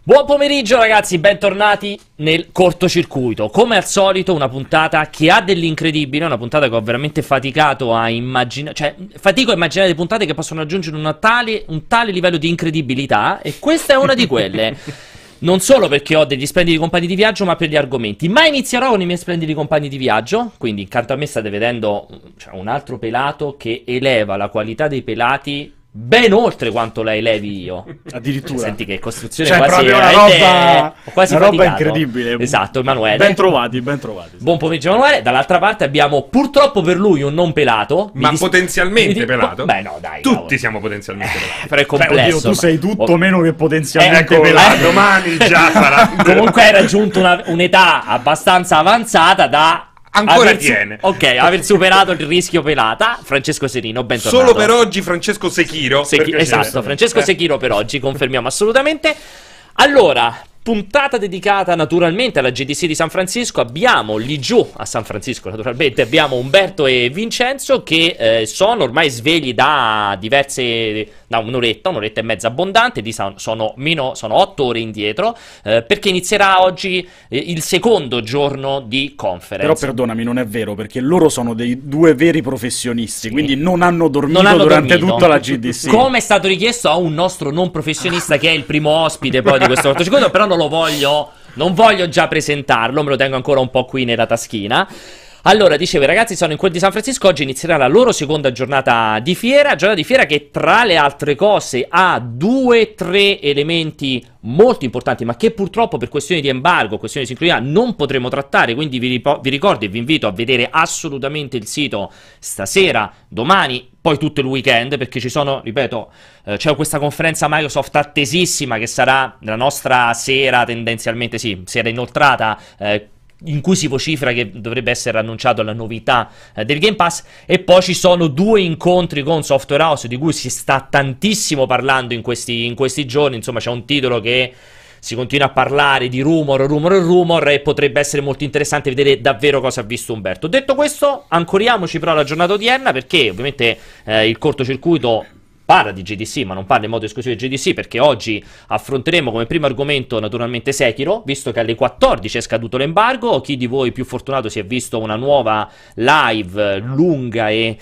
Buon pomeriggio ragazzi, bentornati nel cortocircuito. Come al solito una puntata che ha dell'incredibile, una puntata che ho veramente faticato a immaginare, cioè fatico a immaginare le puntate che possono raggiungere un tale livello di incredibilità, e questa è una di quelle. Non solo perché ho degli splendidi compagni di viaggio, ma per gli argomenti. Ma inizierò con i miei splendidi compagni di viaggio. Quindi accanto a me state vedendo un altro pelato che eleva la qualità dei pelati ben oltre quanto la elevi io. Addirittura. Senti che costruzione cioè, quasi proprio una quasi roba faticato. incredibile. Esatto, Emanuele. Ben trovati, ben trovati. Buon pomeriggio Emanuele. Dall'altra parte abbiamo purtroppo per lui un non pelato. Ma potenzialmente pelato? Beh no dai. Tutti siamo potenzialmente pelati. Però è complesso. Oddio, tu sei tutto meno che potenzialmente ecco, pelato. Domani già sarà. Comunque hai raggiunto un'età abbastanza avanzata da ancora tiene. Ok, aver superato il rischio pelata. Francesco Serino, bentornato. Solo per oggi Francesco Sechiro. Esatto, Francesco Sechiro per oggi, confermiamo assolutamente. Allora, puntata dedicata naturalmente alla GDC di San Francisco. Abbiamo lì giù a San Francisco, naturalmente, abbiamo Umberto e Vincenzo che sono ormai svegli da un'oretta e mezza abbondante, sono 8 ore indietro, perché inizierà oggi il secondo giorno di conference. Però perdonami, non è vero, perché loro sono dei due veri professionisti, quindi non hanno dormito durante tutta la GDC. Come è stato richiesto a un nostro non professionista che è il primo ospite poi di questo cortocircuito, però non voglio già presentarlo, me lo tengo ancora un po' qui nella taschina. Allora, dicevo, i ragazzi sono in quel di San Francisco, oggi inizierà la loro seconda giornata di fiera che tra le altre cose ha 2-3 elementi molto importanti, ma che purtroppo per questioni di embargo, questioni di sincronia non potremo trattare, quindi vi ricordo e vi invito a vedere assolutamente il sito stasera, domani, poi tutto il weekend, perché ci sono, ripeto, c'è questa conferenza Microsoft attesissima che sarà la nostra sera, tendenzialmente sera inoltrata, in cui si vocifera che dovrebbe essere annunciato la novità del Game Pass, e poi ci sono 2 incontri con Software House di cui si sta tantissimo parlando in questi giorni. Insomma, c'è un titolo che si continua a parlare di rumor, e potrebbe essere molto interessante vedere davvero cosa ha visto Umberto. Detto questo, ancoriamoci però alla giornata odierna, perché ovviamente il cortocircuito parla di GDC, ma non parla in modo esclusivo di GDC, perché oggi affronteremo come primo argomento naturalmente Sekiro, visto che alle 14 è scaduto l'embargo. Chi di voi più fortunato si è visto una nuova live lunga e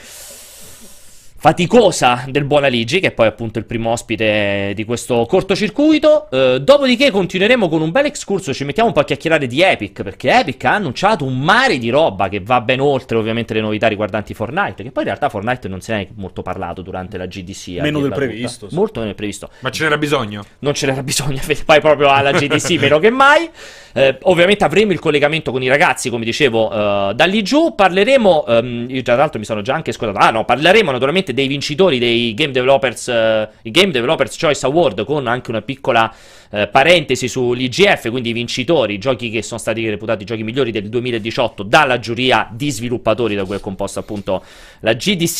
faticosa del buon Aligi, che è poi appunto il primo ospite di questo cortocircuito. Dopodiché continueremo con un bel excursus, ci mettiamo un po' a chiacchierare di Epic, perché Epic ha annunciato un mare di roba che va ben oltre ovviamente le novità riguardanti Fortnite, che poi in realtà Fortnite non se ne è molto parlato durante la GDC. Meno del previsto. Sì. Molto meno del previsto. Ma ce n'era bisogno? Non ce n'era bisogno, poi proprio alla GDC meno che mai. Ovviamente avremo il collegamento con i ragazzi, come dicevo, da lì giù. Parleremo, io tra l'altro mi sono già anche scordato, parleremo naturalmente dei vincitori dei Game Developers Choice Award, con anche una piccola parentesi sull'IGF, quindi i vincitori, i giochi che sono stati reputati i giochi migliori del 2018 dalla giuria di sviluppatori da cui è composta appunto la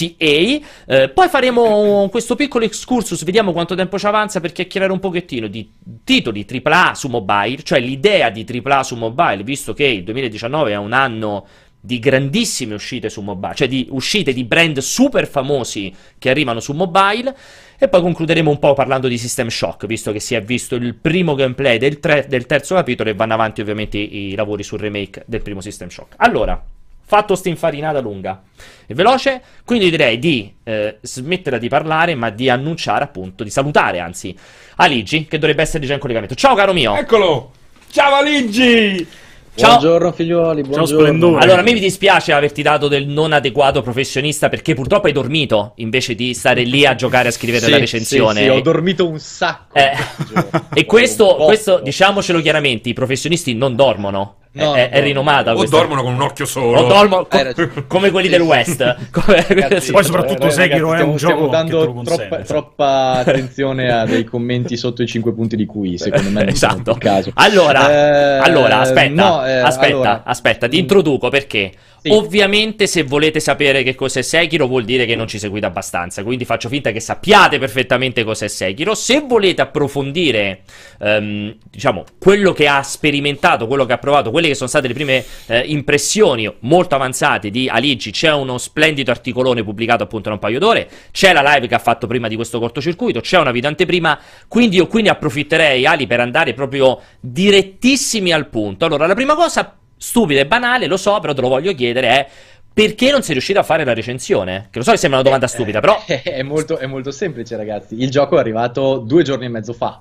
GDCA. Poi faremo questo piccolo excursus, vediamo quanto tempo ci avanza, per chiacchierare un pochettino di titoli AAA su mobile, cioè l'idea di AAA su mobile, visto che il 2019 è un anno di grandissime uscite su mobile, cioè di uscite di brand super famosi che arrivano su mobile. E poi concluderemo un po' parlando di System Shock, visto che si è visto il primo gameplay del terzo capitolo e vanno avanti ovviamente i lavori sul remake del primo System Shock. Allora, fatto sta infarinata lunga e veloce, quindi direi di smettere di parlare, ma di annunciare appunto, di salutare anzi Aligi, che dovrebbe essere già in collegamento. Ciao caro mio! Eccolo! Ciao Aligi! Ciao. Buongiorno figliuoli, buongiorno. Ciao splendore. Allora, a me mi dispiace averti dato del non adeguato professionista, perché purtroppo hai dormito invece di stare lì a giocare a scrivere la recensione. Sì, ho dormito un sacco. E questo, diciamocelo chiaramente, i professionisti non dormono. È rinomata o questa. dormono con un occhio solo, o dormono come quelli del West. Ragazzi, poi soprattutto Sekiro è un gioco stiamo dando che te lo consente, troppa attenzione a dei commenti sotto i 5 punti di cui secondo me non esatto. il caso. Allora aspetta, aspetta, ti introduco, perché sì. Ovviamente se volete sapere che cos'è Sekiro vuol dire che non ci seguite abbastanza, quindi faccio finta che sappiate perfettamente cos'è Sekiro. Se volete approfondire diciamo quello che ha sperimentato, quello che ha provato, quella quelle che sono state le prime impressioni molto avanzate di Aligi. C'è uno splendido articolone pubblicato appunto da un paio d'ore, c'è la live che ha fatto prima di questo cortocircuito, c'è una video anteprima, quindi io approfitterei, Ali, per andare proprio direttissimi al punto. Allora, la prima cosa, stupida e banale, lo so, però te lo voglio chiedere, è: perché non sei riuscito a fare la recensione? Che lo so che sembra una domanda stupida, però... È molto semplice, ragazzi. Il gioco è arrivato 2 giorni e mezzo fa.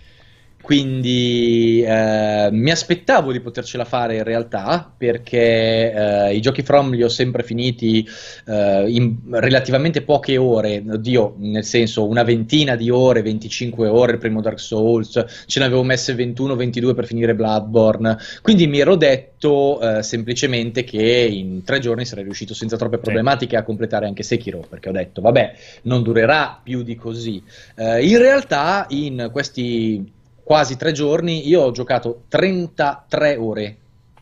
Quindi mi aspettavo di potercela fare in realtà, perché i giochi From li ho sempre finiti in relativamente poche ore, oddio, nel senso una ventina di ore, 25 ore il primo Dark Souls, ce ne avevo messe 21-22 per finire Bloodborne, quindi mi ero detto semplicemente che in 3 giorni sarei riuscito senza troppe problematiche a completare anche Sekiro, perché ho detto vabbè, non durerà più di così. In realtà in questi quasi 3 giorni io ho giocato 33 ore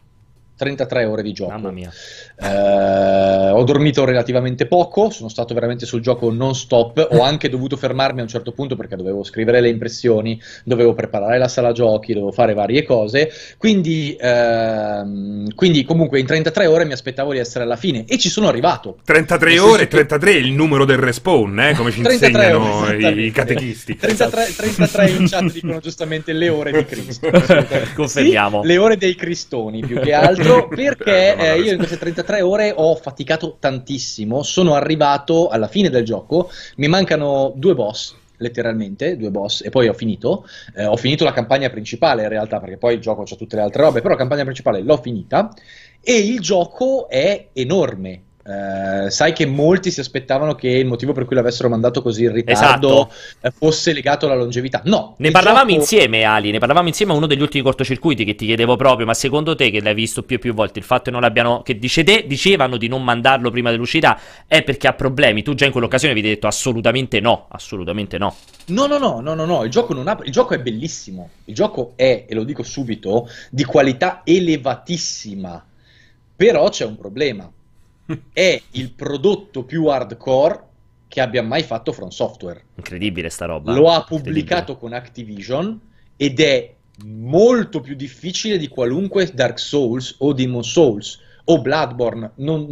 di gioco. Mamma mia. Ho dormito relativamente poco, sono stato veramente sul gioco non stop, ho anche dovuto fermarmi a un certo punto perché dovevo scrivere le impressioni, dovevo preparare la sala giochi, dovevo fare varie cose, quindi comunque in 33 ore mi aspettavo di essere alla fine e ci sono arrivato. 33 ore, 33 è il numero del respawn, come ci insegnano i catechisti. 33 in chat dicono giustamente le ore di Cristo. Confermiamo. Sì, le ore dei cristoni più che altro, perché io in queste 33 ore ho faticato tantissimo, sono arrivato alla fine del gioco, mi mancano 2 boss, letteralmente 2 boss, e poi ho finito la campagna principale in realtà, perché poi il gioco c'ha tutte le altre robe, però la campagna principale l'ho finita e il gioco è enorme. Sai che molti si aspettavano che il motivo per cui l'avessero mandato così in ritardo fosse legato alla longevità. No, ne parlavamo insieme, Ali, ne parlavamo insieme a uno degli ultimi cortocircuiti, che ti chiedevo proprio: ma secondo te, che l'hai visto più e più volte, il fatto che non l'abbiano, che dicevano di non mandarlo prima dell'uscita, è perché ha problemi? Tu già in quell'occasione avevi detto assolutamente no, assolutamente no. No, il gioco è bellissimo, il gioco è, e lo dico subito, di qualità elevatissima, però c'è un problema. È il prodotto più hardcore che abbia mai fatto From Software. Incredibile sta roba. Lo ha pubblicato con Activision ed è molto più difficile di qualunque Dark Souls o Demon Souls o Bloodborne.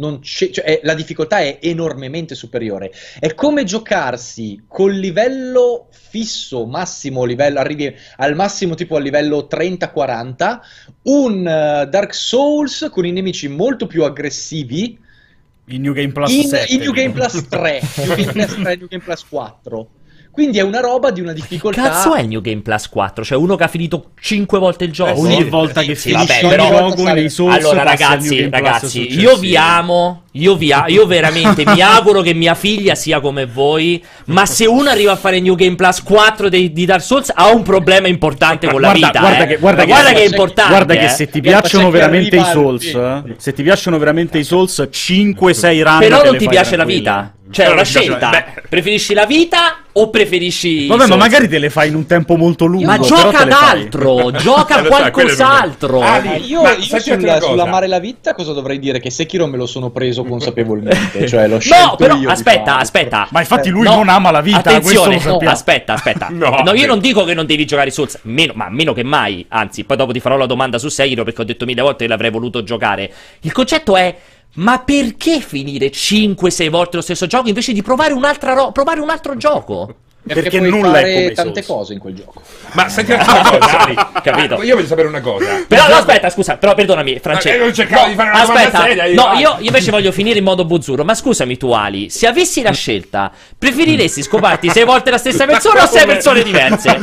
La difficoltà è enormemente superiore. È come giocarsi col livello fisso, massimo livello, arrivi al massimo tipo al livello 30-40, un Dark Souls con i nemici molto più aggressivi in New Game Plus 7, in New Game Plus 3, New Game Plus 3, New Game Plus 4. Quindi è una roba di una difficoltà. Che cazzo è New Game Plus 4? Cioè uno che ha finito 5 volte il gioco? Ogni volta che finisce il gioco nei Souls. Allora ragazzi, io vi amo, io veramente mi auguro che mia figlia sia come voi, ma se uno arriva a fare New Game Plus 4 di Dark Souls ha un problema importante con la vita. Guarda che è importante. Guarda che se ti piacciono veramente i Souls, se ti piacciono veramente i Souls, 5-6 run. Però non ti piace la vita. Cioè, è una scelta. Preferisci la vita o preferisci... Vabbè, ma magari te le fai in un tempo molto lungo. Ma gioca ad altro, gioca a qualcos'altro. Io sull'amare la vita cosa dovrei dire? Che Sekiro me lo sono preso consapevolmente. Cioè l'ho scelto no, però io, aspetta. Ma infatti lui non ama la vita. Attenzione, aspetta. No, io non dico che non devi giocare Souls, meno che mai. Anzi, poi dopo ti farò la domanda su Sekiro, perché ho detto 1000 volte che l'avrei voluto giocare. Il concetto è: ma perché finire 5-6 volte lo stesso gioco invece di provare provare un altro gioco? Perché nulla è come tante cose in quel gioco. Ma senti una cosa, capito? Io voglio sapere una cosa. Però no, aspetta, scusa, però perdonami, Francesco. Non cercavo di fare una domanda seria. Io invece voglio finire in modo buzzurro. Ma scusami tu, Ali, se avessi la scelta, preferiresti scoparti 6 volte la stessa persona o 6 persone diverse?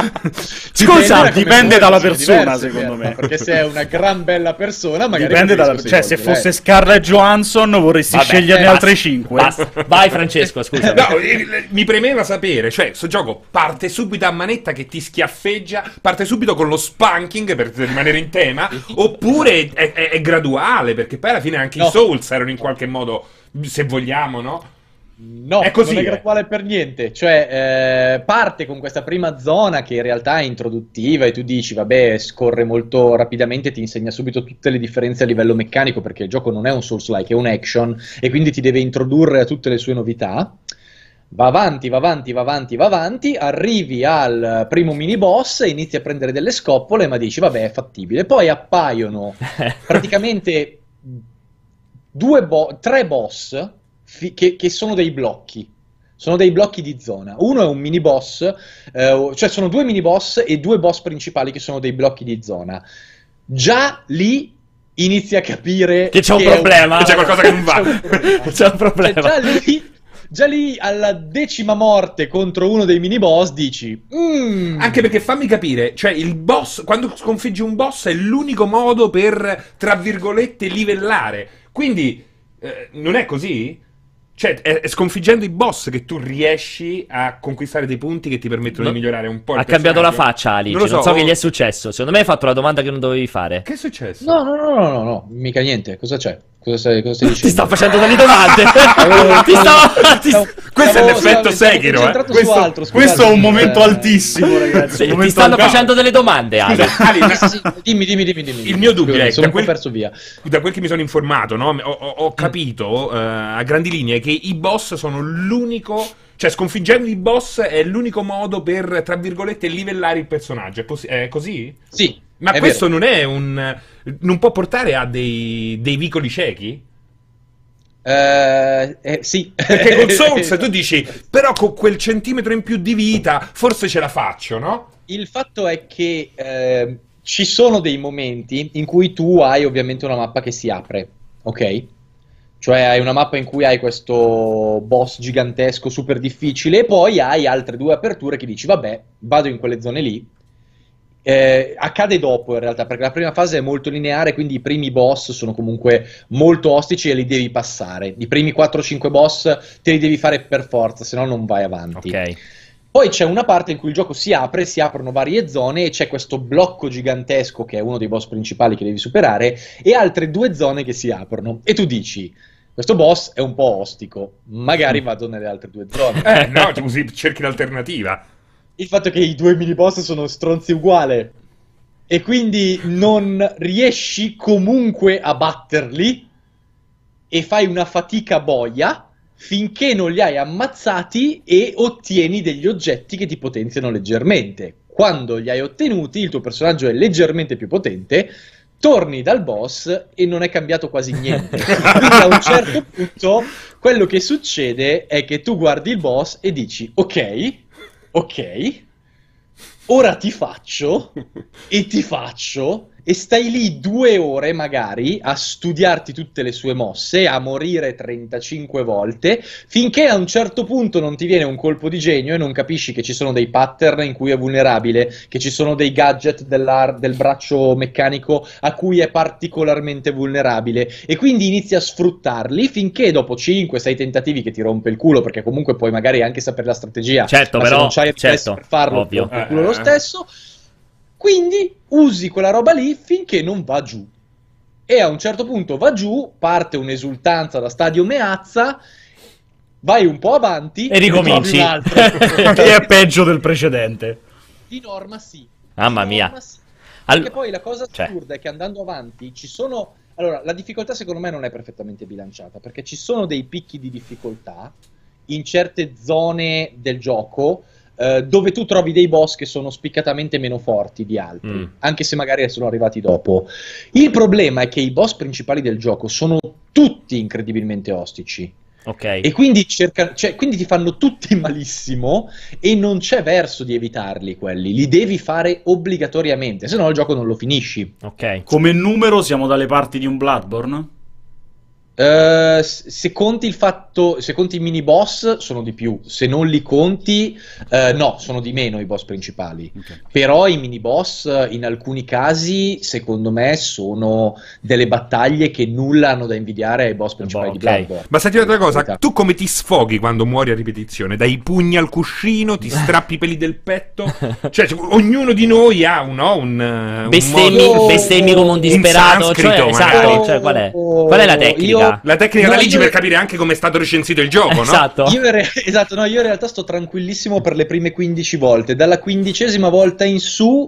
Scusa, dipende dalla persona, secondo me. Perché se è una gran bella persona, magari dipende dalla persona. Cioè, se fosse Scarlett Johansson vorresti sceglierne altre 5. Basta. Vai Francesco, scusa. No, mi premeva sapere. Cioè, sto gioco parte subito a manetta che ti schiaffeggia, parte subito con lo spanking per rimanere in tema, oppure è graduale, perché poi alla fine anche i Souls erano in qualche modo, se vogliamo, no? No, è così, non è graduale per niente. Cioè, parte con questa prima zona che in realtà è introduttiva e tu dici, vabbè, scorre molto rapidamente, ti insegna subito tutte le differenze a livello meccanico, perché il gioco non è un Souls-like, è un action, e quindi ti deve introdurre a tutte le sue novità. Va avanti, va avanti, va avanti, va avanti, arrivi al primo mini boss e inizi a prendere delle scoppole, ma dici vabbè è fattibile. Poi appaiono praticamente tre boss che sono dei blocchi. Sono dei blocchi di zona. Uno è un mini boss, cioè sono 2 mini boss e 2 boss principali che sono dei blocchi di zona. Già lì inizi a capire che c'è un problema, che c'è qualcosa che non va. C'è un problema. Cioè, già lì alla 10ª morte contro uno dei mini boss dici anche perché fammi capire, cioè il boss, quando sconfiggi un boss è l'unico modo per, tra virgolette, livellare, quindi non è così? Cioè è sconfiggendo i boss che tu riesci a conquistare dei punti che ti permettono di migliorare un po' il personaggio. Ha cambiato la faccia Alice, non so che gli è successo. Secondo me hai fatto la domanda che non dovevi fare. Che è successo? No, mica niente, cosa c'è? Cosa stai dicendo? Ti sto facendo delle domande. Questo è l'effetto Sekiro. Questo è un momento altissimo, ragazzi. Ti stanno facendo delle domande, Ale. Dimmi. Il mio dubbio è sono un po' perso via. Da quel che mi sono informato, no? Ho capito a grandi linee che i boss sono l'unico. Cioè, sconfiggendo i boss è l'unico modo per, tra virgolette, livellare il personaggio. È così? Sì. Ma questo non è non può portare a dei vicoli ciechi? Sì. Perché con Souls tu dici, però con quel centimetro in più di vita forse ce la faccio, no? Il fatto è che ci sono dei momenti in cui tu hai ovviamente una mappa che si apre, ok? Cioè hai una mappa in cui hai questo boss gigantesco super difficile e poi hai altre 2 aperture che dici vabbè, vado in quelle zone lì. Accade dopo in realtà, perché la prima fase è molto lineare, quindi i primi boss sono comunque molto ostici e li devi passare. I primi 4-5 boss te li devi fare per forza, se no non vai avanti. Ok. Poi c'è una parte in cui il gioco si apre, si aprono varie zone e c'è questo blocco gigantesco che è uno dei boss principali che devi superare e altre 2 zone che si aprono e tu dici questo boss è un po' ostico, magari vado nelle altre 2 zone. No, così cerchi l'alternativa. Il fatto è che i 2 mini boss sono stronzi uguali e quindi non riesci comunque a batterli e fai una fatica boia finché non li hai ammazzati e ottieni degli oggetti che ti potenziano leggermente. Quando li hai ottenuti, il tuo personaggio è leggermente più potente, torni dal boss e non è cambiato quasi niente. Quindi a un certo punto quello che succede è che tu guardi il boss e dici ok, ora ti faccio e stai lì 2 ore magari a studiarti tutte le sue mosse, a morire 35 volte, finché a un certo punto non ti viene un colpo di genio e non capisci che ci sono dei pattern in cui è vulnerabile, che ci sono dei gadget del braccio meccanico a cui è particolarmente vulnerabile e quindi inizi a sfruttarli finché dopo 5-6 tentativi che ti rompe il culo, perché comunque puoi magari anche sapere la strategia, certo, ma però, se non c'hai certo, per farlo, ovvio. ti rompe il culo lo stesso. Quindi usi quella roba lì finché non va giù. E a un certo punto va giù, parte un'esultanza da stadio Meazza, vai un po' avanti e ricominci. Che è peggio del precedente. Di norma sì. Mamma mia. Sì. Perché poi la cosa assurda è che andando avanti ci sono... Allora, la difficoltà secondo me non è perfettamente bilanciata, perché ci sono dei picchi di difficoltà in certe zone del gioco dove tu trovi dei boss che sono spiccatamente meno forti di altri, anche se magari sono arrivati dopo. Il problema è che i boss principali del gioco sono tutti incredibilmente ostici. Ok. E quindi quindi ti fanno tutti malissimo e non c'è verso di evitarli quelli, li devi fare obbligatoriamente, se no il gioco non lo finisci. Ok. Come numero siamo dalle parti di un Bloodborne? Se conti i mini boss sono di più, se non li conti no, sono di meno i boss principali. Okay. Però i mini boss in alcuni casi secondo me sono delle battaglie che nulla hanno da invidiare ai boss principali di Bloodborne. Ma senti una cosa, tu come ti sfoghi quando muori a ripetizione? Dai pugni al cuscino, ti strappi i peli del petto? Cioè ognuno di noi ha un bestemmi come un disperato, cioè, qual è la tecnica? La tecnica da Ligi per capire anche come è stato recensito il gioco, no? Esatto. Io in realtà sto tranquillissimo per le prime 15 volte. Dalla 15ª volta in su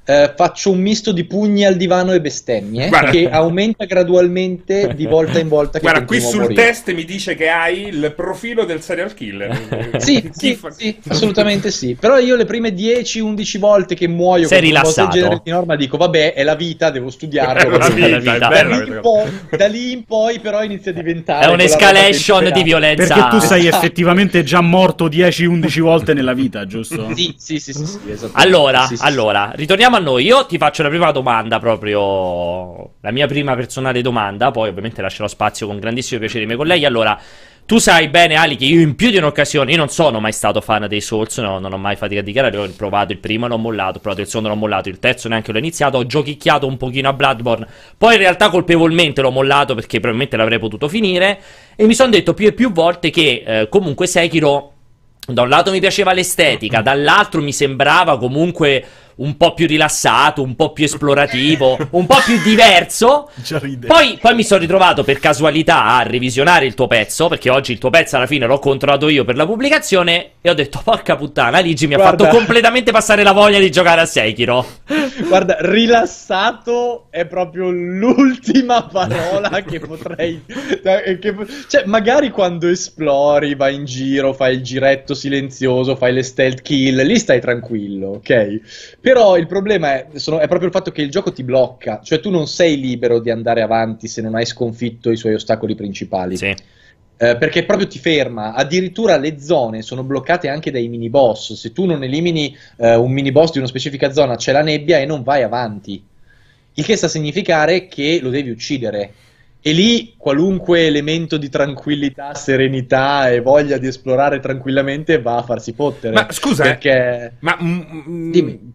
Faccio un misto di pugni al divano e bestemmie che aumenta gradualmente di volta in volta. Guarda, qui sul test mi dice che hai il profilo del serial killer. Sì, assolutamente sì. Però io le prime 10-11 volte che muoio sei rilassato. Del genere di norma dico vabbè, è la vita, devo studiarlo. Da lì in poi però inizia a diventare... È un'escalation di violenza. Perché tu sei effettivamente già morto 10-11 volte nella vita, giusto? Sì, allora, ritorniamo a noi. Io ti faccio la prima domanda, proprio la mia prima personale domanda, poi ovviamente lascerò spazio con grandissimo piacere ai miei colleghi. Allora, tu sai bene, Ali, che io in più di un'occasione, io non sono mai stato fan dei Souls, no, non ho mai fatica a dichiarare, ho provato il primo e non ho mollato, ho provato il secondo e non ho mollato, il terzo neanche l'ho iniziato, ho giochicchiato un pochino a Bloodborne, poi in realtà colpevolmente l'ho mollato perché probabilmente l'avrei potuto finire, e mi sono detto più e più volte che comunque Sekiro, da un lato mi piaceva l'estetica, dall'altro mi sembrava comunque un po' più rilassato, un po' più esplorativo, un po' più diverso. Poi mi sono ritrovato per casualità a revisionare il tuo pezzo, perché oggi il tuo pezzo alla fine l'ho controllato io per la pubblicazione, e ho detto porca puttana, Ligi mi ha fatto completamente passare la voglia di giocare a Sekiro. Guarda, rilassato è proprio l'ultima parola che potrei... Cioè, magari quando esplori, vai in giro, fai il giretto silenzioso, fai le stealth kill, lì stai tranquillo, ok? Però il problema è proprio il fatto che il gioco ti blocca, cioè tu non sei libero di andare avanti se non hai sconfitto i suoi ostacoli principali. Sì. Perché proprio ti ferma, addirittura le zone sono bloccate anche dai mini boss. Se tu non elimini un mini boss di una specifica zona, c'è la nebbia e non vai avanti, il che sta a significare che lo devi uccidere. E lì qualunque elemento di tranquillità, serenità e voglia di esplorare tranquillamente va a farsi fottere. Ma scusa, perché... dimmi.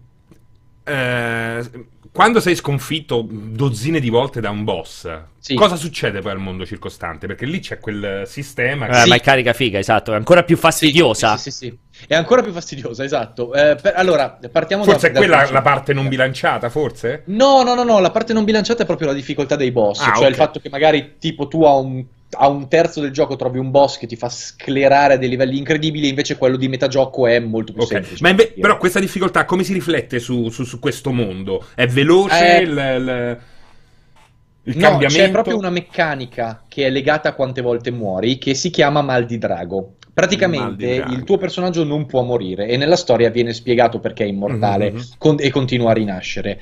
Quando sei sconfitto dozzine di volte da un boss, cosa succede poi al mondo circostante? Perché lì c'è quel sistema che... ma è carica figa, esatto, è ancora più fastidiosa. Sì. È ancora più fastidiosa, esatto. Allora, partiamo forse è quella la parte non bilanciata, forse? No, la parte non bilanciata è proprio la difficoltà dei boss, cioè il fatto che magari tipo tu a un terzo del gioco trovi un boss che ti fa sclerare a dei livelli incredibili, invece quello di metagioco è molto più semplice. Ma però questa difficoltà come si riflette su questo mondo? È veloce il cambiamento? C'è proprio una meccanica che è legata a quante volte muori, che si chiama mal di drago. Praticamente il tuo personaggio non può morire e nella storia viene spiegato perché è immortale e continua a rinascere.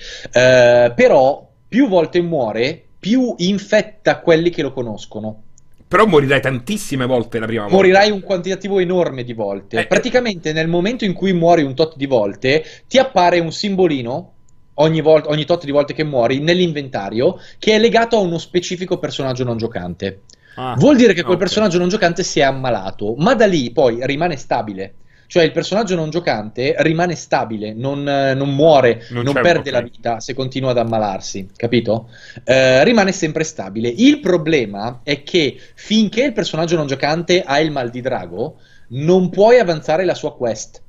Però più volte muore, più infetta quelli che lo conoscono. Però morirai tantissime volte la prima volta. Morirai un quantitativo enorme di volte. Praticamente nel momento in cui muori un tot di volte, ti appare un simbolino ogni tot di volte che muori nell'inventario che è legato a uno specifico personaggio non giocante. Vuol dire che quel personaggio non giocante si è ammalato, ma da lì poi rimane stabile. Cioè il personaggio non giocante rimane stabile, non muore, non perde la vita se continua ad ammalarsi, capito? Rimane sempre stabile. Il problema è che finché il personaggio non giocante ha il mal di drago, non puoi avanzare la sua quest.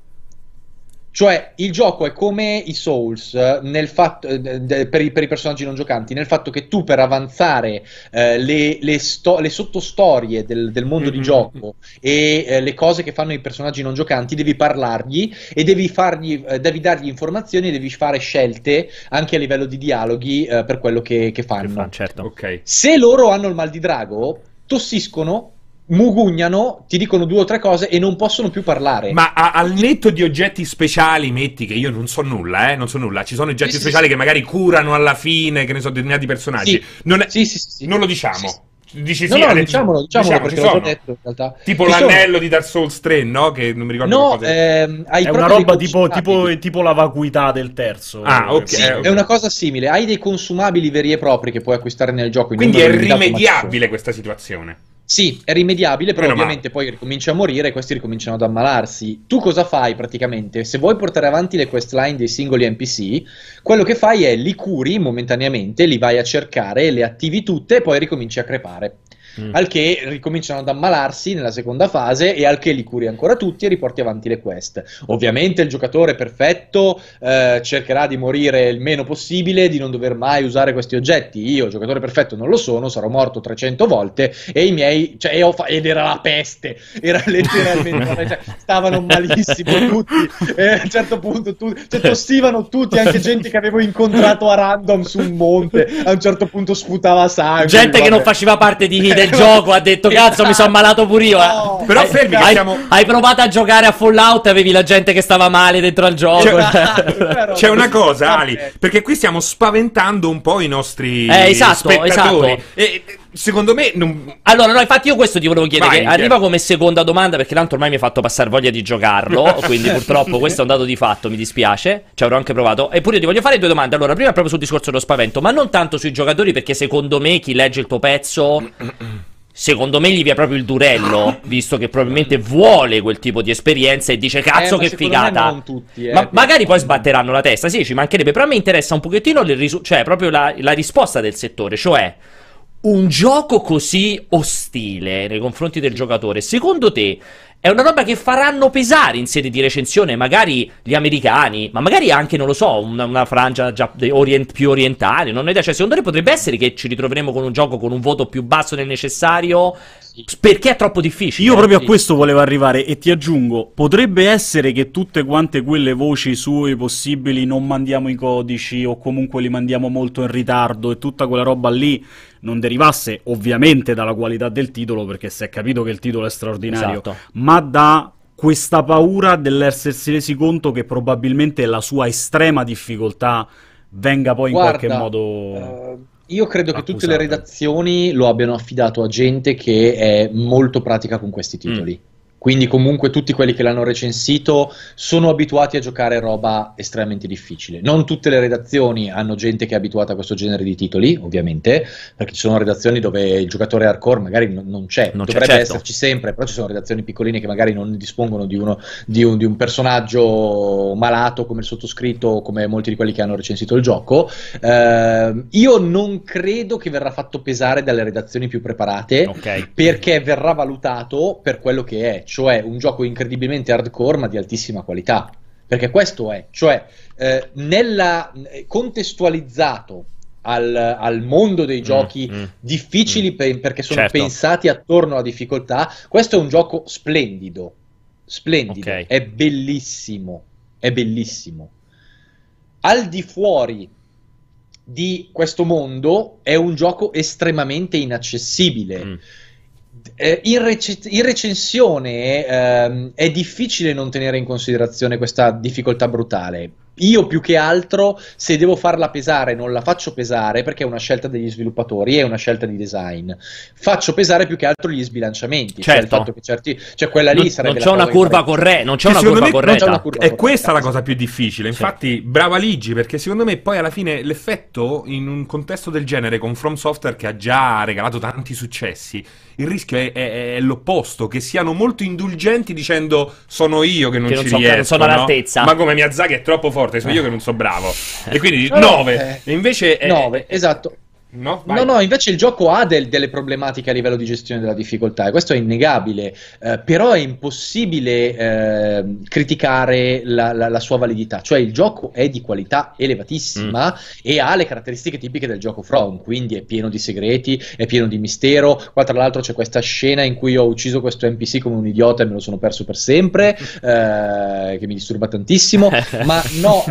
Cioè il gioco è come i Souls nel fatto, per i personaggi non giocanti, nel fatto che tu per avanzare le sottostorie del mondo di gioco e le cose che fanno i personaggi non giocanti devi parlargli e devi dargli informazioni e devi fare scelte anche a livello di dialoghi per quello che fanno. Certo. Se loro hanno il mal di drago, tossiscono, mugugnano, ti dicono 2 o 3 cose e non possono più parlare. Ma al netto di oggetti speciali, metti che io non so nulla, ci sono oggetti speciali che magari curano alla fine, che ne so, determinati personaggi. Non lo diciamo. Dici diciamolo perché l'ho detto in realtà. Tipo l'anello di Dark Souls 3, no? Che non mi ricordo è una roba tipo la vacuità del terzo. È una cosa simile. Hai dei consumabili veri e propri che puoi acquistare nel gioco. Quindi è rimediabile questa situazione. Sì, è rimediabile, però ovviamente poi ricominci a morire e questi ricominciano ad ammalarsi. Tu cosa fai praticamente? Se vuoi portare avanti le questline dei singoli NPC, quello che fai è li curi momentaneamente, li vai a cercare, le attivi tutte e poi ricominci a crepare. al che ricominciano ad ammalarsi nella seconda fase e al che li curi ancora tutti e riporti avanti le quest. Ovviamente il giocatore perfetto cercherà di morire il meno possibile, di non dover mai usare questi oggetti. Io, giocatore perfetto, non lo sono, sarò morto 300 volte e i miei, ed era la peste, era letteralmente cioè, stavano malissimo tutti, a un certo punto tossivano tutti, anche gente che avevo incontrato a random su un monte, a un certo punto sputava sangue. Gente che non faceva parte del gioco ha detto cazzo mi sono ammalato pure io. No, però fermi, hai provato a giocare a Fallout e avevi la gente che stava male dentro al gioco. C'è una cosa, Ali, perché qui stiamo spaventando un po' i nostri spettatori. Esatto. E secondo me allora, no, infatti io questo ti volevo chiedere, Vai, che arriva come seconda domanda, perché tanto ormai mi hai fatto passare voglia di giocarlo, quindi purtroppo questo è un dato di fatto, mi dispiace, ci avrò anche provato. Eppure io ti voglio fare due domande. Allora, prima proprio sul discorso dello spavento, ma non tanto sui giocatori, perché secondo me chi legge il tuo pezzo, secondo me gli viene proprio il durello, visto che probabilmente vuole quel tipo di esperienza e dice cazzo che figata. Non tutti, ma magari poi sbatteranno la testa, sì, ci mancherebbe, però a me interessa un pochettino cioè proprio la risposta del settore, cioè un gioco così ostile nei confronti del giocatore, secondo te è una roba che faranno pesare in sede di recensione magari gli americani, ma magari anche, non lo so, una frangia più orientale, non ho idea, cioè secondo te potrebbe essere che ci ritroveremo con un gioco con un voto più basso del necessario perché è troppo difficile? Io proprio a questo volevo arrivare e ti aggiungo, potrebbe essere che tutte quante quelle voci sui possibili non mandiamo i codici o comunque li mandiamo molto in ritardo e tutta quella roba lì non derivasse ovviamente dalla qualità del titolo, perché si è capito che il titolo è straordinario, esatto, ma da questa paura dell'essersi resi conto che probabilmente la sua estrema difficoltà venga poi in qualche modo io credo che tutte le accusata. redazioni lo abbiano affidato a gente che è molto pratica con questi titoli. Quindi comunque tutti quelli che l'hanno recensito sono abituati a giocare roba estremamente difficile. Non tutte le redazioni hanno gente che è abituata a questo genere di titoli, ovviamente, perché ci sono redazioni dove il giocatore hardcore magari non c'è, dovrebbe esserci sempre, però ci sono redazioni piccoline che magari non dispongono di un personaggio malato come il sottoscritto o come molti di quelli che hanno recensito il gioco. Io non credo che verrà fatto pesare dalle redazioni più preparate, perché verrà valutato per quello che è, cioè un gioco incredibilmente hardcore ma di altissima qualità, perché questo è, cioè contestualizzato al mondo dei giochi difficili perché sono pensati attorno alla difficoltà, questo è un gioco splendido, è bellissimo, al di fuori di questo mondo è un gioco estremamente inaccessibile. In recensione è difficile non tenere in considerazione questa difficoltà brutale. Io più che altro, se devo farla pesare, non la faccio pesare perché è una scelta degli sviluppatori, è una scelta di design. Faccio pesare più che altro gli sbilanciamenti, cioè il fatto che cioè quella lì sarebbe non c'è una curva corretta, non c'è una curva corretta. È questa la cosa più difficile. Infatti, brava Ligi, perché secondo me poi alla fine l'effetto in un contesto del genere con From Software che ha già regalato tanti successi, il rischio è l'opposto, che siano molto indulgenti dicendo sono io che non ci riesco, non sono all'altezza. Ma come Miyazaki è troppo forte, sono io che non so bravo. E quindi 9. E invece 9, esatto. No, invece il gioco ha delle problematiche a livello di gestione della difficoltà e questo è innegabile, però è impossibile criticare la sua validità, cioè il gioco è di qualità elevatissima e ha le caratteristiche tipiche del gioco From, quindi è pieno di segreti, è pieno di mistero. Qua tra l'altro c'è questa scena in cui ho ucciso questo NPC come un idiota e me lo sono perso per sempre, che mi disturba tantissimo, ma no,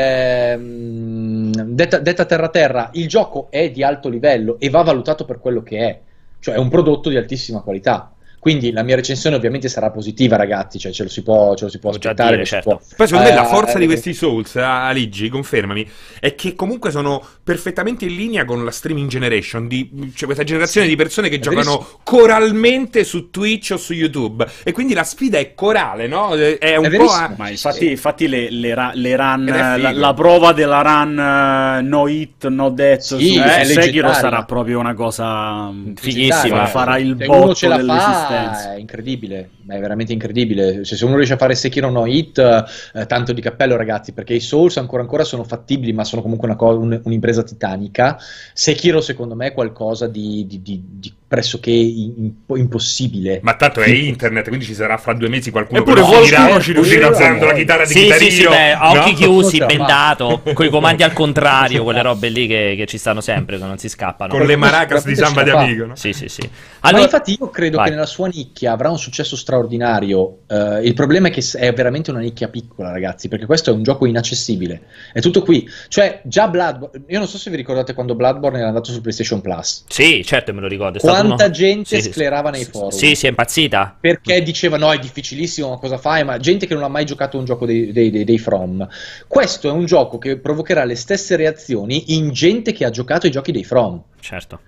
detta terra, il gioco è di alto livello e va valutato per quello che è, cioè è un prodotto di altissima qualità. Quindi la mia recensione ovviamente sarà positiva, ragazzi, cioè ce lo si può aspettare, dire, certo. Poi secondo me la forza di questi Souls, Aligi, confermami, è che comunque sono perfettamente in linea con la streaming generation, cioè questa generazione di persone che giocano coralmente su Twitch o su YouTube, e quindi la sfida è corale, no? È un po' ma infatti le run, la prova della run no hit, no death su Sekiro sarà proprio una cosa fighissima, farà il se botto uno ce la dell'esistenza. È incredibile, è veramente incredibile. Se uno riesce a fare Sekiro no Hit, tanto di cappello, ragazzi, perché i Souls ancora sono fattibili, ma sono comunque un'impresa titanica. Sekiro, secondo me, è qualcosa di pressoché impossibile. Ma tanto è internet, quindi ci sarà fra 2 mesi qualcuno Eppure che ci riuscirà utilizzando la chitarra di chitarrino. Sì, beh, a occhi no? chiusi, bendato, con i comandi al contrario, quelle robe lì che ci stanno sempre, che non si scappano. Con le maracas di Samba di Amigo, no? Sì. Allora, ma infatti io credo che nella sua nicchia avrà un successo straordinario. Il problema è che è veramente una nicchia piccola, ragazzi, perché questo è un gioco inaccessibile. È tutto qui. Cioè, già Bloodborne, io non so se vi ricordate quando Bloodborne era andato su PlayStation Plus. Sì, certo, me lo ricordo. Quanta gente sclerava nei forum. Sì, è impazzita. Perché diceva no, è difficilissimo, ma cosa fai? Ma gente che non ha mai giocato un gioco dei From. Questo è un gioco che provocherà le stesse reazioni in gente che ha giocato i giochi dei From. Certo.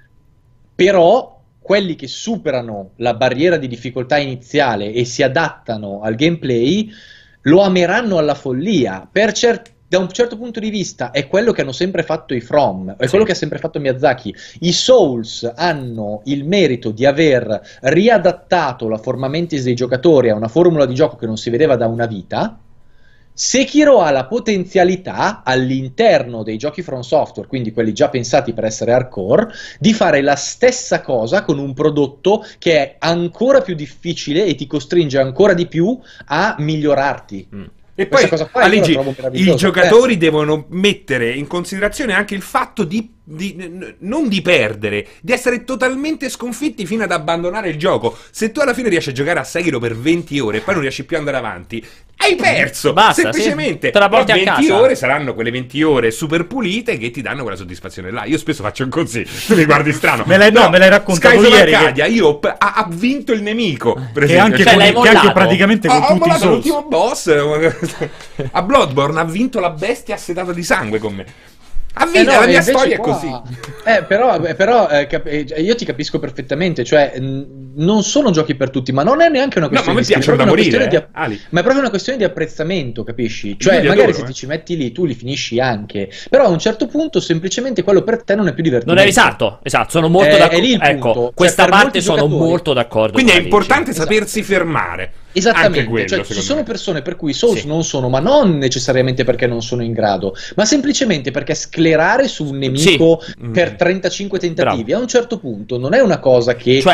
Però quelli che superano la barriera di difficoltà iniziale e si adattano al gameplay lo ameranno alla follia. Da un certo punto di vista è quello che hanno sempre fatto i From, è quello che ha sempre fatto Miyazaki. I Souls hanno il merito di aver riadattato la forma mentis dei giocatori a una formula di gioco che non si vedeva da una vita. Sekiro ha la potenzialità all'interno dei giochi From Software, quindi quelli già pensati per essere hardcore, di fare la stessa cosa con un prodotto che è ancora più difficile e ti costringe ancora di più a migliorarti. E poi, cosa qua Aligi, i giocatori devono mettere in considerazione anche il fatto non di perdere, di essere totalmente sconfitti fino ad abbandonare il gioco. Se tu alla fine riesci a giocare a Sekiro per 20 ore e poi non riesci più ad andare avanti, hai perso, basta, semplicemente. Te la porti a 20 casa. ore saranno quelle 20 ore super pulite che ti danno quella soddisfazione là. Io spesso faccio così, tu mi guardi strano. me l'hai raccontato Skies of ieri Arcadia, ha vinto il nemico, per che esempio. anche praticamente con tutti i Souls. L'ultimo boss a Bloodborne ha vinto la bestia assetata di sangue con me. La mia storia è così. Però io ti capisco perfettamente, cioè non sono giochi per tutti, ma non è neanche una questione di piacciono da morire, ma è proprio una questione di apprezzamento, capisci? Cioè magari se ti ci metti lì tu li finisci anche, però a un certo punto semplicemente quello per te non è più divertente. Non è esatto, sono molto d'accordo. È lì il punto. Ecco, questa parte sono giocatori. molto d'accordo. Quindi è importante sapersi fermare. Esattamente, quello, cioè ci sono me. persone per cui Souls non sono, ma non necessariamente perché non sono in grado, ma semplicemente perché sclerare su un nemico per 35 tentativi a un certo punto non è una cosa che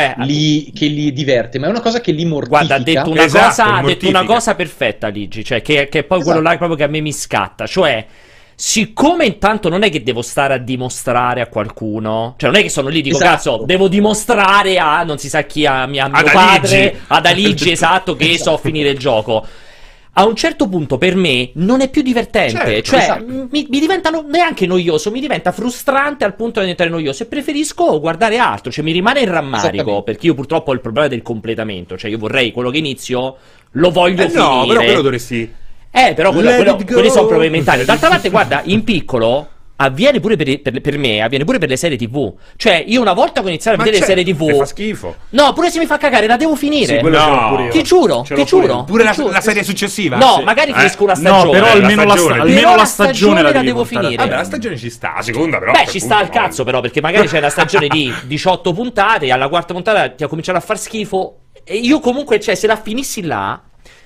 li diverte, ma è una cosa che li mortifica. Guarda, ha detto una cosa perfetta, Ligi, cioè che è poi quello là proprio che a me mi scatta, cioè siccome intanto non è che devo stare a dimostrare a qualcuno, cioè non è che sono lì e dico cazzo, devo dimostrare a non si sa chi, a mio padre, ad Aligi, esatto, che so finire il gioco. A un certo punto per me non è più divertente, mi diventa neanche noioso, mi diventa frustrante al punto di diventare noioso e preferisco guardare altro, cioè mi rimane il rammarico, perché io purtroppo ho il problema del completamento, cioè io vorrei quello che inizio, lo voglio finire. No, però quello dovresti... però quelli sono problemi mentali. D'altra parte, guarda, in piccolo avviene pure per me, avviene pure per le serie TV. Cioè, io una volta che ho iniziato a vedere le serie TV, fa schifo. No, pure se mi fa cagare, la devo finire. Sì, no, ti giuro. Pure la serie successiva? No, magari finisco una stagione. No, però almeno la stagione la devo finire. Vabbè, la stagione ci sta, la seconda però. Beh, ci sta al cazzo però, perché magari c'è una stagione di 18 puntate e alla quarta puntata ti ha cominciato a far schifo. E io comunque, cioè, se la finissi là,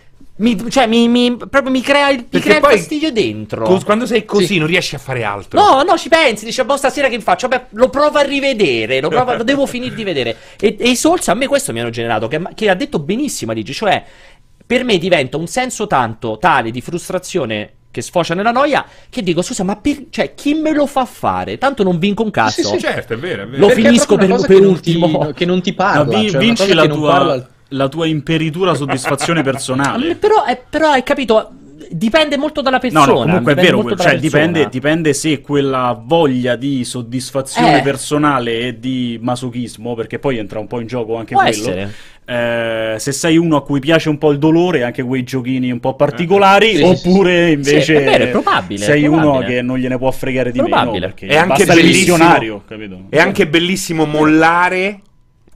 proprio mi crea il fastidio dentro. Quando sei così non riesci a fare altro. No, ci pensi, dici, boh, stasera che faccio? Vabbè, lo provo a rivedere, lo devo finire di vedere. E i Souls a me questo mi hanno generato, che ha detto benissimo Aligi, cioè per me diventa un senso tale di frustrazione che sfocia nella noia, che dico, scusa, ma chi me lo fa fare? Tanto non vinco un cazzo. Sì, certo, è vero. Lo finisco per ultimo. Che non ti parla. Vinci la tua imperitura soddisfazione personale. Però hai capito, dipende molto dalla persona. No, comunque è vero, cioè dipende se quella voglia di soddisfazione personale e di masochismo, perché poi entra un po' in gioco anche può quello. Essere. Se sei uno a cui piace un po' il dolore, anche quei giochini un po' particolari, oppure invece è vero, è probabile, sei uno che non gliene può fregare di meno, perché è anche bellissimo, capito? È anche bellissimo mollare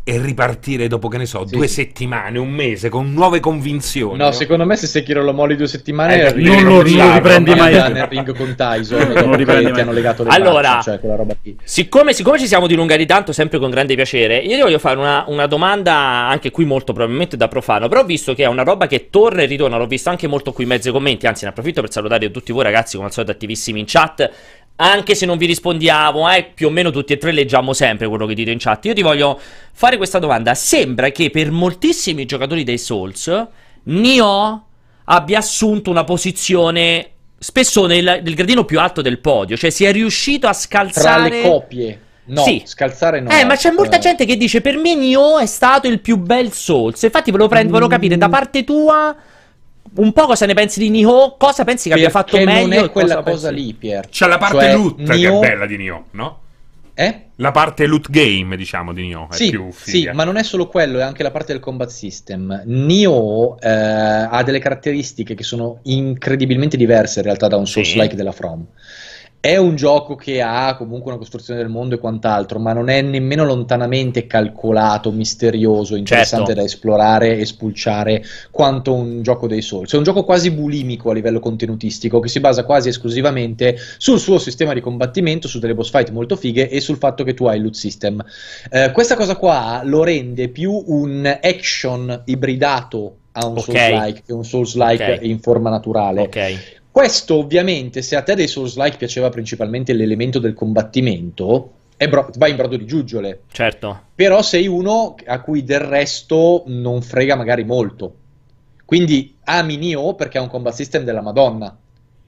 e ripartire dopo, che ne so, 2 settimane, un mese, con nuove convinzioni. No, secondo me se Sekiro lo molli 2 settimane non lo riprendi mai nel ring con Tyson, non lo riprendi mai. ti hanno legato le Allora, braccia, cioè quella roba lì. Siccome ci siamo dilungati tanto, sempre con grande piacere, io ti voglio fare una domanda anche qui molto probabilmente da profano, però visto che è una roba che torna e ritorna, l'ho visto anche molto qui in mezzo ai commenti, anzi ne approfitto per salutare tutti voi ragazzi, come al solito attivissimi in chat. Anche se non vi rispondiamo, più o meno tutti e tre leggiamo sempre quello che dite in chat. Io ti voglio fare questa domanda. Sembra che per moltissimi giocatori dei Souls Nioh abbia assunto una posizione spesso nel gradino più alto del podio, cioè si è riuscito a scalzare tra le copie. No, sì. Scalzare no. Ma c'è molta gente che dice per me Nioh è stato il più bel Souls. Infatti volevo capire da parte tua un po' cosa ne pensi di Nioh, cosa pensi che abbia fatto meglio. Non è quella cosa lì, Pier. C'è la parte loot che è bella di Nioh, no? La parte loot game, diciamo, di Nioh è più figa. Sì, ma non è solo quello, è anche la parte del combat system. Nioh ha delle caratteristiche che sono incredibilmente diverse in realtà da un Souls-like della From. È un gioco che ha comunque una costruzione del mondo e quant'altro, ma non è nemmeno lontanamente calcolato, misterioso, interessante da esplorare e spulciare quanto un gioco dei Souls. È un gioco quasi bulimico a livello contenutistico, che si basa quasi esclusivamente sul suo sistema di combattimento, su delle boss fight molto fighe e sul fatto che tu hai il loot system. Questa cosa qua lo rende più un action ibridato a un Souls-like che un Souls-like in forma naturale. Questo ovviamente, se a te dei Souls-like piaceva principalmente l'elemento del combattimento, vai in brodo di giuggiole. Certo. Però sei uno a cui del resto non frega magari molto. Quindi ami Nioh perché ha un combat system della Madonna.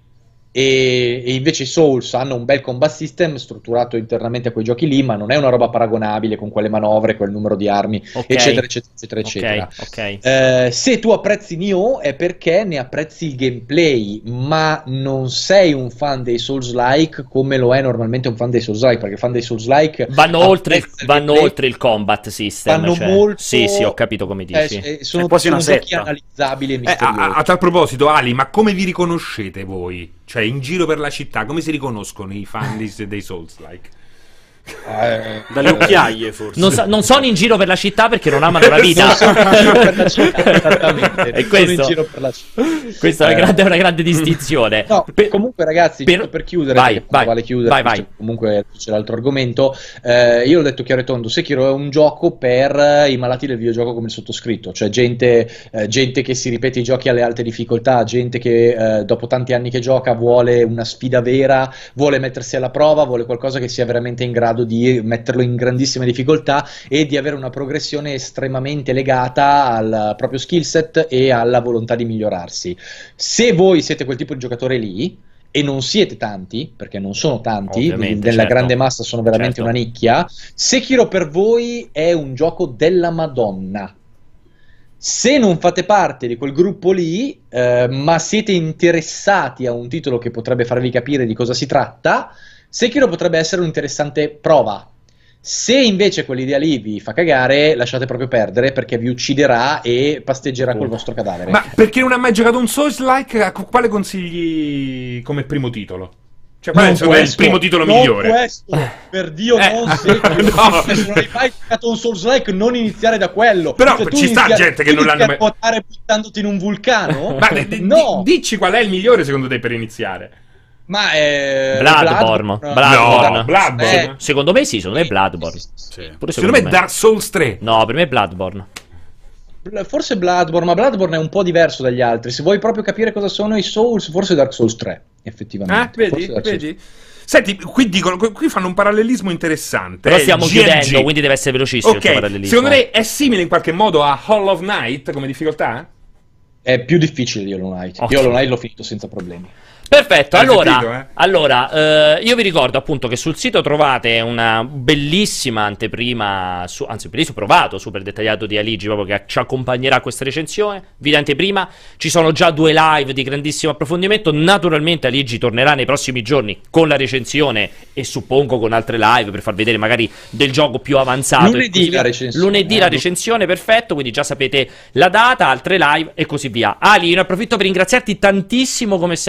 E invece i Souls hanno un bel combat system strutturato internamente a quei giochi lì, ma non è una roba paragonabile con quelle manovre, quel numero di armi, eccetera, eccetera. Se tu apprezzi Nioh è perché ne apprezzi il gameplay, ma non sei un fan dei Souls-like come lo è normalmente un fan dei Souls-like, perché fan dei Souls-like vanno oltre il combat system. Vanno molto... Sì, ho capito come dici. Sono giochi analizzabili e misteriosi. A tal proposito, Ali, ma come vi riconoscete voi? Cioè, in giro per la città, come si riconoscono i fan dei Souls-like? Dalle occhiaie, forse. Non sono in giro per la città perché non amano la vita. Non sono in giro per la città, esattamente. E questa è una grande distinzione. No, comunque, ragazzi, per chiudere, vale chiudere, vai. Comunque c'è l'altro argomento. Io ho detto chiaro e tondo: Sekiro è un gioco per i malati del videogioco come il sottoscritto, cioè gente che si ripete i giochi alle alte difficoltà, gente che dopo tanti anni che gioca vuole una sfida vera, vuole mettersi alla prova, vuole qualcosa che sia veramente in grado di metterlo in grandissime difficoltà e di avere una progressione estremamente legata al proprio skill set e alla volontà di migliorarsi. Se voi siete quel tipo di giocatore lì, e non siete tanti, perché non sono tanti, nella grande massa sono veramente una nicchia, Sekiro per voi è un gioco della Madonna. Se non fate parte di quel gruppo lì, ma siete interessati a un titolo che potrebbe farvi capire di cosa si tratta, Sekiro potrebbe essere un'interessante prova. Se invece quell'idea lì vi fa cagare, lasciate proprio perdere, perché vi ucciderà e pasteggerà col vostro cadavere. Ma per chi non ha mai giocato un Souls-like, quale consigli come primo titolo? Cioè, qual è il primo titolo migliore? Questo, per Dio, non Sekiro. No. Se non hai mai giocato un Souls-like, non iniziare da quello. Però ci sta gente che non l'hanno mai... nuotare buttandoti in un vulcano? Ma dici qual è il migliore secondo te per iniziare? Ma Bloodborne. Bloodborne. Secondo me sì, secondo me Bloodborne. Secondo me Dark Souls 3. No, per me è Bloodborne. Forse Bloodborne, ma Bloodborne è un po' diverso dagli altri. Se vuoi proprio capire cosa sono i Souls, forse Dark Souls 3, effettivamente. Vedi? Senti, qui fanno un parallelismo interessante. Però stiamo chiudendo, quindi deve essere velocissimo il parallelismo. Secondo te è simile in qualche modo a Hollow Knight come difficoltà? È più difficile di Hollow Knight. Io Hollow Knight l'ho finito senza problemi. Perfetto, allora io vi ricordo appunto che sul sito trovate una bellissima anteprima, anzi un bellissimo provato super dettagliato di Aligi proprio che ci accompagnerà a questa recensione, video anteprima, ci sono già 2 live di grandissimo approfondimento, naturalmente Aligi tornerà nei prossimi giorni con la recensione e suppongo con altre live per far vedere magari del gioco più avanzato. Lunedì la recensione. Lunedì la recensione, perfetto, quindi già sapete la data, altre live e così via. Ali, io ne approfitto per ringraziarti tantissimo come sempre per il tuo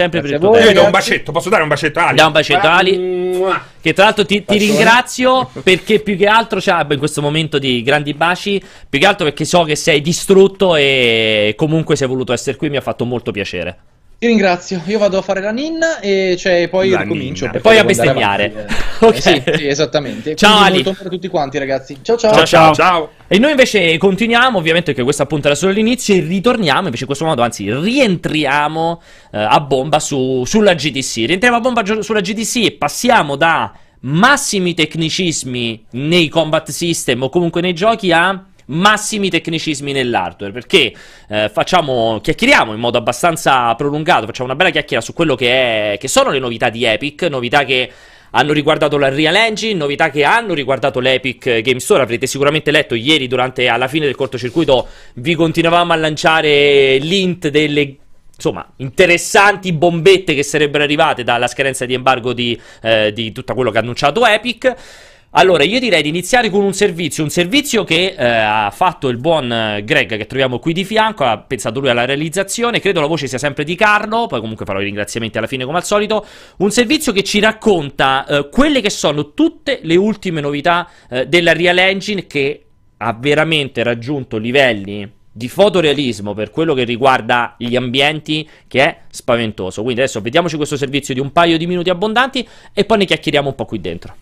voi, Io do un ragazzi. bacetto, posso dare un bacetto a Ali? Da un bacetto a Ali. Mua. Che tra l'altro ti Bacione. ringrazio perché più che altro in questo momento di grandi baci, più che altro perché so che sei distrutto e comunque sei voluto essere qui, mi ha fatto molto piacere. Ti ringrazio, io vado a fare la ninna e poi La ricomincio. ninna. perché E poi a devo andare bestemmiare. avanti. Ok. Sì, esattamente. Ciao, Quindi Ali. molto per tutti quanti, ragazzi. Ciao ciao. Ciao, ciao. Ciao. E noi invece continuiamo, ovviamente che questo appunto era solo l'inizio, e ritorniamo invece in questo modo, anzi rientriamo a bomba sulla GDC. Rientriamo a bomba sulla GDC e passiamo da massimi tecnicismi nei combat system o comunque nei giochi a massimi tecnicismi nell'hardware, perché chiacchieriamo in modo abbastanza prolungato, facciamo una bella chiacchiera su quello che sono le novità di Epic, novità che hanno riguardato la Real Engine, novità che hanno riguardato l'Epic Game Store. Avrete sicuramente letto ieri, alla fine del cortocircuito, vi continuavamo a lanciare l'int delle, insomma, interessanti bombette che sarebbero arrivate dalla scadenza di embargo di tutto quello che ha annunciato Epic. Allora, io direi di iniziare con un servizio che ha fatto il buon Greg, che troviamo qui di fianco, ha pensato lui alla realizzazione, credo la voce sia sempre di Carlo, poi comunque farò i ringraziamenti alla fine come al solito, un servizio che ci racconta quelle che sono tutte le ultime novità della Real Engine, che ha veramente raggiunto livelli di fotorealismo per quello che riguarda gli ambienti che è spaventoso. Quindi adesso vediamoci questo servizio di un paio di minuti abbondanti e poi ne chiacchieriamo un po' qui dentro.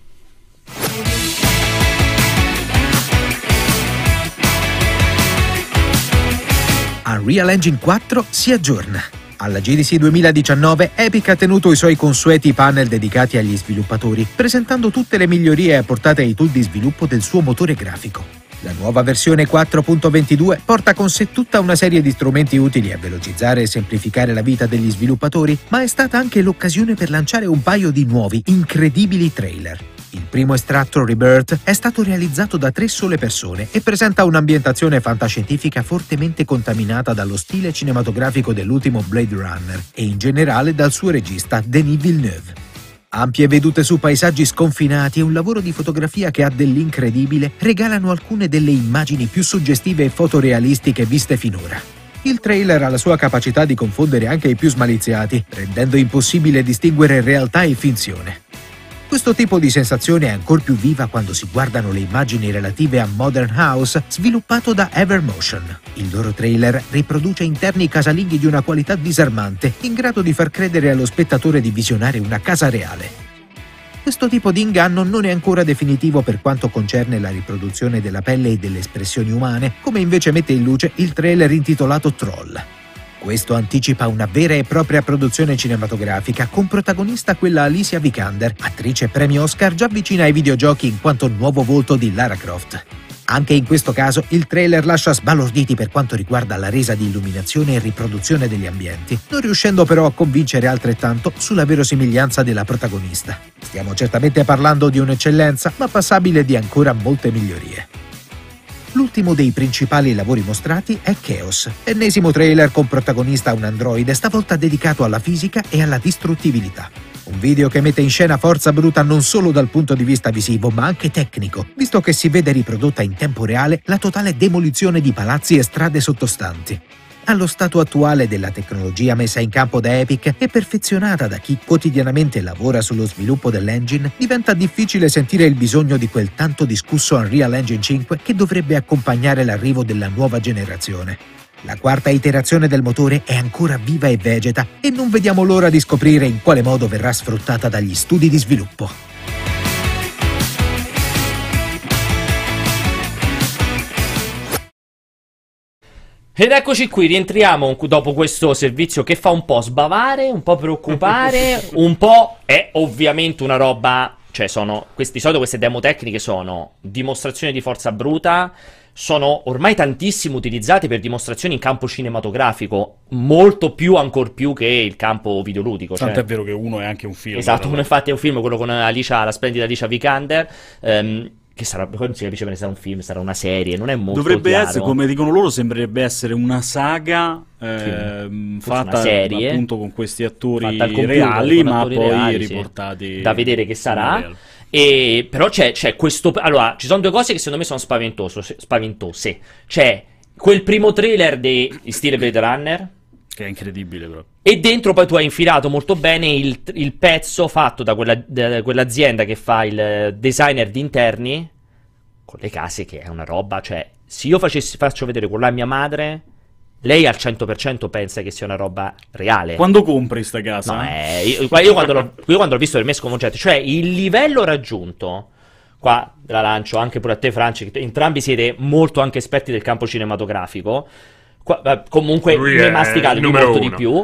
Unreal Engine 4 si aggiorna. Alla GDC 2019 Epic ha tenuto i suoi consueti panel dedicati agli sviluppatori, presentando tutte le migliorie apportate ai tool di sviluppo del suo motore grafico. La nuova versione 4.22 porta con sé tutta una serie di strumenti utili a velocizzare e semplificare la vita degli sviluppatori, ma è stata anche l'occasione per lanciare un paio di nuovi, incredibili trailer. Il primo estratto, Rebirth, è stato realizzato da 3 sole persone e presenta un'ambientazione fantascientifica fortemente contaminata dallo stile cinematografico dell'ultimo Blade Runner e in generale dal suo regista Denis Villeneuve. Ampie vedute su paesaggi sconfinati e un lavoro di fotografia che ha dell'incredibile regalano alcune delle immagini più suggestive e fotorealistiche viste finora. Il trailer ha la sua capacità di confondere anche i più smaliziati, rendendo impossibile distinguere realtà e finzione. Questo tipo di sensazione è ancor più viva quando si guardano le immagini relative a Modern House, sviluppato da Evermotion. Il loro trailer riproduce interni casalinghi di una qualità disarmante, in grado di far credere allo spettatore di visionare una casa reale. Questo tipo di inganno non è ancora definitivo per quanto concerne la riproduzione della pelle e delle espressioni umane, come invece mette in luce il trailer intitolato Troll. Questo anticipa una vera e propria produzione cinematografica con protagonista quella Alicia Vikander, attrice premio Oscar già vicina ai videogiochi in quanto nuovo volto di Lara Croft. Anche in questo caso il trailer lascia sbalorditi per quanto riguarda la resa di illuminazione e riproduzione degli ambienti, non riuscendo però a convincere altrettanto sulla verosimiglianza della protagonista. Stiamo certamente parlando di un'eccellenza, ma passabile di ancora molte migliorie. L'ultimo dei principali lavori mostrati è Chaos, ennesimo trailer con protagonista un androide, stavolta dedicato alla fisica e alla distruttibilità. Un video che mette in scena forza bruta non solo dal punto di vista visivo, ma anche tecnico, visto che si vede riprodotta in tempo reale la totale demolizione di palazzi e strade sottostanti. Allo stato attuale della tecnologia messa in campo da Epic e perfezionata da chi quotidianamente lavora sullo sviluppo dell'engine, diventa difficile sentire il bisogno di quel tanto discusso Unreal Engine 5 che dovrebbe accompagnare l'arrivo della nuova generazione. La quarta iterazione del motore è ancora viva e vegeta e non vediamo l'ora di scoprire in quale modo verrà sfruttata dagli studi di sviluppo. Ed eccoci qui, rientriamo dopo questo servizio che fa un po' sbavare, un po' preoccupare, un po' è ovviamente una roba, cioè di solito queste demo tecniche sono dimostrazioni di forza bruta, sono ormai tantissimo utilizzate per dimostrazioni in campo cinematografico, molto più, ancor più che il campo videoludico. Tanto è vero che uno è anche un film. Esatto, uno infatti è un film, quello con la splendida Alicia Vikander, che sarà, non si capisce bene se sarà un film, sarà una serie, non è molto Dovrebbe chiaro. essere, come dicono loro, sembrerebbe essere una saga fatta una serie, appunto con questi attori fatta al computer, reali, con ma attori poi reali, sì. riportati da vedere che sarà. real. E però c'è questo, allora ci sono due cose che secondo me sono spaventose. C'è quel primo trailer di stile Blade Runner, Che è incredibile però. E dentro poi tu hai infilato molto bene il pezzo fatto da quell'azienda che fa il designer di interni con le case, che è una roba, cioè se io faccio vedere con la mia madre, lei al 100% pensa che sia una roba reale. Quando compri sta casa? No, io quando l'ho visto per me è sconvolgente, cioè il livello raggiunto, qua la lancio anche pure a te Franci, che entrambi siete molto anche esperti del campo cinematografico, comunque ne masticate di molto di più,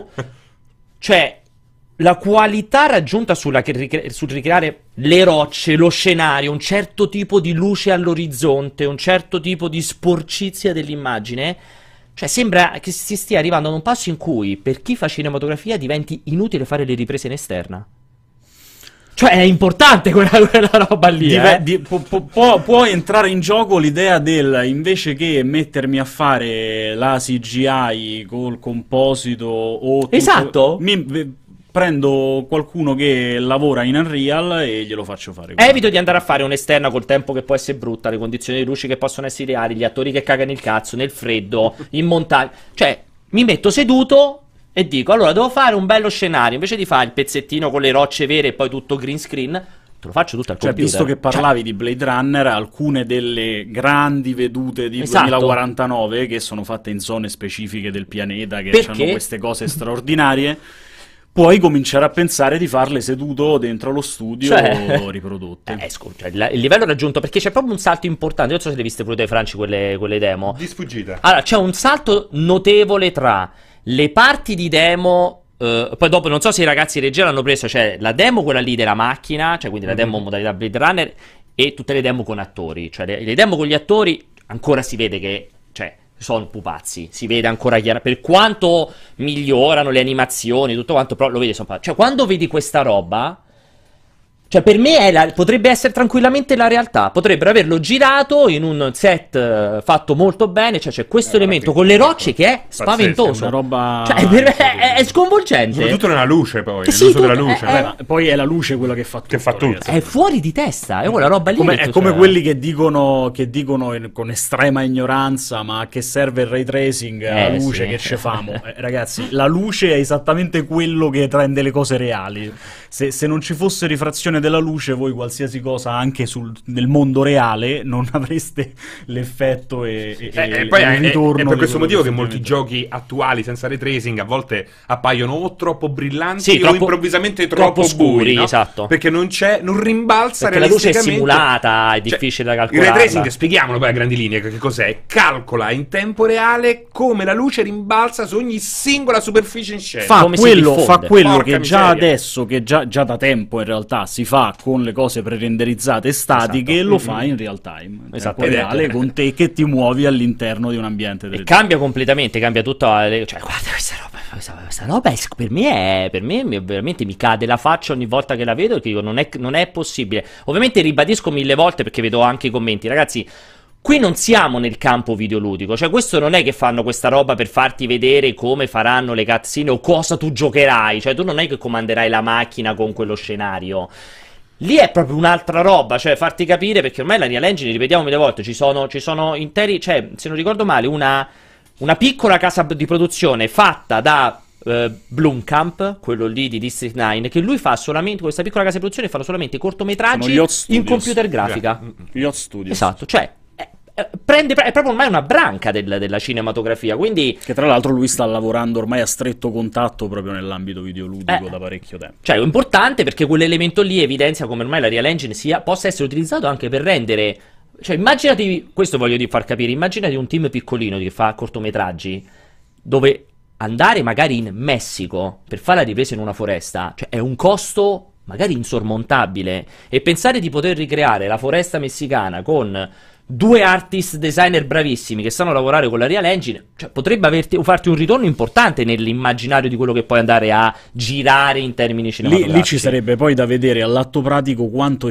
cioè la qualità raggiunta sul ricreare le rocce, lo scenario, un certo tipo di luce all'orizzonte, un certo tipo di sporcizia dell'immagine, cioè sembra che si stia arrivando ad un passo in cui per chi fa cinematografia diventi inutile fare le riprese in esterna. Cioè è importante quella roba lì. Può entrare in gioco l'idea del, invece che mettermi a fare la CGI col composito o esatto, prendo qualcuno che lavora in Unreal e glielo faccio fare. Evito di andare a fare un'esterna col tempo che può essere brutta, le condizioni di luce che possono essere reali, gli attori che cagano il cazzo nel freddo, in montagna. Cioè mi metto seduto e dico, allora devo fare un bello scenario, invece di fare il pezzettino con le rocce vere e poi tutto green screen, te lo faccio tutto al computer. Visto che parlavi di Blade Runner, alcune delle grandi vedute di 2049 che sono fatte in zone specifiche del pianeta, che hanno queste cose straordinarie, puoi cominciare a pensare di farle seduto dentro lo studio, riprodotte. Il livello raggiunto, perché c'è proprio un salto importante. Io non so se le viste pure dai Franci quelle demo. Di sfuggita. Allora, c'è un salto notevole tra le parti di demo, poi dopo non so se i ragazzi di regia l'hanno preso, cioè la demo quella lì della macchina, cioè quindi la demo modalità Blade Runner, e tutte le demo con attori. Cioè le demo con gli attori ancora si vede che, cioè, sono pupazzi, si vede ancora chiaro, per quanto migliorano le animazioni, tutto quanto, però lo vedi, sono pupazzi. Cioè quando vedi questa roba, cioè per me potrebbe essere tranquillamente la realtà, potrebbero averlo girato in un set fatto molto bene, cioè c'è questo elemento con le rocce che è spaventoso, è una roba, cioè per me è sconvolgente, soprattutto nella luce, poi sì, l'uso della luce. Poi è la luce quella che fa tutto, è fuori di testa, è quella roba lì, è come quelli che dicono con estrema ignoranza, ma che serve il ray tracing, la luce, che ce famo. Ragazzi, la luce è esattamente quello che rende le cose reali. Se non ci fosse rifrazione della luce, voi qualsiasi cosa anche nel mondo reale non avreste l'effetto e poi il ritorno. È per questo motivo che molti giochi attuali senza ray tracing a volte appaiono o troppo brillanti o improvvisamente troppo scuri, no? Esatto. Perché non rimbalza perché la luce è simulata, è difficile da calcolare. Il ray tracing, spieghiamolo poi a grandi linee che cos'è. Calcola in tempo reale come la luce rimbalza su ogni singola superficie in scena. Fa quello che già miseria. adesso, che già da tempo in realtà si fa con le cose pre-renderizzate statiche, lo fa in real time, tempo reale, con te che ti muovi all'interno di un ambiente del cambia completamente, cambia tutto, cioè guarda questa roba per me veramente mi cade la faccia ogni volta che la vedo, perché dico non è possibile. Ovviamente ribadisco 1000 volte, perché vedo anche i commenti, ragazzi, qui non siamo nel campo videoludico, cioè questo non è che fanno questa roba per farti vedere come faranno le cutscene o cosa tu giocherai, cioè tu non è che comanderai la macchina con quello scenario. Lì è proprio un'altra roba, cioè farti capire, perché ormai la Real Engine, ripetiamo 1000 volte, ci sono interi, cioè se non ricordo male, una piccola casa di produzione fatta da Blomkamp, quello lì di District 9, che lui fa solamente, questa piccola casa di produzione fanno solamente cortometraggi in computer grafica. Yacht Studios. Esatto, cioè è proprio ormai una branca della cinematografia, quindi che tra l'altro lui sta lavorando ormai a stretto contatto proprio nell'ambito videoludico da parecchio tempo. Cioè è importante perché quell'elemento lì evidenzia come ormai la Real Engine possa essere utilizzato anche per rendere, cioè immaginati, questo voglio far capire, immaginati un team piccolino che fa cortometraggi dove andare magari in Messico per fare la ripresa in una foresta, cioè è un costo magari insormontabile, e pensare di poter ricreare la foresta messicana con 2 artist designer bravissimi che sanno lavorare con la Real Engine, cioè potrebbe farti un ritorno importante nell'immaginario di quello che puoi andare a girare in termini cinematografici. Lì ci sarebbe poi da vedere all'atto pratico quanto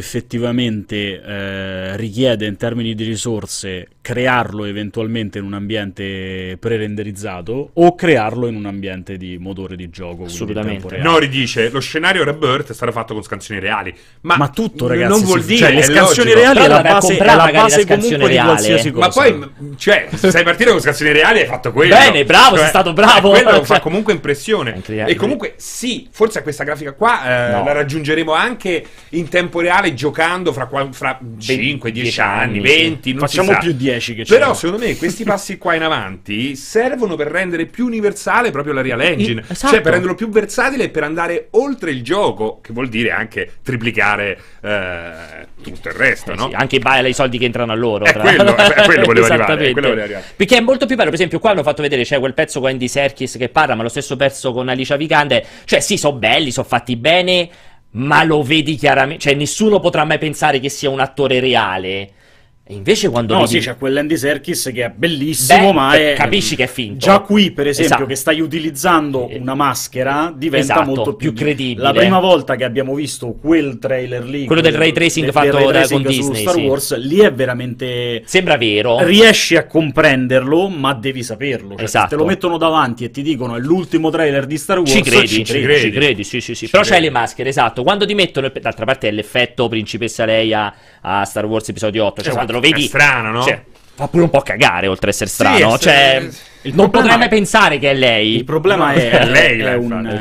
effettivamente richiede in termini di risorse crearlo eventualmente in un ambiente pre-renderizzato o crearlo in un ambiente di motore di gioco. Assolutamente. Nori dice lo scenario Rebirth è stato fatto con scansioni reali, ma tutto, ragazzi, non vuol dire, cioè, le scansioni reali è la base scansione di reale. qualsiasi cosa. Ma poi, cioè, se sai partire con scansioni reali hai fatto quello. Bene, bravo, Cioè, sei stato bravo. Quello fa Cioè, comunque impressione. E comunque, sì, forse a questa grafica qua No. la raggiungeremo anche in tempo reale giocando fra 5, 10 anni, 20, non si Facciamo sa. più 10 che Però c'è. secondo me questi passi qua in avanti servono per rendere più universale proprio la Real Engine, esatto. cioè per renderlo più versatile e per andare oltre il gioco, che vuol dire anche triplicare tutto il resto, no? sì, anche i soldi che entrano a loro. È quello volevo arrivare, quello volevo arrivare. Perché è molto più bello. Per esempio, qua hanno fatto vedere, c'è quel pezzo con Andy Serkis che parla, ma lo stesso pezzo con Alicia Vikander. Cioè, sì, sono belli, sono fatti bene, ma lo vedi chiaramente. Cioè, nessuno potrà mai pensare che sia un attore reale. E invece quando No, vedi... sì, c'è quell'Andy Serkis che è bellissimo, Beh, ma è... capisci che è finto. Già qui, per esempio, Esatto. che stai utilizzando una maschera, diventa Esatto, molto più credibile. La prima volta che abbiamo visto quel trailer lì... Quello del ray tracing fatto ray con tracing su Disney, Star sì. Wars, lì è veramente... Sembra vero. Riesci a comprenderlo, ma devi saperlo. Cioè, Esatto. se te lo mettono davanti e ti dicono è l'ultimo trailer di Star Wars, Ci credi, ci credi. ci credi, sì. Però c'hai credi. le maschere, esatto. Quando ti mettono, d'altra parte è l'effetto principessa Leia a Star Wars episodio 8. Cioè, Esatto, quando lo vedi, è strano, no? cioè, fa pure un po' cagare, oltre ad essere strano. è- Cioè, Il non problema potrei mai è- pensare che è lei. Il problema No, è, è lei, è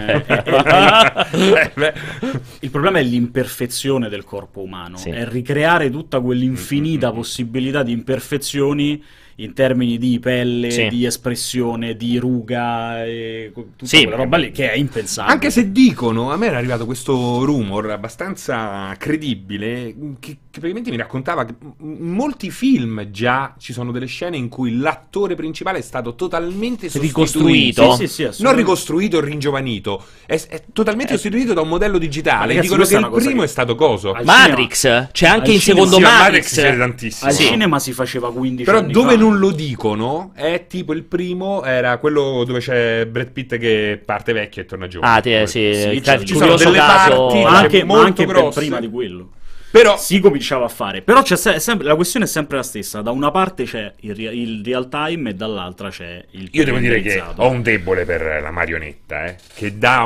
beh. il problema è l'imperfezione del corpo umano, Sì. è ricreare tutta quell'infinita possibilità di imperfezioni in termini di pelle, Sì. di espressione, di ruga, e tutta Sì. quella roba lì che è impensabile. Anche se dicono, a me era arrivato questo rumor abbastanza credibile, che praticamente mi raccontava che in molti film già ci sono delle scene in cui l'attore principale è stato totalmente Ricostruito. Sì, sì, non assolutamente. ricostruito o ringiovanito, è totalmente sostituito da un modello digitale. ragazzi, Dicono questa che è il una cosa primo che- è stato coso. Al Matrix, c'è anche al in cinema- secondo Sì, a Matrix. si vede tantissimo. Al Sì. cinema si faceva 15 Però anni dove fa. non lo dicono è tipo il primo era quello dove c'è Brad Pitt che parte vecchio e torna giovane. Ah, sì, Sì, cioè, ci sono curioso delle caso. parti- ma Cioè, anche, ma molto anche per grosse. prima di quello Però si cominciava a fare. Però c'è sempre, la questione è sempre la stessa. Da una parte c'è il real time e dall'altra c'è il io devo dire che renderizzato. ho un debole per la marionetta, che dà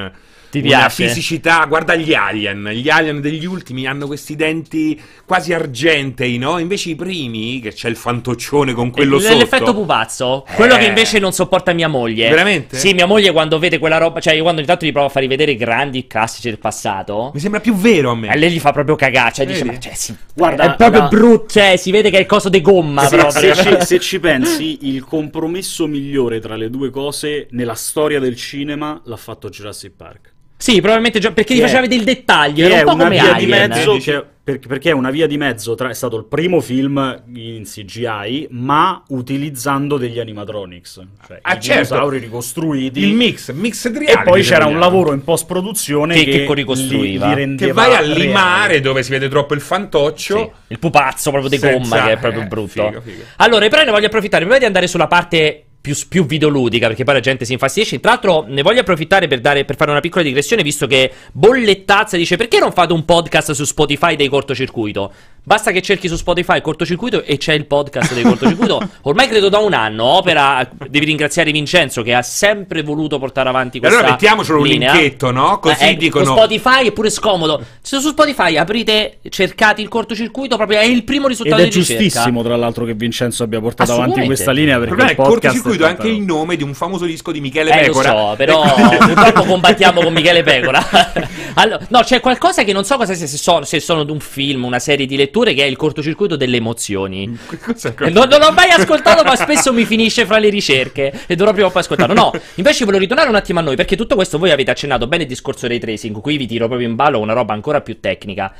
Ti una piace? fisicità. Guarda gli alien degli ultimi hanno questi denti quasi argentei, no? Invece i primi, che c'è il fantoccione con quello sotto. L'effetto pupazzo, quello che invece non sopporta mia moglie. Veramente? Sì, mia moglie quando vede quella roba, cioè io quando ogni tanto gli provo a far rivedere i grandi classici del passato, Mi sembra più vero a me. a lei gli fa proprio cagare, cioè dice Vedi? ma cioè sì, Guarda, è proprio la- brutto, cioè si vede che è il coso di gomma proprio. Se ci pensi, il compromesso migliore tra le due cose nella storia del cinema l'ha fatto Jurassic Park. Sì, probabilmente perché gli Che è- faceva vedere il dettaglio, Che era è un po' una come via di Alien. mezzo, Dici? perché è una via di mezzo tra, è stato il primo film in CGI, ma utilizzando degli animatronics, cioè Ah, i certo. dinosauri ricostruiti. Il mix E triali. poi se c'era un vogliamo. lavoro in post-produzione Che che ricostruiva. li Che rendeva vai a reali. limare dove si vede troppo il fantoccio. Sì, il pupazzo proprio di Senza- gomma che è proprio brutto. figo. Allora, però ne voglio approfittare prima di andare sulla parte più videoludica, perché poi la gente si infastidisce. Tra l'altro ne voglio approfittare per fare una piccola digressione, visto che Bollettazza dice: perché non fate un podcast su Spotify dei cortocircuito? Basta che cerchi su Spotify cortocircuito e c'è il podcast dei cortocircuito. Ormai credo da un anno. Opera, devi ringraziare Vincenzo che ha sempre voluto portare avanti E questa allora mettiamocelo un linea. linketto, no? Così dicono. Con Spotify è pure scomodo. Se su Spotify aprite, cercate il cortocircuito, proprio è il primo Ed risultato è di ricerca. giustissimo, tra l'altro, che Vincenzo abbia portato avanti Assolutamente. questa linea Il perché problema è il podcast cortocircuito è anche tanta il roba. nome di un famoso disco di Michele Lo Pecora. so, però purtroppo combattiamo con Michele Pecora. Allora, no, c'è qualcosa che non so cosa sia, se sono un film, una serie di letture, che è il cortocircuito delle emozioni. Cos'è Non l'ho mai ascoltato, ma spesso mi finisce fra le ricerche e dovrò prima o poi ascoltarlo. No, invece volevo ritornare un attimo a noi, perché tutto questo voi avete accennato bene il discorso ray tracing, qui vi tiro proprio in ballo una roba ancora più tecnica.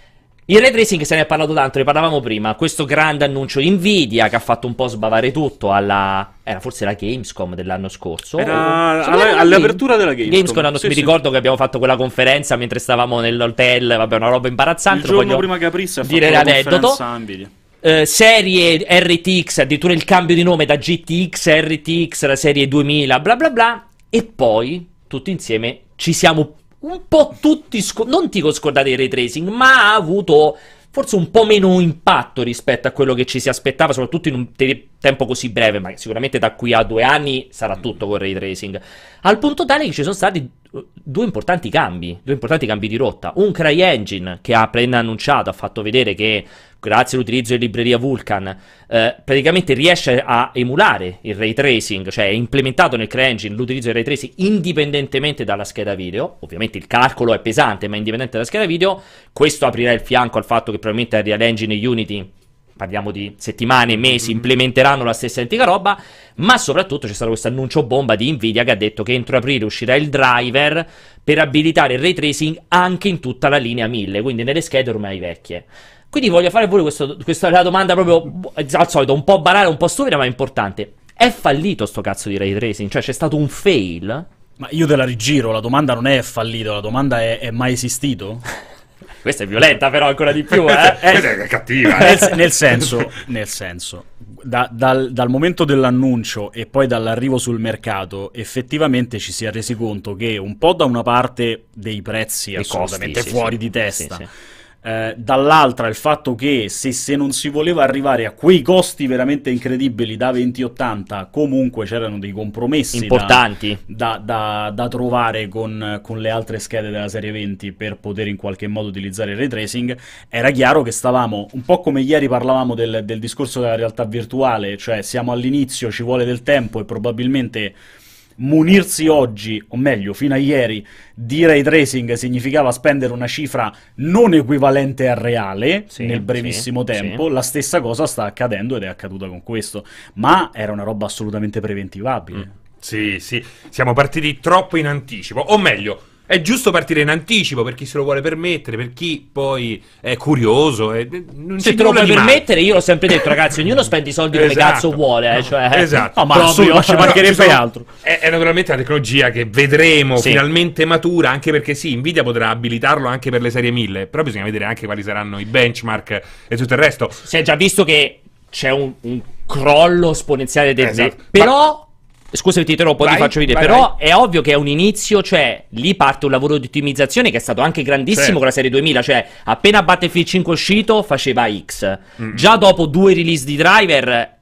Il ray tracing se ne è parlato tanto, ne parlavamo prima. Questo grande annuncio di Nvidia che ha fatto un po' sbavare tutto era forse la Gamescom dell'anno scorso. Era Secondo me all'apertura della Gamescom. l'anno Sì, mi sì. ricordo che abbiamo fatto quella conferenza mentre stavamo nell'hotel, vabbè, una roba Il imbarazzante. giorno voglio prima che aprisse ha fatto dire la l'aneddoto. conferenza Nvidia. Serie RTX, addirittura il cambio di nome da GTX a RTX, la serie 2000, bla bla bla. E poi, tutti insieme, ci siamo un po' tutti, non dico scordati il ray tracing, ma ha avuto forse un po' meno impatto rispetto a quello che ci si aspettava, soprattutto in un tempo così breve, ma sicuramente da qui a 2 anni sarà tutto con ray tracing. Al punto tale che ci sono stati due importanti cambi di rotta. Un CryEngine che ha appena annunciato, ha fatto vedere che grazie all'utilizzo di libreria Vulkan, praticamente riesce a emulare il ray tracing, cioè è implementato nel CryEngine l'utilizzo del ray tracing indipendentemente dalla scheda video. Ovviamente il calcolo è pesante, ma indipendente dalla scheda video. Questo aprirà il fianco al fatto che probabilmente Unreal Engine e Unity, parliamo di settimane, mesi, implementeranno la stessa identica roba, ma soprattutto c'è stato questo annuncio bomba di Nvidia che ha detto che entro aprile uscirà il driver per abilitare il ray tracing anche in tutta la linea 1000, quindi nelle schede ormai vecchie. Quindi voglio fare pure questa la domanda proprio al solito, un po' banale, un po' stupida, ma importante. È fallito sto cazzo di ray tracing? Cioè c'è stato un fail? Ma io te la rigiro, la domanda non è fallito, la domanda è mai esistito? Questa è violenta però ancora di più, Questa è cattiva. Nel senso, dal momento dell'annuncio e poi dall'arrivo sul mercato, effettivamente ci si è resi conto che un po' da una parte dei prezzi assolutamente costi, fuori di testa, sì. dall'altra il fatto che se non si voleva arrivare a quei costi veramente incredibili da 2080, comunque c'erano dei compromessi importanti da trovare con le altre schede della serie 20 per poter in qualche modo utilizzare il ray tracing. Era chiaro che stavamo, un po' come ieri parlavamo del discorso della realtà virtuale, cioè siamo all'inizio, ci vuole del tempo e probabilmente munirsi oggi, o meglio fino a ieri, di ray tracing significava spendere una cifra non equivalente al reale nel brevissimo tempo. La stessa cosa sta accadendo ed è accaduta con questo, ma era una roba assolutamente preventivabile. Sì, siamo partiti troppo in anticipo, o meglio, è giusto partire in anticipo per chi se lo vuole permettere, per chi poi è curioso e non se te lo puoi permettere. Io l'ho sempre detto, ragazzi, ognuno spende i soldi come cazzo vuole, cioè, esatto. No, ma proprio, ci mancherebbe altro. È naturalmente una tecnologia che vedremo finalmente matura, anche perché Nvidia potrà abilitarlo anche per le serie 1000, però bisogna vedere anche quali saranno i benchmark e tutto il resto. Si è già visto che c'è un crollo esponenziale del però scusa che ti interrompo, ti faccio vedere. Però è ovvio che è un inizio, cioè lì parte un lavoro di ottimizzazione che è stato anche grandissimo con la serie 2000. Cioè appena Battlefield 5 uscito faceva X. Già dopo 2 release di driver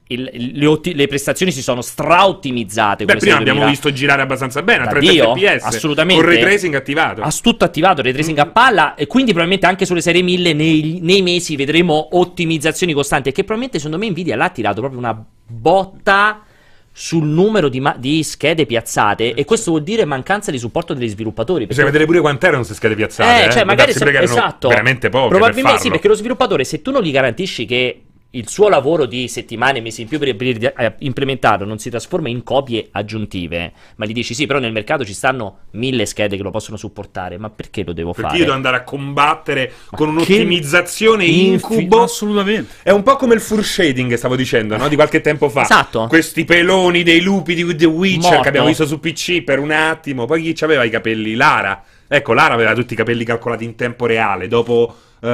le prestazioni si sono stra-ottimizzate. Prima abbiamo visto girare abbastanza bene a 30 fps, assolutamente, con ray tracing attivato. Tutto attivato, ray tracing a palla. E quindi probabilmente anche sulle serie 1000 nei mesi vedremo ottimizzazioni costanti. E che probabilmente secondo me Nvidia l'ha tirato proprio una botta sul numero di schede piazzate, e questo vuol dire mancanza di supporto degli sviluppatori. Bisogna vedere pure quante erano queste schede piazzate. Cioè magari veramente poche. Probabilmente per sì, perché lo sviluppatore, se tu non gli garantisci che il suo lavoro di settimane, mesi in più per implementarlo non si trasforma in copie aggiuntive, ma gli dici sì, però nel mercato ci stanno 1000 schede che lo possono supportare, ma perché lo devo fare? Perché io devo andare a combattere con un'ottimizzazione incubo? Assolutamente. È un po' come il full shading che stavo dicendo, no? Di qualche tempo fa. Esatto. Questi peloni dei lupi di The Witcher Morto. che abbiamo visto su PC per un attimo. Poi chi aveva i capelli? Lara. Ecco, Lara aveva tutti i capelli calcolati in tempo reale. Dopo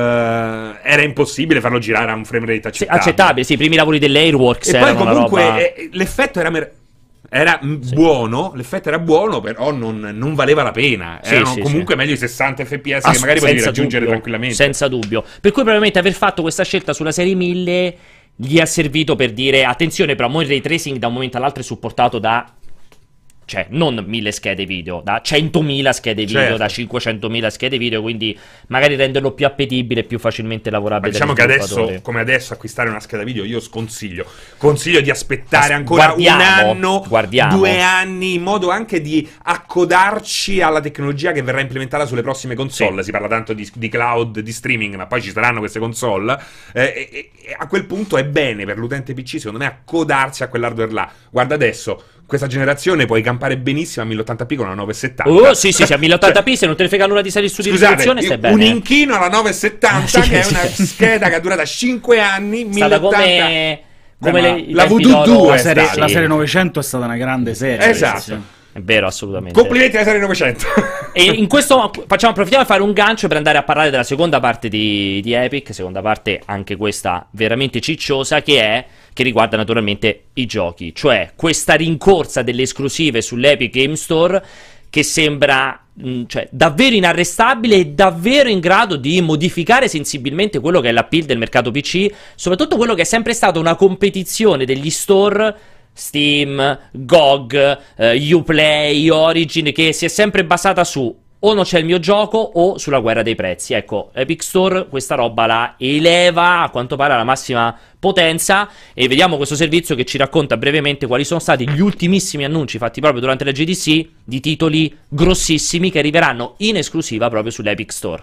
era impossibile farlo girare a un frame rate accettabile. Sì, i primi lavori dell'Airworks. E poi comunque l'effetto era buono, l'effetto era buono, però non valeva la pena. Erano comunque meglio i 60 fps che magari potevi raggiungere tranquillamente. Senza dubbio. Per cui probabilmente aver fatto questa scelta sulla serie 1000 gli ha servito per dire attenzione, però il ray tracing da un momento all'altro è supportato da, cioè non 1000 schede video, da 100.000 schede video, da 500.000 schede video, quindi magari renderlo più appetibile e più facilmente lavorabile. Ma diciamo che adesso, come adesso, acquistare una scheda video io consiglio di aspettare ancora un anno, 2 anni, in modo anche di accodarci alla tecnologia che verrà implementata sulle prossime console. Si parla tanto di cloud, di streaming, ma poi ci saranno queste console, e a quel punto è bene per l'utente PC, secondo me, accodarsi a quell'hardware là. Guarda adesso, questa generazione puoi campare benissimo a 1080p con una 970. Sì, a 1080p se non te ne frega nulla di salire su di risoluzione stai bene. Un inchino alla 970 che è una scheda che è durata 5 anni, 1080. Come la VD2 la serie 900 è stata una grande serie. Esatto. È vero, assolutamente. Complimenti alla serie 900. E in questo approfittiamo di fare un gancio per andare a parlare della seconda parte di Epic, seconda parte anche questa veramente cicciosa, che riguarda naturalmente i giochi, cioè questa rincorsa delle esclusive sull'Epic Game Store che sembra davvero inarrestabile e davvero in grado di modificare sensibilmente quello che è l'appeal del mercato PC, soprattutto quello che è sempre stata una competizione degli store Steam, GOG, Uplay, Origin, che si è sempre basata su o non c'è il mio gioco o sulla guerra dei prezzi. Ecco, Epic Store questa roba la eleva a quanto pare alla massima potenza, e vediamo questo servizio che ci racconta brevemente quali sono stati gli ultimissimi annunci fatti proprio durante la GDC di titoli grossissimi che arriveranno in esclusiva proprio sull'Epic Store.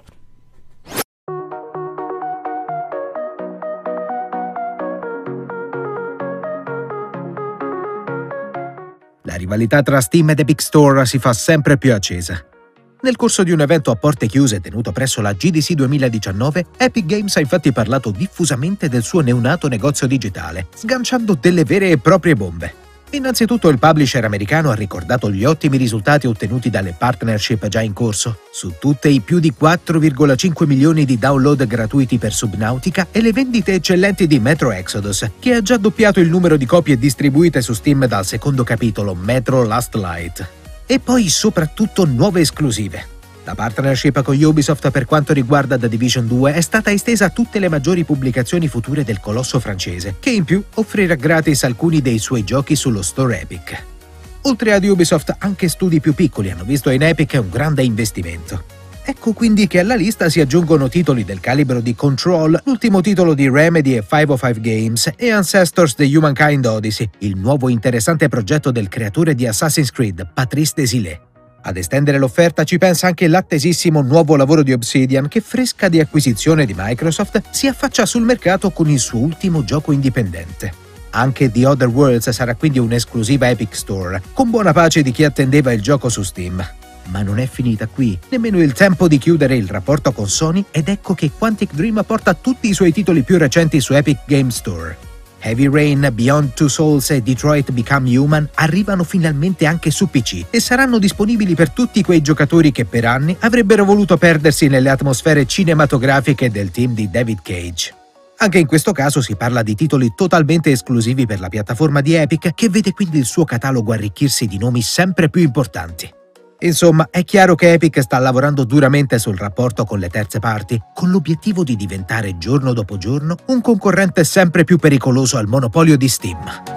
La rivalità tra Steam ed Epic Store si fa sempre più accesa. Nel corso di un evento a porte chiuse tenuto presso la GDC 2019, Epic Games ha infatti parlato diffusamente del suo neonato negozio digitale, sganciando delle vere e proprie bombe. Innanzitutto il publisher americano ha ricordato gli ottimi risultati ottenuti dalle partnership già in corso, su tutte i più di 4,5 milioni di download gratuiti per Subnautica e le vendite eccellenti di Metro Exodus, che ha già doppiato il numero di copie distribuite su Steam dal secondo capitolo, Metro Last Light. E poi soprattutto nuove esclusive. La partnership con Ubisoft per quanto riguarda The Division 2 è stata estesa a tutte le maggiori pubblicazioni future del colosso francese, che in più offrirà gratis alcuni dei suoi giochi sullo store Epic. Oltre ad Ubisoft, anche studi più piccoli hanno visto in Epic un grande investimento. Ecco quindi che alla lista si aggiungono titoli del calibro di Control, l'ultimo titolo di Remedy e 505 Games, e Ancestors The Humankind Odyssey, il nuovo interessante progetto del creatore di Assassin's Creed, Patrice Desilets. Ad estendere l'offerta ci pensa anche l'attesissimo nuovo lavoro di Obsidian, che, fresca di acquisizione di Microsoft, si affaccia sul mercato con il suo ultimo gioco indipendente. Anche The Other Worlds sarà quindi un'esclusiva Epic Store, con buona pace di chi attendeva il gioco su Steam. Ma non è finita qui, nemmeno il tempo di chiudere il rapporto con Sony, ed ecco che Quantic Dream porta tutti i suoi titoli più recenti su Epic Game Store. Heavy Rain, Beyond Two Souls e Detroit Become Human arrivano finalmente anche su PC e saranno disponibili per tutti quei giocatori che per anni avrebbero voluto perdersi nelle atmosfere cinematografiche del team di David Cage. Anche in questo caso si parla di titoli totalmente esclusivi per la piattaforma di Epic, che vede quindi il suo catalogo arricchirsi di nomi sempre più importanti. Insomma, è chiaro che Epic sta lavorando duramente sul rapporto con le terze parti, con l'obiettivo di diventare giorno dopo giorno un concorrente sempre più pericoloso al monopolio di Steam.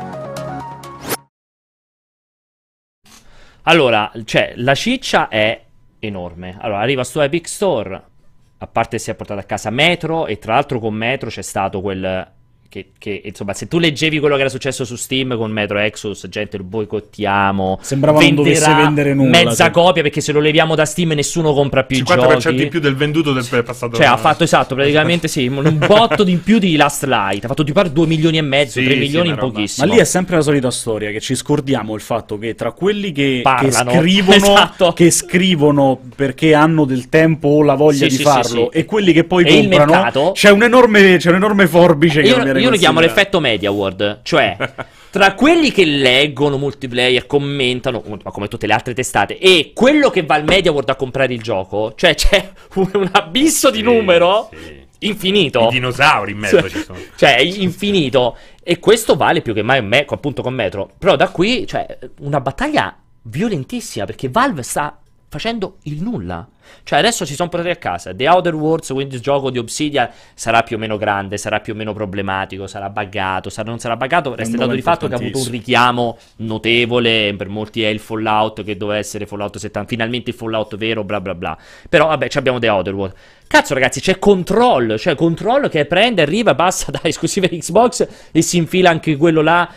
Allora, cioè, la ciccia è enorme. Allora, arriva su Epic Store, a parte si è portato a casa Metro, e tra l'altro con Metro c'è stato quel... Che insomma, se tu leggevi quello che era successo su Steam con Metro Exodus, gente, lo boicottiamo, sembrava non dovesse vendere nulla, mezza copia, perché se lo leviamo da Steam nessuno compra più i giochi. 50% in più del venduto del passato. Cioè ha fatto, esatto, praticamente sì, un botto di in più di Last Light. Ha fatto di par 2 milioni e mezzo, 3 milioni in pochissimo. Ma lì è sempre la solita storia, che ci scordiamo il fatto che tra quelli che scrivono, esatto, che scrivono perché hanno del tempo o la voglia di farlo, e quelli che poi comprano, c'è un enorme forbice che io lo chiamo l'effetto MediaWorld, cioè tra quelli che leggono multiplayer, commentano, ma come tutte le altre testate, e quello che va al MediaWorld a comprare il gioco, cioè c'è un abisso di numero infinito. I dinosauri in mezzo ci sono. Cioè, infinito. E questo vale più che mai appunto con Metro. Però da qui, cioè, una battaglia violentissima, perché Valve sta facendo il nulla. Cioè adesso ci sono portati a casa The Outer Worlds, quindi il gioco di Obsidian sarà più o meno grande, sarà più o meno problematico, sarà buggato, non sarà buggato, resta dato di fatto che ha avuto un richiamo notevole, per molti è il Fallout, che doveva essere Fallout 70, finalmente il Fallout vero, bla bla bla. Però vabbè, abbiamo The Outer Worlds. Cazzo ragazzi, c'è Control, cioè Control che prende, arriva, passa da esclusive Xbox e si infila anche quello là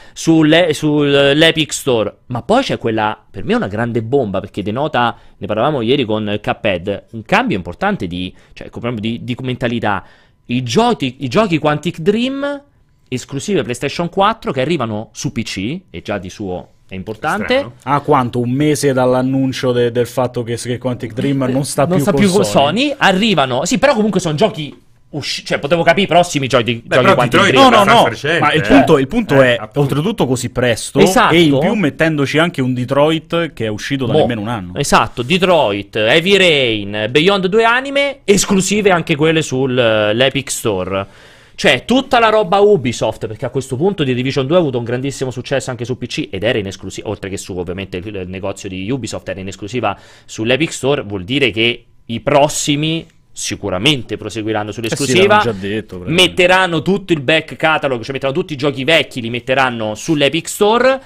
sull'Epic Store. Ma poi c'è quella, per me è una grande bomba, perché denota, ne parlavamo ieri con Cuphead, un cambio importante di mentalità. I giochi Quantic Dream esclusive PlayStation 4 che arrivano su PC, e già di suo è importante. Strano. Ah, quanto? Un mese dall'annuncio del fatto che Quantic Dream non sta più con Sony. Arrivano, sì, però comunque sono giochi cioè potevo capire i prossimi giochi Quantic Dream. No, ma il punto è oltretutto così presto, esatto, e in più mettendoci anche un Detroit che è uscito da nemmeno un anno. Esatto, Detroit, Heavy Rain, Beyond 2 anime, esclusive anche quelle sull'Epic Store. Cioè, tutta la roba Ubisoft, perché a questo punto The Division 2 ha avuto un grandissimo successo anche su PC ed era in esclusiva, oltre che su ovviamente il negozio di Ubisoft, era in esclusiva sull'Epic Store, vuol dire che i prossimi sicuramente proseguiranno sull'esclusiva, già detto, metteranno tutto il back catalog, cioè metteranno tutti i giochi vecchi, li metteranno sull'Epic Store,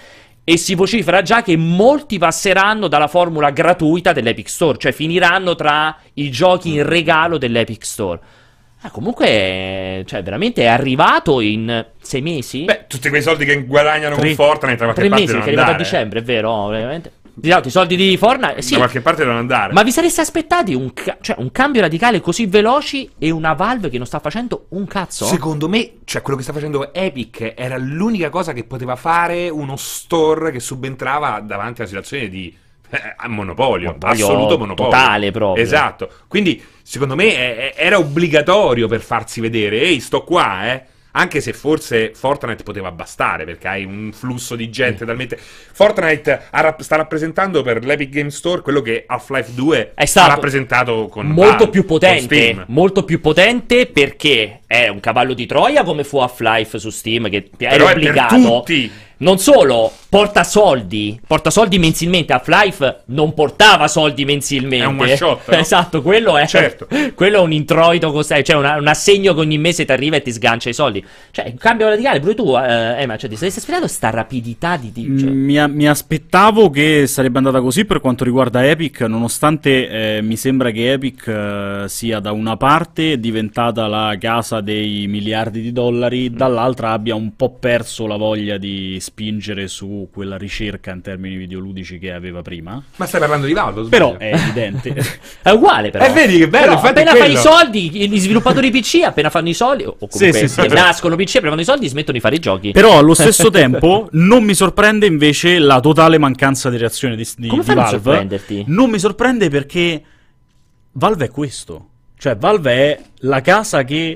E si vocifera già che molti passeranno dalla formula gratuita dell'Epic Store, cioè finiranno tra i giochi in regalo dell'Epic Store. Comunque, cioè, veramente è arrivato in 6 mesi? Beh, tutti quei soldi che guadagnano con Fortnite da qualche 3 parte mesi, devono che è arrivato a andare. dicembre, è vero? Veramente. Di solito, i soldi di Fortnite, sì. Da qualche parte devono andare. Ma vi sareste aspettati un cambio radicale così veloci e una Valve che non sta facendo un cazzo? Secondo me, cioè quello che sta facendo Epic era l'unica cosa che poteva fare uno store che subentrava davanti a una situazione di monopolio, assoluto monopolio. Totale proprio. Esatto. Quindi, secondo me, era obbligatorio per farsi vedere. Ehi, sto qua, Anche se forse Fortnite poteva bastare, perché hai un flusso di gente talmente... Fortnite sta rappresentando per l'Epic Game Store quello che Half-Life 2 è stato ha rappresentato con molto Valve, più con potente, Steam. molto più potente, perché è un cavallo di Troia come fu Half-Life su Steam, che era Però è obbligato. per tutti. Non solo, porta soldi mensilmente. Half-Life non portava soldi mensilmente. È un one shot, no? Esatto, quello è, Certo. quello è un introito costante, cioè un assegno che ogni mese ti arriva e ti sgancia i soldi. Cioè, un cambio radicale. Pure tu, ma cioè, ti saresti aspettato sta rapidità di cioè... Mi aspettavo che sarebbe andata così per quanto riguarda Epic, nonostante mi sembra che Epic sia da una parte diventata la casa dei miliardi di dollari, dall'altra abbia un po' perso la voglia di spingere su quella ricerca in termini videoludici che aveva prima. Ma stai parlando di Valve, o Però sbaglio? è evidente. È uguale, però. vedi che bello, Però infatti appena è fai i quello. soldi, gli sviluppatori PC, appena fanno i soldi, o comunque sì. che nascono PC, appena fanno i soldi, smettono di fare i giochi. Però allo stesso tempo non mi sorprende invece la totale mancanza di reazione di Come fai a non Valve. sorprenderti? Non mi sorprende perché Valve è questo. Cioè Valve è la casa che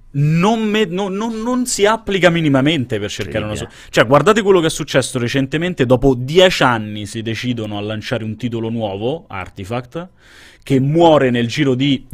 non si applica minimamente per cercare una Cioè guardate quello che è successo recentemente. Dopo 10 anni si decidono a lanciare un titolo nuovo, Artifact, che muore nel giro di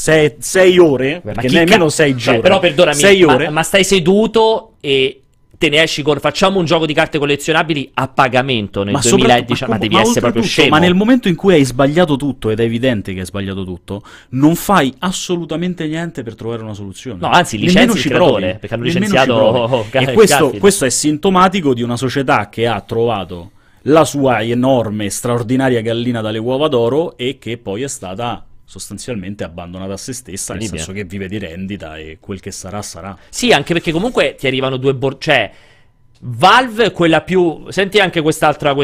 6 ore, perché nemmeno 6 giorni. Però perdonami, 6 ore. ma stai seduto e te ne esci con facciamo un gioco di carte collezionabili a pagamento nel 2019, ma devi essere proprio scemo. Ma nel momento in cui hai sbagliato tutto, ed è evidente che hai sbagliato tutto, non fai assolutamente niente per trovare una soluzione. No, anzi, licenzi il creatore, perché hanno licenziato e questo è sintomatico di una società che ha trovato la sua enorme, straordinaria gallina dalle uova d'oro e che poi è stata sostanzialmente abbandonata a se stessa, nel senso che vive di rendita e quel che sarà sarà. Sì, anche perché comunque ti arrivano due cioè Valve quella più... Senti anche quest'altra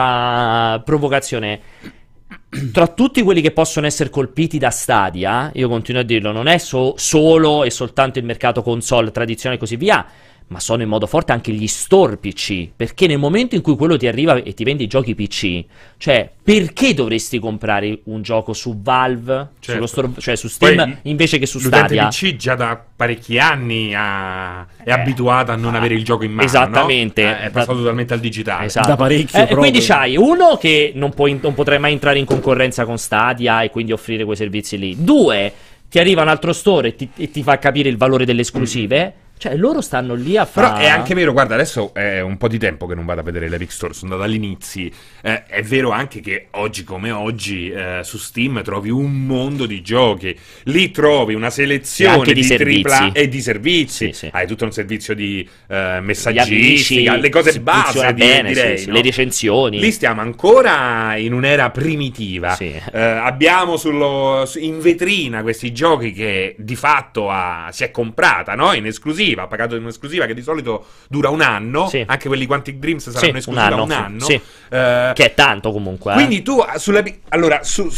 provocazione. Tra tutti quelli che possono essere colpiti da Stadia, io continuo a dirlo, non è solo e soltanto il mercato console tradizionale e così via, ma sono in modo forte anche gli store PC, perché nel momento in cui quello ti arriva e ti vende i giochi PC, cioè perché dovresti comprare un gioco su Valve, sullo store, cioè su Steam, Poi, invece che su l'utente Stadia? PC già da parecchi anni è abituato a non avere il gioco in mano, esattamente, no? È passato totalmente al digitale. Esatto. Da parecchio E quindi c'hai uno che non potrai mai entrare in concorrenza con Stadia e quindi offrire quei servizi lì. 2, ti arriva un altro store e ti fa capire il valore delle esclusive. Cioè, loro stanno lì a fare... Però è anche vero, guarda, adesso è un po' di tempo che non vado a vedere l'Epic Store, sono andato all'inizio. È vero anche che oggi come oggi su Steam trovi un mondo di giochi. Lì trovi una selezione anche di tripla e di servizi. Sì. Hai tutto un servizio di Gli amici, messaggistica, le cose base, funziona bene, direi. sì, No? le recensioni. Lì stiamo ancora in un'era primitiva. Sì. Abbiamo in vetrina questi giochi che di fatto si è comprata, no? In esclusiva. Ha pagato in un'esclusiva che di solito dura un anno, Sì. anche quelli Quantic Dreams saranno esclusiva un anno. Sì. Che è tanto comunque. Quindi tu allora su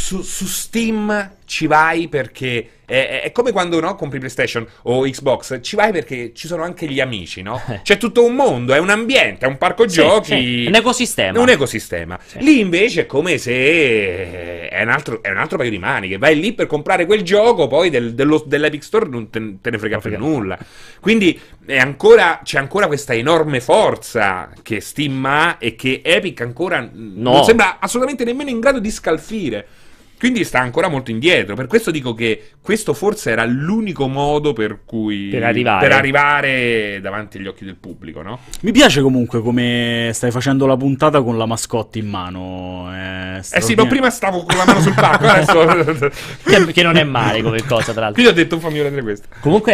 Steam ci vai perché è come quando compri PlayStation o Xbox, ci vai perché ci sono anche gli amici, no? C'è tutto un mondo, è un ambiente, è un parco giochi, sì. Un ecosistema. È un ecosistema. Sì. Lì invece è come se è un altro paio di maniche. Vai lì per comprare quel gioco, poi dell'Epic Store non te ne frega più nulla. Quindi c'è ancora questa enorme forza che Steam ha e che Epic ancora non sembra assolutamente nemmeno in grado di scalfire. Quindi sta ancora molto indietro. Per questo dico che questo forse era l'unico modo per cui Per arrivare davanti agli occhi del pubblico, no? Mi piace comunque come stai facendo la puntata con la mascotte in mano. Sì, no, prima stavo con la mano sul pacco, adesso... che non è male come cosa, tra l'altro. Quindi ho detto fammi vedere questo. Comunque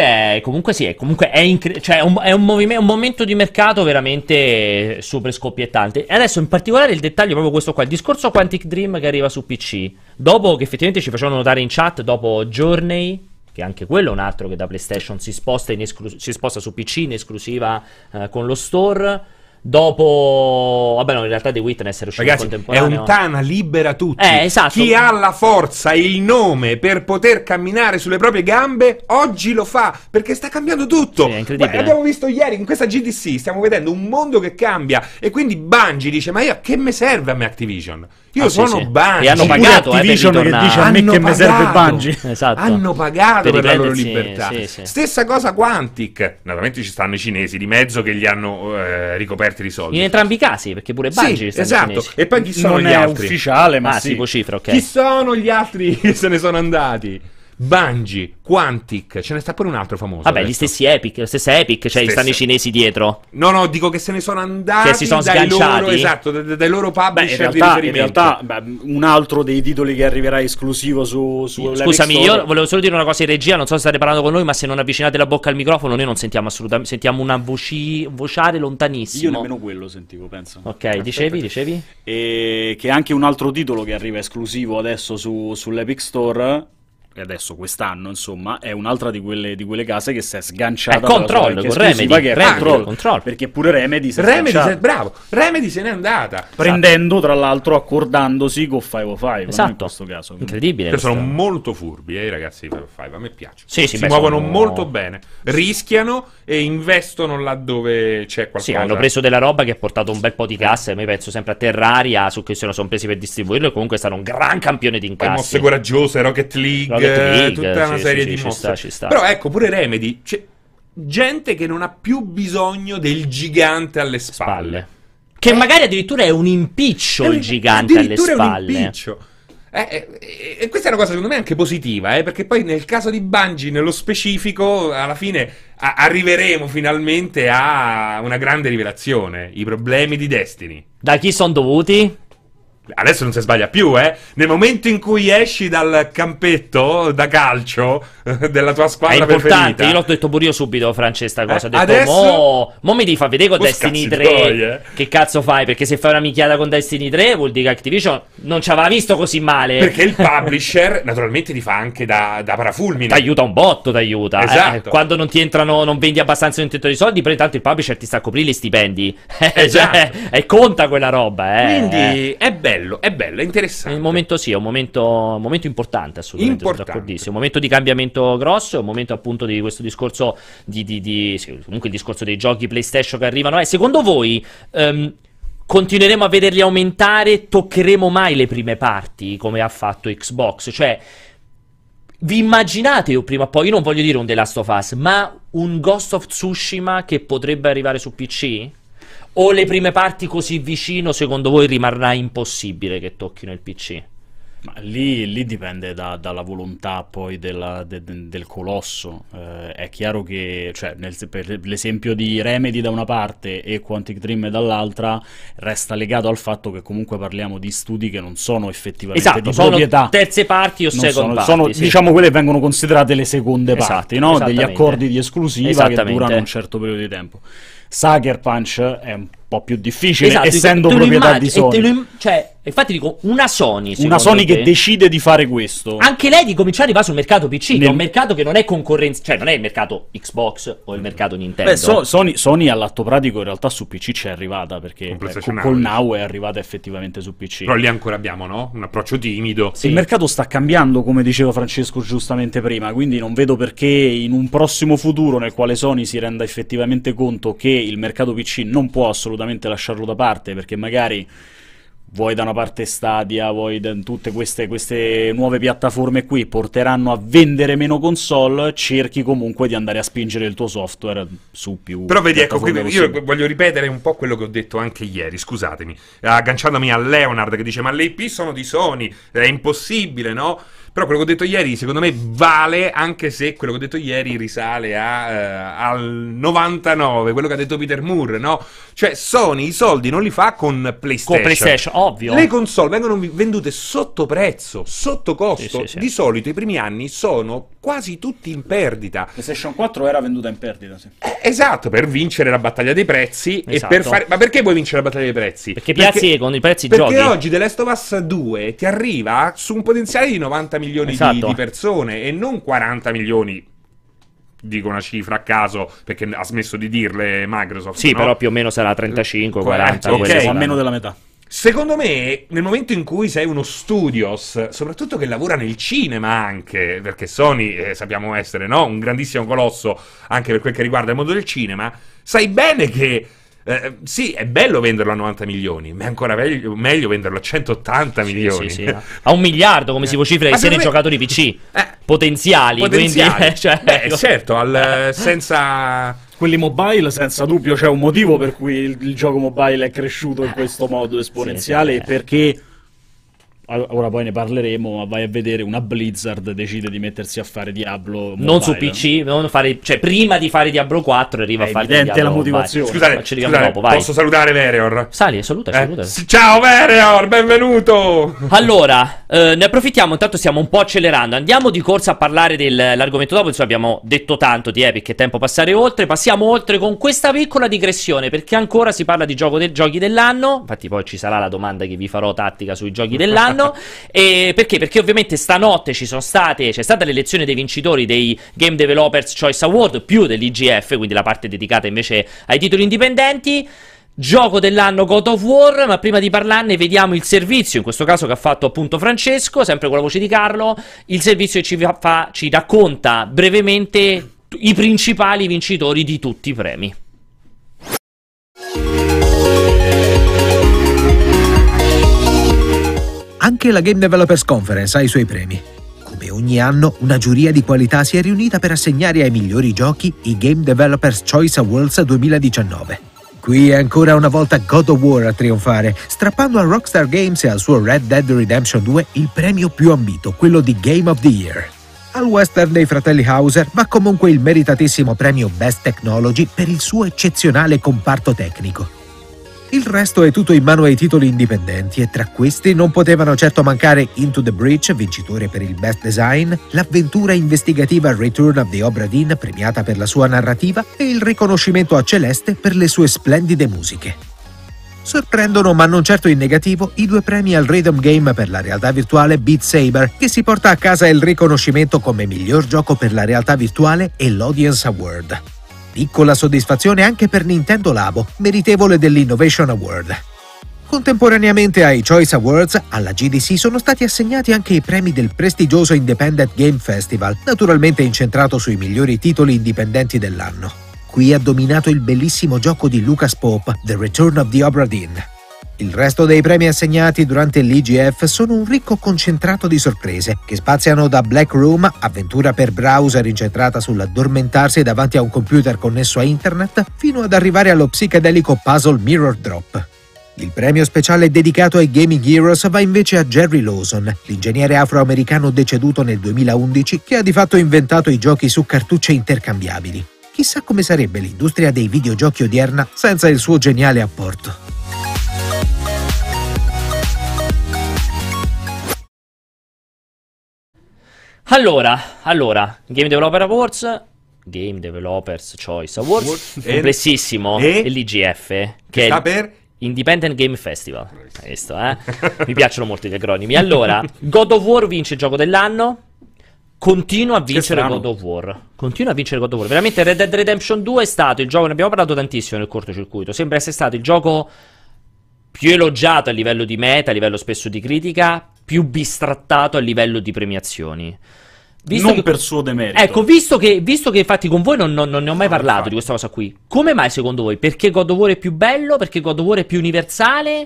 è un momento di mercato veramente super scoppiettante. E adesso in particolare il dettaglio è proprio questo qua, il discorso Quantic Dream che arriva su PC. Dopo che effettivamente ci facevano notare in chat, dopo Journey, che anche quello è un altro che da PlayStation si sposta su PC in esclusiva con lo store. Dopo, vabbè, no, in realtà The Witness è uscito in Ragazzi, è contemporanea. un Tana libera tutti. Esatto. Chi ha la forza e il nome per poter camminare sulle proprie gambe, oggi lo fa, perché sta cambiando tutto. Sì, è incredibile. Abbiamo visto ieri in questa GDC, stiamo vedendo un mondo che cambia, e quindi Bungie dice, ma io che me serve a me Activision? Io sono sì. Bungie. E hanno pagato Activision per che ritornare. dice a me Hanno che mi serve pagato. Bungie. Esatto. Hanno pagato per la loro riprendersi, libertà. sì. Stessa cosa Quantic. Naturalmente ci stanno i cinesi di mezzo che gli hanno ricoperti di soldi. In entrambi i casi, perché pure Bungie Sì, stanno esatto. cinesi. E poi chi sono Non gli è altri? ufficiale, ma sì. Tipo cifra, ok. Chi sono gli altri che se ne sono andati? Bungie, Quantic, ce ne sta pure un altro famoso. Vabbè, adesso. gli stessi Epic, le stesse Epic, cioè Stesse. stanno i cinesi dietro. No, dico che se ne sono andati Che si sono dai sganciati? loro, esatto, dai loro Beh, publisher di riferimento. un altro dei titoli che arriverà esclusivo su Scusami, io volevo solo dire una cosa in regia, non so se state parlando con noi, ma se non avvicinate la bocca al microfono noi non sentiamo assolutamente, sentiamo una vociare lontanissimo. Io nemmeno quello sentivo, penso. Ok, dicevi? E che è anche un altro titolo che arriva esclusivo adesso sull'Epic Store. E adesso quest'anno, insomma, è un'altra di quelle case che si è sganciata È Control, dalla sua con esclusiva, Remedy. che è Control. perché pure Remedy si è sganciata. Bravo, Remedy se n'è andata. Prendendo, tra l'altro, accordandosi con 505, no? Esatto. In questo caso. Incredibile. Sono questa- molto furbi, i ragazzi di Five, a me piace. Sì, si beh, muovono sono- molto bene, rischiano e investono laddove c'è qualcosa. Sì, hanno preso della roba che ha portato un bel po' di casse. A me penso sempre a Terraria, su cui se lo sono presi per distribuirlo. E comunque è stato un gran campione di Poi mosse incassi. coraggiose, Rocket League, tutta una sì, serie sì, di ci mosse. sta, ci sta. Però ecco, pure Remedy, c'è gente che non ha più bisogno del gigante alle spalle. Che magari addirittura è un impiccio il gigante alle addirittura è un spalle. impiccio. E questa è una cosa secondo me anche positiva, perché poi nel caso di Bungie, nello specifico, alla fine arriveremo finalmente a una grande rivelazione: i problemi di Destiny. Da chi sono dovuti? Adesso non si sbaglia più, Nel momento in cui esci dal campetto da calcio della tua È squadra importante, preferita. io l'ho detto pure io subito, Francesca, questa cosa. Ho detto, adesso- mo mi devi far vedere con Mo Destiny scazzi 3 tuoi, che cazzo fai, perché se fai una minchiata con Destiny 3 vuol dire che Activision non ci aveva visto così male. Perché il publisher naturalmente ti fa anche da parafulmine. T'aiuta un botto, t'aiuta. Esatto. Quando non ti entrano, non vendi abbastanza un tetto di soldi, però intanto il publisher ti sta a coprire gli stipendi. Esatto. E conta quella roba, Quindi è bello, è interessante. Il momento sì, è un momento importante, assolutamente, sono Importante. d'accordissimo. Un momento di cambiamento grosso, è un momento appunto di questo discorso sì, comunque il discorso dei giochi PlayStation che arrivano. Secondo voi continueremo a vederli aumentare? Toccheremo mai le prime parti come ha fatto Xbox? Cioè, vi immaginate o prima o poi, io non voglio dire un The Last of Us, ma un Ghost of Tsushima che potrebbe arrivare su PC? O le prime parti così vicino, secondo voi rimarrà impossibile che tocchino il PC? Ma lì dipende dalla volontà poi del colosso. È chiaro che, cioè, per l'esempio di Remedy da una parte e Quantic Dream dall'altra, resta legato al fatto che comunque parliamo di studi che non sono effettivamente Esatto, di sono proprietà. terze parti o Non second party, sono, sì. diciamo, quelle che vengono considerate le seconde Esatto, parti, no? Degli esattamente. accordi di esclusiva che Esattamente. durano un certo periodo di tempo. Sucker Punch è un po' più difficile, Esatto, essendo te lo proprietà immagini- di Sony. cioè, infatti dico, una Sony, Una secondo Sony te, che decide di fare questo. anche lei di cominciare a arrivare sul mercato PC, che è Nel- un mercato che non è concorrenza, cioè non è il mercato Xbox o il mercato Nintendo. Beh, Sony all'atto pratico in realtà su PC c'è arrivata, perché Con PlayStation col Now, Now è arrivata effettivamente su PC. Però lì ancora abbiamo, no? Un approccio timido. Sì. Il mercato sta cambiando, come diceva Francesco giustamente prima, quindi non vedo perché in un prossimo futuro nel quale Sony si renda effettivamente conto che il mercato PC non può assolutamente lasciarlo da parte, perché magari vuoi da una parte Stadia, vuoi tutte queste nuove piattaforme qui, porteranno a vendere meno console, cerchi comunque di andare a spingere il tuo software su più. Però vedi, ecco, io possibili. voglio ripetere un po' quello che ho detto anche ieri, scusatemi, agganciandomi a Leonard che dice ma le IP sono di Sony, è impossibile, no? Però quello che ho detto ieri secondo me vale, anche se quello che ho detto ieri risale al 99, quello che ha detto Peter Moore, no? Cioè Sony i soldi non li fa con PlayStation. Con PlayStation, ovvio. Le console vengono vendute sotto prezzo, sotto costo. Sì. Di solito i primi anni sono quasi tutti in perdita. PlayStation 4 era venduta in perdita, sì. Esatto, per vincere la battaglia dei prezzi e Esatto. per fare... Ma perché vuoi vincere la battaglia dei prezzi? Perché piazzi con i prezzi perché giochi. oggi The Last of Us 2 ti arriva su un potenziale di 90 milioni Esatto. di persone e non 40 milioni. Dico una cifra a caso perché ha smesso di dirle Microsoft. Sì, no? però più o meno sarà 35, 40. Ok, quelle o O saranno. meno della metà. Secondo me, nel momento in cui sei uno studios, soprattutto che lavora nel cinema anche, perché Sony, sappiamo essere, no? Un grandissimo colosso anche per quel che riguarda il mondo del cinema, sai bene che, sì, è bello venderlo a 90 milioni, ma è ancora meglio venderlo a 180 milioni. Sì. A 1 miliardo, come si vocifera, Ma i seri secondo me- giocatori PC. Potenziali, quindi... cioè, ecco. Certo, senza... Quelli mobile, senza dubbio, c'è un motivo per cui il gioco mobile è cresciuto in questo modo esponenziale, Sì. perché ora poi ne parleremo, ma vai a vedere una Blizzard decide di mettersi a fare Diablo mobile. Non su PC, non fare, cioè prima di fare Diablo 4 arriva È a fare evidente Diablo la Mobile. motivazione. Scusate, Ci arriviamo dopo, vai. posso salutare Verior? Sali, saluta. Ciao Verior, benvenuto! Allora, ne approfittiamo, intanto stiamo un po' accelerando, andiamo di corsa a parlare dell'argomento dopo, insomma abbiamo detto tanto di Epic, è tempo passare oltre, passiamo oltre con questa piccola digressione, perché ancora si parla di giochi dell'anno, infatti poi ci sarà la domanda che vi farò tattica sui giochi dell'anno, e perché? Perché ovviamente stanotte c'è stata l'elezione dei vincitori dei Game Developers Choice Award, più dell'IGF, quindi la parte dedicata invece ai titoli indipendenti. Gioco dell'anno God of War, ma prima di parlarne vediamo il servizio, in questo caso che ha fatto appunto Francesco, sempre con la voce di Carlo, il servizio che ci racconta brevemente i principali vincitori di tutti i premi. Anche la Game Developers Conference ha i suoi premi. Come ogni anno, una giuria di qualità si è riunita per assegnare ai migliori giochi i Game Developers Choice Awards 2019. Qui è ancora una volta God of War a trionfare, strappando a Rockstar Games e al suo Red Dead Redemption 2 il premio più ambito, quello di Game of the Year. Al western dei fratelli Hauser va comunque il meritatissimo premio Best Technology per il suo eccezionale comparto tecnico. Il resto è tutto in mano ai titoli indipendenti e tra questi non potevano certo mancare Into the Breach, vincitore per il Best Design, l'avventura investigativa Return of the Obra Dinn, premiata per la sua narrativa, e il riconoscimento a Celeste per le sue splendide musiche. Sorprendono, ma non certo in negativo, i 2 premi al Rhythm Game per la realtà virtuale Beat Saber, che si porta a casa il riconoscimento come miglior gioco per la realtà virtuale e l'Audience Award. Piccola soddisfazione anche per Nintendo Labo, meritevole dell'Innovation Award. Contemporaneamente ai Choice Awards, alla GDC sono stati assegnati anche i premi del prestigioso Independent Game Festival, naturalmente incentrato sui migliori titoli indipendenti dell'anno. Qui ha dominato il bellissimo gioco di Lucas Pope, The Return of the Obra Dinn. Il resto dei premi assegnati durante l'IGF sono un ricco concentrato di sorprese, che spaziano da Black Room, avventura per browser incentrata sull'addormentarsi davanti a un computer connesso a internet, fino ad arrivare allo psichedelico puzzle Mirror Drop. Il premio speciale dedicato ai Gaming Heroes va invece a Jerry Lawson, l'ingegnere afroamericano deceduto nel 2011 che ha di fatto inventato i giochi su cartucce intercambiabili. Chissà come sarebbe l'industria dei videogiochi odierna senza il suo geniale apporto. Allora, Game Developer Awards, Game Developers Choice Awards, complessissimo, e l'IGF, che che sta è per Independent Game Festival. Questo, mi piacciono molto gli acronimi. Allora, God of War vince il gioco dell'anno, continua a vincere God of War. Veramente Red Dead Redemption 2 è stato il gioco, ne abbiamo parlato tantissimo nel cortocircuito, sembra essere stato il gioco più elogiato a livello di meta, a livello spesso di critica, più bistrattato a livello di premiazioni. Per suo demerito. Ecco, visto che infatti con voi non ne ho mai parlato di questa cosa qui, come mai secondo voi? Perché God of War è più bello? Perché God of War è più universale?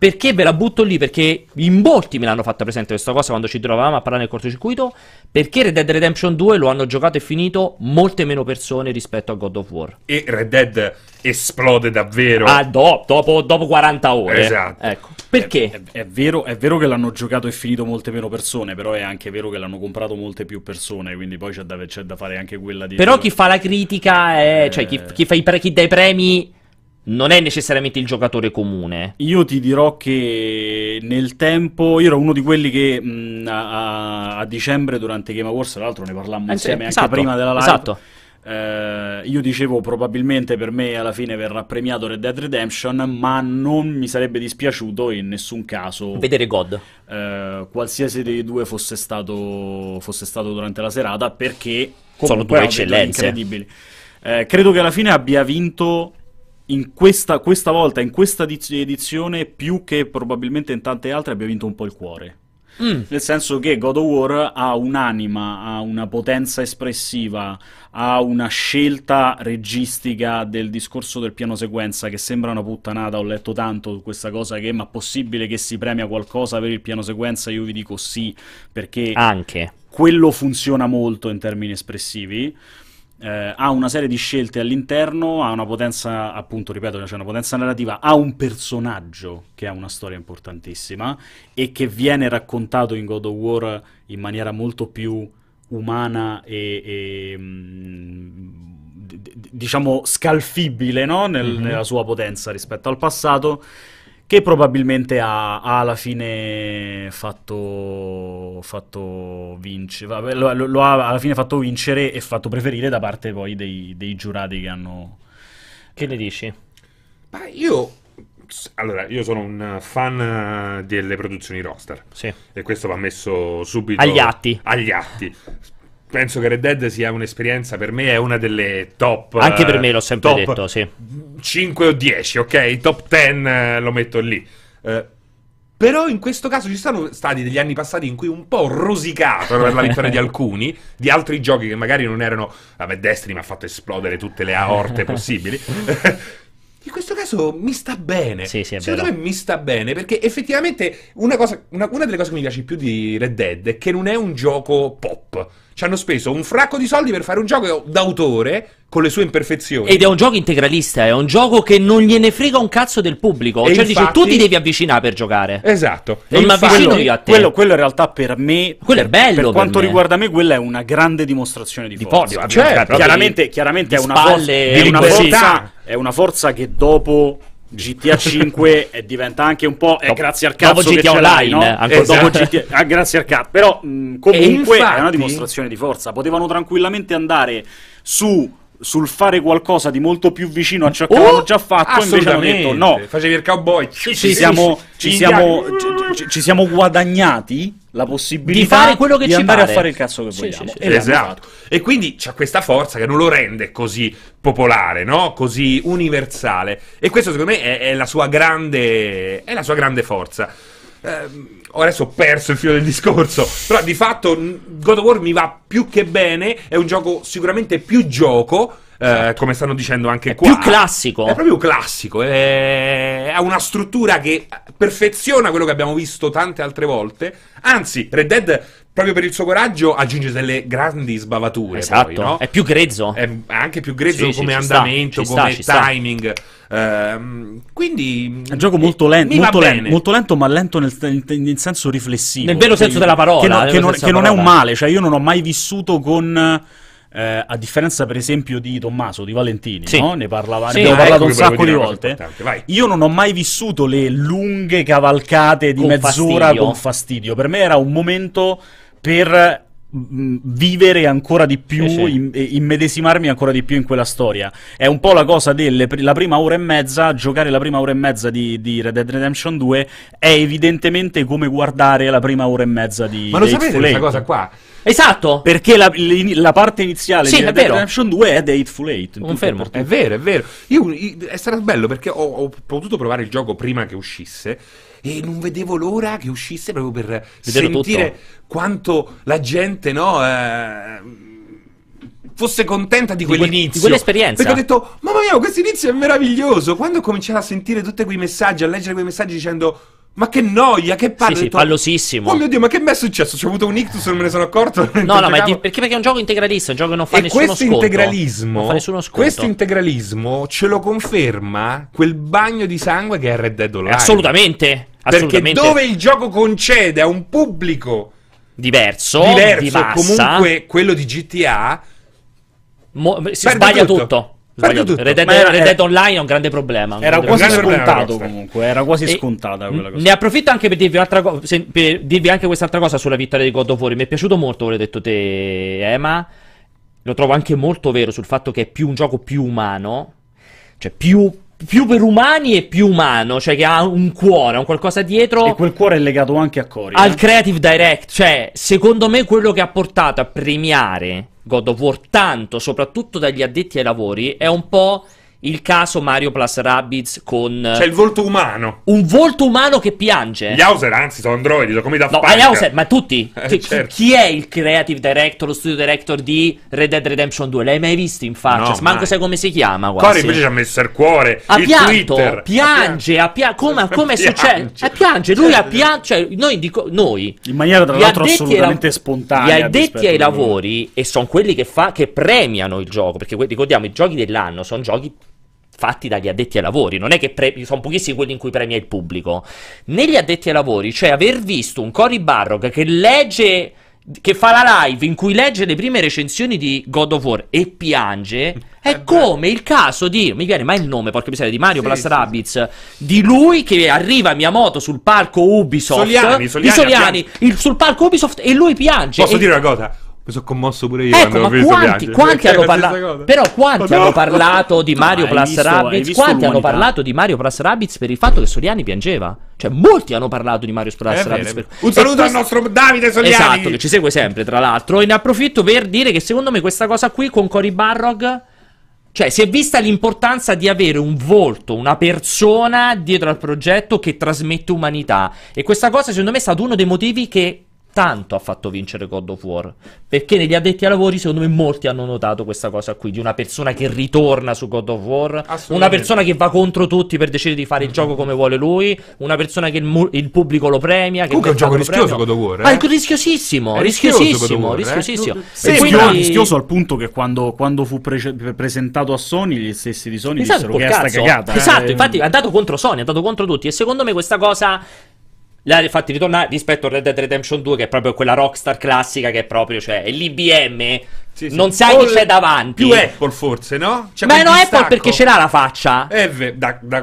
Perché ve la butto lì? Perché in molti me l'hanno fatta presente questa cosa quando ci trovavamo a parlare nel cortocircuito. Perché Red Dead Redemption 2 lo hanno giocato e finito molte meno persone rispetto a God of War. E Red Dead esplode davvero. Dopo 40 ore. Esatto. Ecco. Perché? È vero che l'hanno giocato e finito molte meno persone, però è anche vero che l'hanno comprato molte più persone, quindi poi c'è da fare anche quella di... Però chi fa la critica è... Cioè, chi dà i premi non è necessariamente il giocatore comune. Io ti dirò che nel tempo io ero uno di quelli che a dicembre durante Game Awards, tra l'altro ne parlammo insieme anche prima della live. Esatto. Io dicevo probabilmente per me alla fine verrà premiato Red Dead Redemption, ma non mi sarebbe dispiaciuto in nessun caso vedere God. Qualsiasi dei due fosse stato durante la serata, perché sono due eccellenze incredibili. Credo che alla fine abbia vinto in questa volta, in questa edizione, più che probabilmente in tante altre, abbia vinto un po' il cuore. Nel senso che God of War ha un'anima, ha una potenza espressiva, ha una scelta registica del discorso del piano sequenza che sembra una puttanata. Ho letto tanto su questa cosa che ma possibile che si premia qualcosa per il piano sequenza? Io vi dico sì, perché anche quello funziona molto in termini espressivi. Ha una serie di scelte all'interno, ha una potenza, appunto, ripeto, c'è una potenza narrativa, ha un personaggio che ha una storia importantissima e che viene raccontato in God of War in maniera molto più umana e diciamo scalfibile, no? Nella sua potenza rispetto al passato, che probabilmente ha alla fine fatto vincere, lo ha alla fine fatto vincere e fatto preferire da parte poi dei giurati che hanno... Che ne dici? Ma io sono un fan delle produzioni Rockstar. Sì. E questo va messo subito agli atti. Penso che Red Dead sia un'esperienza, per me è una delle top... Anche per me l'ho sempre detto, sì. 5 o 10, ok? Top 10 lo metto lì. Però in questo caso ci sono stati degli anni passati in cui un po' ho rosicato per la vittoria di alcuni, di altri giochi che magari non erano... Vabbè, Destiny mi ha fatto esplodere tutte le aorte possibili. In questo caso mi sta bene. Sì, è secondo vero. me mi sta bene, perché effettivamente una delle cose che mi piace più di Red Dead è che non è un gioco pop. Ci hanno speso un fracco di soldi per fare un gioco d'autore con le sue imperfezioni. Ed è un gioco integralista, è un gioco che non gliene frega un cazzo del pubblico. E cioè infatti... dice, tu ti devi avvicinare per giocare. Esatto. Non mi avvicino io a te. Quello in realtà per me, quello è bello per quanto me. riguarda me, quella è una grande dimostrazione di forza. Certo, chiaramente è una forza che dopo GTA 5 diventa anche un po' grazie al cazzo dopo GTA che ce l'hai, Online, no? esatto. Dopo GTA, grazie al cazzo. Però comunque infatti... è una dimostrazione di forza. Potevano tranquillamente andare sul fare qualcosa di molto più vicino a ciò che avevano già fatto, invece hanno detto no, facevi il cowboy. ci siamo guadagnati la possibilità di fare quello che di ci andare pare. a fare il cazzo che vogliamo. sì. E l'hanno Esatto. fatto. E quindi c'ha questa forza che non lo rende così popolare, no? Così universale. E questo secondo me è la sua grande forza. Adesso ho perso il filo del discorso, però di fatto God of War mi va più che bene, è un gioco sicuramente più gioco, come stanno dicendo anche È qua. più classico. È proprio classico, ha una struttura che perfeziona quello che abbiamo visto tante altre volte. Anzi, Red Dead, proprio per il suo coraggio, aggiunge delle grandi sbavature. Esatto, poi, no? È più grezzo. È anche più grezzo Sì, come ci sta, andamento, ci sta, come ci sta. timing. Quindi È un gioco molto lento, bene. molto lento, ma lento nel senso riflessivo. Nel vero senso della parola. Che non è un male, cioè io non ho mai vissuto con... a differenza per esempio di Tommaso, di Valentini, Sì. no? Ne abbiamo Sì, parlato ecco un che sacco di volevo dire una cosa volte. importante, vai. Io non ho mai vissuto le lunghe cavalcate di Con mezz'ora fastidio. con fastidio. Per me era un momento per vivere ancora di più, Sì. immedesimarmi ancora di più in quella storia. È un po' la cosa la prima ora e mezza, giocare la prima ora e mezza di Red Dead Redemption 2 è evidentemente come guardare la prima ora e mezza di Ma lo di sapete Hateful questa Eight. cosa qua? Esatto. Perché la parte iniziale Sì, di è Red Dead vero. Redemption 2 è The Hateful Eight. Confermo. È vero. È stato bello perché ho potuto provare il gioco prima che uscisse e non vedevo l'ora che uscisse proprio per Vederlo sentire tutto. quanto la gente, no, fosse contenta di quell'inizio. di quell'esperienza. Perché ho detto, mamma mia, questo inizio è meraviglioso. Quando ho cominciato a sentire tutti quei messaggi, a leggere quei messaggi dicendo... Ma che noia, che palle. Sì, pallosissimo. Oh mio Dio, ma che mi è successo? C'ho avuto un ictus, non me ne sono accorto. No, ma perché è un gioco integralista, un gioco che non fa nessuno sconto. Non fa nessuno sconto. Questo integralismo ce lo conferma quel bagno di sangue che è Red Dead Online. Assolutamente. Perché dove il gioco concede a un pubblico diverso di massa, comunque quello di GTA, si sbaglia tutto. Red Dead Online è un grande problema. Era quasi scontato comunque, era quasi scontata quella cosa. Ne approfitto anche per dirvi un'altra cosa, per dirvi anche quest'altra cosa sulla vittoria di God of War. Mi è piaciuto molto quello che hai detto te, Ema. Lo trovo anche molto vero sul fatto che è più un gioco più umano, cioè più per umani e più umano, cioè che ha un cuore, un qualcosa dietro. E quel cuore è legato anche a Cory. Al Creative Direct, cioè secondo me quello che ha portato a premiare God of War tanto, soprattutto dagli addetti ai lavori, è un po' il caso Mario Plus Rabbids con... C'è il volto umano. Un volto umano che piange. Gli Hauser, anzi, sono androidi, sono come da No, gli Hauser, ma tutti. Certo. Chi è il creative director, lo studio director di Red Dead Redemption 2? L'hai mai visto in faccia? No, manco sai come si chiama, quasi. Cory invece ci ha messo il cuore, il Twitter. Piange, come è successo? Piange, lui cioè noi in maniera tra l'altro assolutamente spontanea. Gli addetti ai lavori, e sono quelli che premiano il gioco, perché ricordiamo, i giochi dell'anno sono giochi fatti dagli addetti ai lavori, non è che sono pochissimi quelli in cui premia il pubblico. Negli addetti ai lavori, cioè aver visto un Cory Barlog che legge, che fa la live in cui legge le prime recensioni di God of War e piange, è come il caso di, non mi viene mai il nome, porca miseria, di Mario Plus Rabbids, di lui che arriva a Miyamoto sul palco Ubisoft, Soliani sul palco Ubisoft, e lui piange. Posso dire una cosa? Mi sono commosso pure io. Ecco, ma quanti hanno parlato? Però quanti hanno parlato di Mario Plus Rabbids? Quanti hanno parlato di Mario Plus Rabbids per il fatto che Soliani piangeva? Cioè, molti hanno parlato di Mario Plus Rabbids. Un saluto al nostro Davide Soliani. Esatto, che ci segue sempre, tra l'altro. E ne approfitto per dire che secondo me questa cosa qui con Cory Barlog, cioè, si è vista l'importanza di avere un volto, una persona dietro al progetto che trasmette umanità. E questa cosa, secondo me, è stato uno dei motivi che tanto ha fatto vincere God of War, perché negli addetti ai lavori secondo me molti hanno notato questa cosa qui, di una persona che ritorna su God of War, una persona che va contro tutti per decidere di fare il gioco come vuole lui, una persona che il pubblico lo premia, che comunque è un gioco rischioso God of War, ma è rischiosissimo, rischiosissimo. Rischioso al punto che quando fu presentato a Sony, gli stessi di Sony dissero che è sta cagata. Esatto, infatti è andato contro Sony, è andato contro tutti, e secondo me questa cosa l'ha fatti ritornare rispetto a Red Dead Redemption 2, che è proprio quella Rockstar classica, che è proprio, cioè, è l'IBM, non sai chi c'è davanti. Più Apple forse, no? Beh, no, Apple perché ce l'ha la faccia. Beh,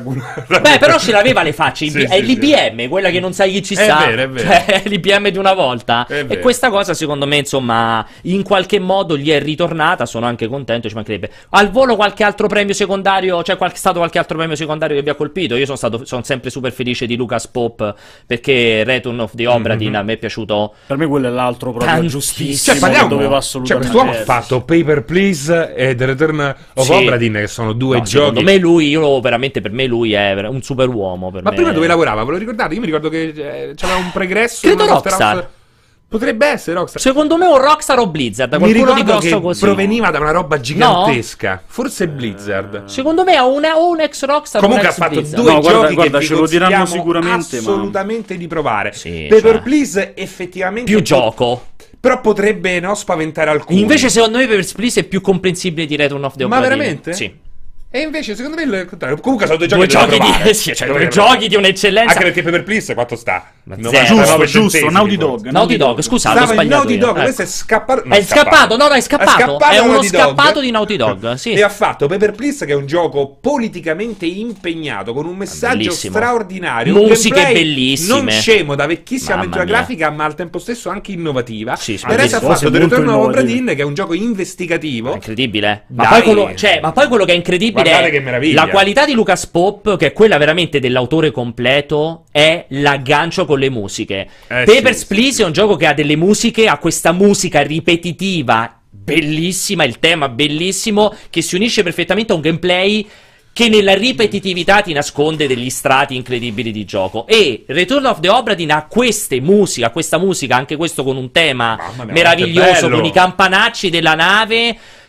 però ce l'aveva le facce, è l'IBM, quella che non sai chi ci sta. È vero. Cioè, è l'IBM di una volta. E questa cosa, secondo me, insomma, in qualche modo gli è ritornata, sono anche contento, ci mancherebbe. Al volo qualche altro premio secondario, cioè stato qualche altro premio secondario che vi ha colpito? Io sono sempre super felice di Lucas Pope, perché Return of the Obra Dinn a me è piaciuto. Per me quello è l'altro proprio giustissimo, cioè, doveva assolutamente fatto Paper Please e The Return of Obra Dinn, che sono due giochi. Secondo me per me lui è un superuomo. Ma prima dove lavorava? Ve lo ricordate? Io mi ricordo che c'aveva un pregresso. Credo Rockstar. Potrebbe essere Rockstar. Secondo me un Rockstar o Blizzard. Mi ricordo che proveniva da una roba gigantesca. No? Forse Blizzard. Secondo me o un ex Rockstar. Comunque ha fatto due giochi che ce lo diranno sicuramente, assolutamente di provare. Sì, Paper Please effettivamente più gioco. Però potrebbe spaventare alcuni. Invece secondo me Paper Please è più comprensibile di Return of the Obra Dinn. Ma veramente? Sì. E invece secondo me il contrario. Comunque sono due giochi due giochi di un'eccellenza. Anche perché Paper Please quanto sta? Giusto, Naughty Dog. Scusate, ho sbagliato. Naughty Dog, questo è scappato. È scappato, è scappato. È uno scappato di Naughty Dog, sì. E ha fatto Paper Please, che è un gioco politicamente impegnato, con un messaggio straordinario, musiche bellissime, non scemo, da vecchissima avventura grafica, ma al tempo stesso anche innovativa. Sì, e adesso ha fatto The Return of Obra Dinn, che è un gioco investigativo. Incredibile. Ma poi quello che è incredibile, guardate che meraviglia, la qualità di Lucas Pope, che è quella veramente dell'autore completo, è l'aggancio con le musiche. Papers, Please è un gioco che ha delle musiche, ha questa musica ripetitiva bellissima, il tema bellissimo, che si unisce perfettamente a un gameplay che nella ripetitività ti nasconde degli strati incredibili di gioco. E Return of the Obra Dinn ha questa musica, anche questo con un tema meraviglioso, con i campanacci della nave.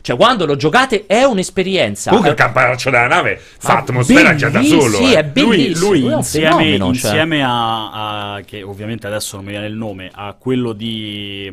Cioè, quando lo giocate è un'esperienza. Comunque il campanaccio della nave fa atmosfera già da solo. Sì, è bellissimo. Lui è un fenomeno, insieme che ovviamente adesso non mi viene il nome, a quello di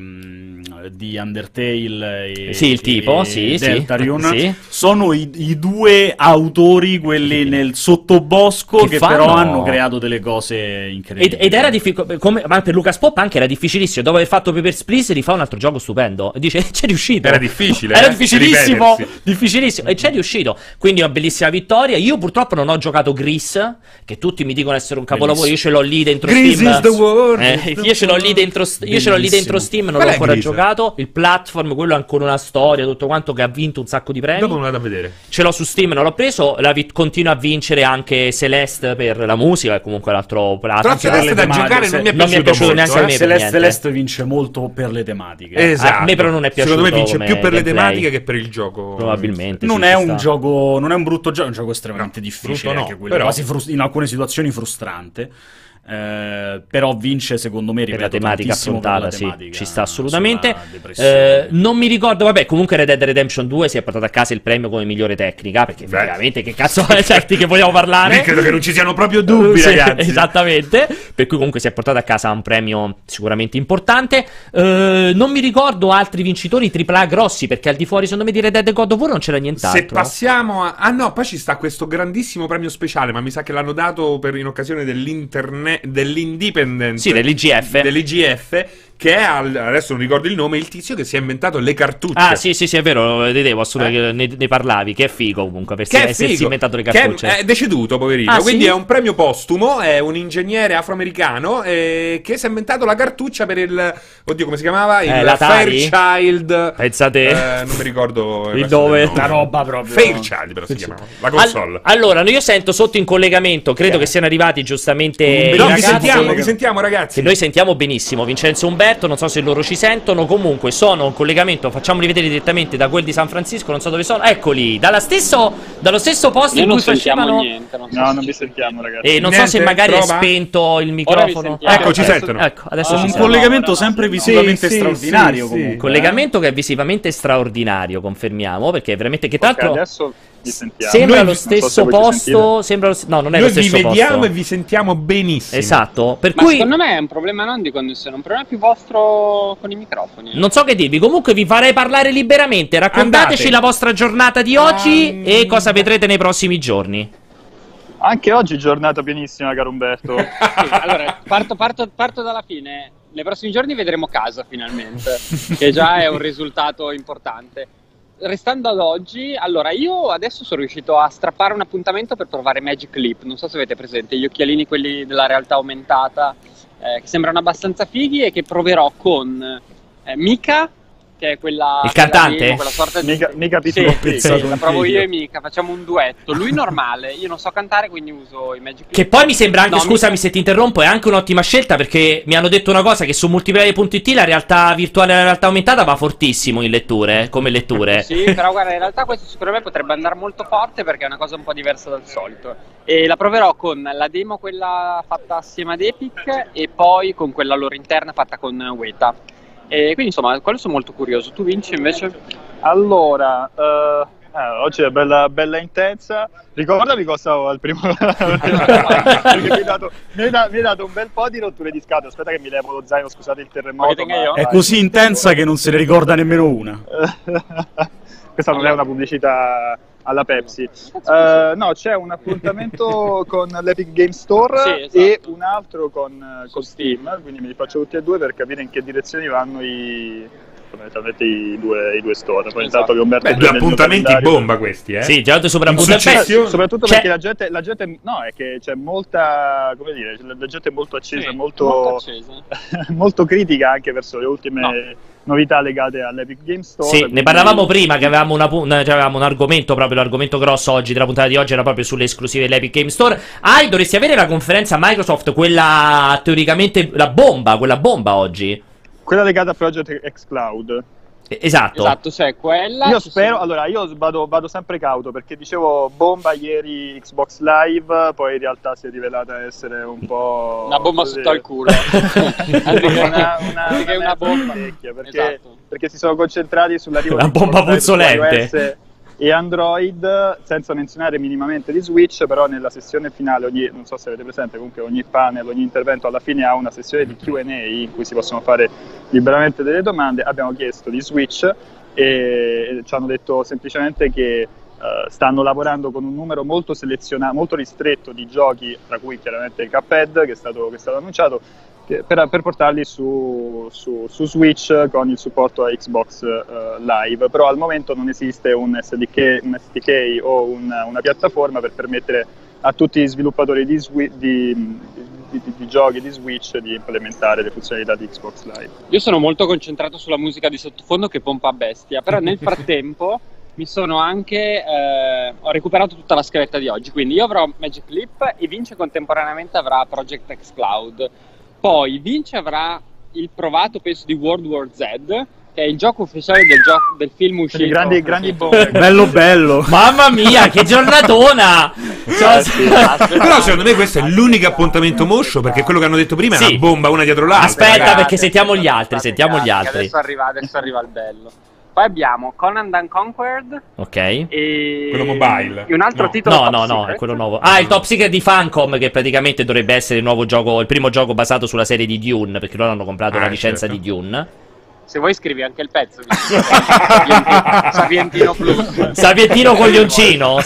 Undertale il tipo, sì, Deltarion, sì. sono i due autori, quelli nel sottobosco, che però hanno creato delle cose incredibili. Ed era difficile, ma per Lucas Pop anche era difficilissimo. Dopo aver fatto Papers, Please rifà un altro gioco stupendo. E dice, c'è riuscito. Era difficile. Era difficilissimo. Difficilissimo. E c'è riuscito. Quindi una bellissima vittoria. Io purtroppo non ho giocato Gris, che tutti mi dicono essere un capolavoro. Io ce l'ho lì dentro Gris Steam. is the world. Io ce l'ho lì dentro Steam, non l'ho ancora giocato. Il platform, quello è ancora una storia, tutto quanto, che ha vinto un sacco di premi. Dopo me lo vado a vedere. Ce l'ho su Steam, non l'ho preso. Continua a vincere anche Celeste per la musica, e comunque l'altro platform. Però Celeste da giocare non mi è piaciuto neanche a me. Celeste vince molto per le tematiche. Esatto. A me però non è piaciuto. Secondo me vince più per le gameplay. tematiche che per il gioco. Probabilmente. Non è un gioco, non è un brutto gioco, è un gioco estremamente difficile, no, anche quello, però quasi in alcune situazioni frustrante. Però vince, secondo me, ripeto, per la tematica affrontata, tematica, ci sta assolutamente. Depressione. Non mi ricordo, vabbè, comunque Red Dead Redemption 2 si è portato a casa il premio come migliore tecnica, perché veramente che cazzo è, certi che vogliamo parlare? Io credo che non ci siano proprio dubbi, ragazzi. Esattamente, per cui comunque si è portato a casa un premio sicuramente importante. Non mi ricordo altri vincitori AAA grossi, perché al di fuori, secondo me, di Red Dead e God of War non c'era nient'altro. Se passiamo a... Ah no, poi ci sta questo grandissimo premio speciale, ma mi sa che l'hanno dato in occasione dell'Independent. Sì, dell'IGF, che è adesso non ricordo il nome, il tizio che si è inventato le cartucce. Ah, sì, è vero, vedevo assolutamente che ne parlavi, che è figo comunque, per essersi inventato le cartucce. Che è deceduto, poverino, quindi è un premio postumo, è un ingegnere afroamericano che si è inventato la cartuccia per il... Oddio, come si chiamava? Il Fairchild. Pensate. Non mi ricordo il nome. La roba proprio. Fairchild però si chiamava, la console. Allora, io sento sotto in collegamento, credo che siano arrivati giustamente no, vi sentiamo ragazzi. Che noi sentiamo benissimo, Vincenzo Umberto. Non so se loro ci sentono. Comunque sono in collegamento. Facciamoli vedere direttamente da quel di San Francisco. Non so dove sono. Eccoli, dallo stesso posto in cui facevano. Niente, non vi sentiamo, ragazzi. E non so se magari è spento il microfono. Ecco, ci sentono. Ecco, adesso un collegamento sempre visivamente straordinario. Comunque. Collegamento che è visivamente straordinario, confermiamo. Perché è veramente. Che tra l'altro. Adesso vi sentiamo. Sembra lo stesso posto. No, non è lo stesso posto. Noi vi vediamo e vi sentiamo benissimo. Esatto. Per Ma cui secondo me è un problema non di connessione, è un problema più vostro con i microfoni. Non so che dirvi. Comunque vi farei parlare liberamente. Raccontateci la vostra giornata di oggi e cosa vedrete nei prossimi giorni. Anche oggi giornata pienissima, caro Umberto. Sì, allora, parto dalla fine. Nei prossimi giorni vedremo casa finalmente, che già è un risultato importante. Restando ad oggi, allora io adesso sono riuscito a strappare un appuntamento per provare Magic Leap. Non so se avete presente gli occhialini, quelli della realtà aumentata, che sembrano abbastanza fighi e che proverò con Mika, che è quella... Il cantante? Quella sorta di... Mika sì, la provo io e Mika, facciamo un duetto. Lui normale, io non so cantare, quindi uso i Magic Leap. Che poi mi sembra anche, scusami se ti interrompo, è anche un'ottima scelta, perché mi hanno detto una cosa, che su multiplayer.it la realtà virtuale e la realtà aumentata va fortissimo in letture, come letture. Sì, però guarda, in realtà questo secondo me potrebbe andare molto forte, perché è una cosa un po' diversa dal solito. E la proverò con la demo, quella fatta assieme ad Epic, e poi con quella loro interna fatta con Weta. E quindi insomma, quello sono molto curioso. Tu vinci invece? Allora, oggi è bella intensa. Ricordami cosa ho al primo. Perché mi hai dato un bel po' di rotture di scatole. Aspetta che mi levo lo zaino, scusate il terremoto. È così intensa che non se ne ricorda nemmeno una. Questa non è una pubblicità alla Pepsi. No, c'è un appuntamento con l'Epic Game Store, sì, esatto, e un altro con Steam, quindi me li faccio tutti e due per capire in che direzioni vanno i due store. Poi intanto che Umberto due appuntamenti bomba questi, eh? Sì, già due sopravvento. Soprattutto perché la gente no, è che c'è molta, come dire, la gente è molto accesa, sì, molto molto critica anche verso le ultime novità legate all'Epic Game Store. Sì, ne parlavamo prima che avevamo un argomento, proprio l'argomento grosso oggi della puntata di oggi era proprio sulle esclusive dell'Epic Game Store. Dovresti avere la conferenza Microsoft, quella teoricamente quella bomba oggi. Quella legata a Project X Cloud. Esatto. Esatto, c'è quella. Io spero, allora io vado sempre cauto perché dicevo bomba ieri Xbox Live, poi in realtà si è rivelata essere un po' una bomba così. sotto al culo. una bomba. Perché si sono concentrati sull'arrivo una di bomba Xbox Live su puzzolente iOS e Android, senza menzionare minimamente di Switch, però nella sessione finale, non so se avete presente, comunque ogni panel, ogni intervento alla fine ha una sessione di Q&A in cui si possono fare liberamente delle domande. Abbiamo chiesto di Switch e ci hanno detto semplicemente che stanno lavorando con un numero molto selezionato, molto ristretto di giochi, tra cui chiaramente il Cuphead che è stato annunciato, per portarli su Switch con il supporto a Xbox Live, però al momento non esiste un SDK o una piattaforma per permettere a tutti gli sviluppatori di giochi di Switch di implementare le funzionalità di Xbox Live. Io sono molto concentrato sulla musica di sottofondo che pompa a bestia, però nel frattempo mi sono anche ho recuperato tutta la scaletta di oggi, quindi io avrò Magic Leap e Vince contemporaneamente avrà Project X Cloud. Poi Vince avrà il provato, penso, di World War Z, che è il gioco ufficiale del film uscito. Grandi bombe. Bello. Mamma mia, che giornatona! Però secondo me questo è l'unico appuntamento moscio, perché quello che hanno detto prima è una bomba una dietro l'altra. Aspetta, perché sentiamo gli altri, Adesso arriva il bello. Poi abbiamo Conan Unconquered. Ok. E quello mobile. E un altro titolo. No, è quello nuovo. Il Top Secret di Funcom, che praticamente dovrebbe essere il nuovo gioco, il primo gioco basato sulla serie di Dune, perché loro hanno comprato la licenza di Dune. Se vuoi scrivi anche il pezzo. Sapientino Plus. Sapientino Coglioncino.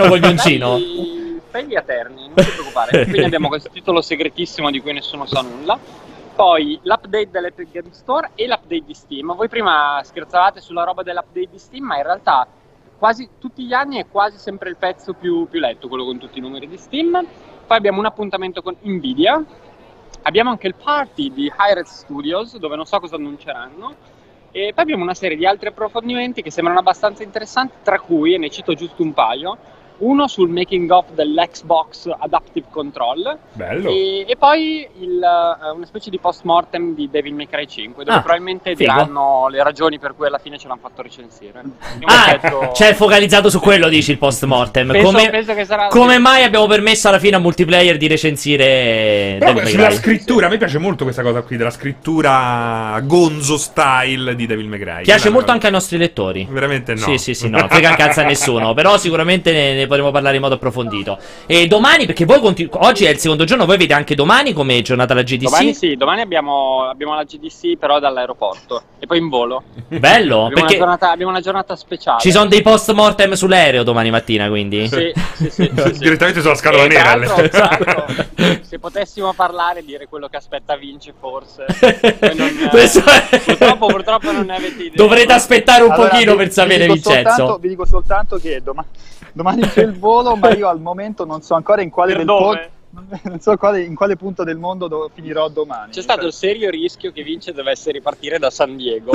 Fai gli Eterni, non ti preoccupare. Quindi abbiamo questo titolo segretissimo di cui nessuno sa nulla. Poi l'update dell'Epic Game Store e l'update di Steam. Voi prima scherzavate sulla roba dell'update di Steam, ma in realtà quasi tutti gli anni è quasi sempre il pezzo più letto, quello con tutti i numeri di Steam. Poi abbiamo un appuntamento con Nvidia. Abbiamo anche il party di Hi-Rez Studios, dove non so cosa annunceranno. E poi abbiamo una serie di altri approfondimenti che sembrano abbastanza interessanti, tra cui, e ne cito giusto un paio, uno sul making of dell'Xbox Adaptive Control. Bello. E poi una specie di post mortem di Devil May Cry 5, dove probabilmente diranno le ragioni per cui alla fine ce l'hanno fatto recensire. C'è focalizzato su quello, dici, il post mortem. Penso che sarà come mai abbiamo permesso alla fine a multiplayer di recensire Devil May Cry? Sulla scrittura, a me piace molto questa cosa qui, della scrittura gonzo style di Devil May Cry. Piace molto anche ai nostri lettori. Veramente no. Sì, no, frega un cazzo a nessuno. Però sicuramente ne potremo parlare in modo approfondito. E domani, perché voi oggi è il secondo giorno, voi avete anche domani come giornata la GDC? Domani abbiamo la GDC però dall'aeroporto e poi in volo. Bello, abbiamo una giornata speciale. Ci sono dei post mortem sull'aereo domani mattina, quindi? Sì. Direttamente sulla scatola nera. Se potessimo parlare e dire quello che aspetta Vince, forse. Purtroppo non ne avete idea. Dovrete aspettare un pochino per sapere, Vincenzo. Vi dico soltanto che domani c'è il volo, ma io al momento non so ancora in quale in quale punto del mondo finirò domani. C'è stato il serio rischio che Vince dovesse ripartire da San Diego.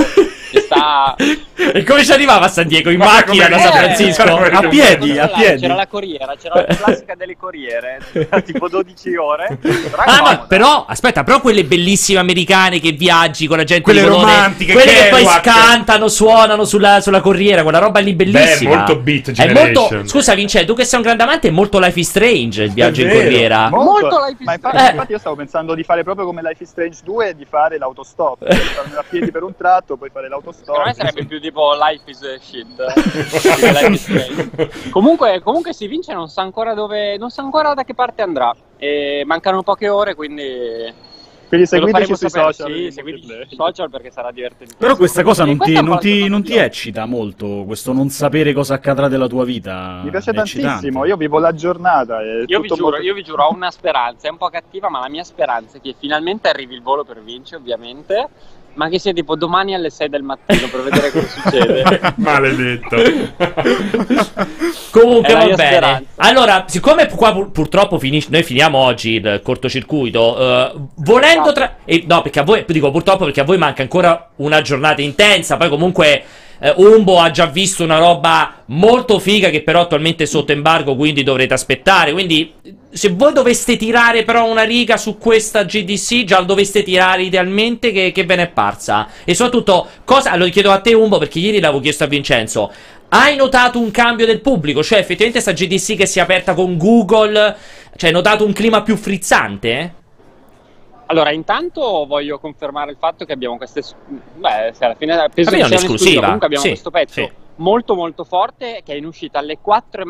E come ci arrivava a San Diego? In macchina da San Francisco? A piedi. C'era la corriera, c'era la classica delle corriere, tipo 12 ore. Però aspetta, però quelle bellissime americane che viaggi con la gente, quelle romantiche, quelle che poi cantano, suonano sulla corriera, quella roba lì bellissima. Beh, molto Beat Generation. Scusa Vince, tu che sei un grande amante, è molto Life is Strange il viaggio in corriera. Molto Life is Strange. Infatti io stavo pensando di fare proprio come Life is Strange 2 e di fare l'autostop, farmi a piedi per un tratto, poi fare l'autostop. Per me sarebbe più tipo Life is shit. Life is Strange. Comunque si vince, non sa ancora da che parte andrà. E mancano poche ore, quindi seguiteci sui social. Sì, seguiteci sui social perché sarà divertente. Però questa cosa non ti eccita molto, questo non sapere cosa accadrà della tua vita. Mi piace tantissimo, io vivo la giornata. Io vi giuro, ho una speranza, è un po' cattiva, ma la mia speranza è che finalmente arrivi il volo per Vince, ovviamente, ma che sia tipo domani alle 6 del mattino per vedere cosa succede. Maledetto. Comunque va bene. Speranza. Allora, siccome qua purtroppo noi finiamo oggi il cortocircuito, volendo no, perché a voi dico purtroppo perché a voi manca ancora una giornata intensa, poi comunque Umbo ha già visto una roba molto figa che però attualmente è sotto embargo, quindi dovrete aspettare. Quindi se voi doveste tirare però una riga su questa GDC, già lo doveste tirare idealmente, che ve ne è parsa? E soprattutto, lo chiedo a te Umbo, perché ieri l'avevo chiesto a Vincenzo, hai notato un cambio del pubblico? Cioè effettivamente sta GDC che si è aperta con Google, cioè hai notato un clima più frizzante? Allora, intanto voglio confermare il fatto che abbiamo queste... Beh, se alla fine penso che sia un'esclusiva. Comunque abbiamo questo pezzo molto molto forte che è in uscita alle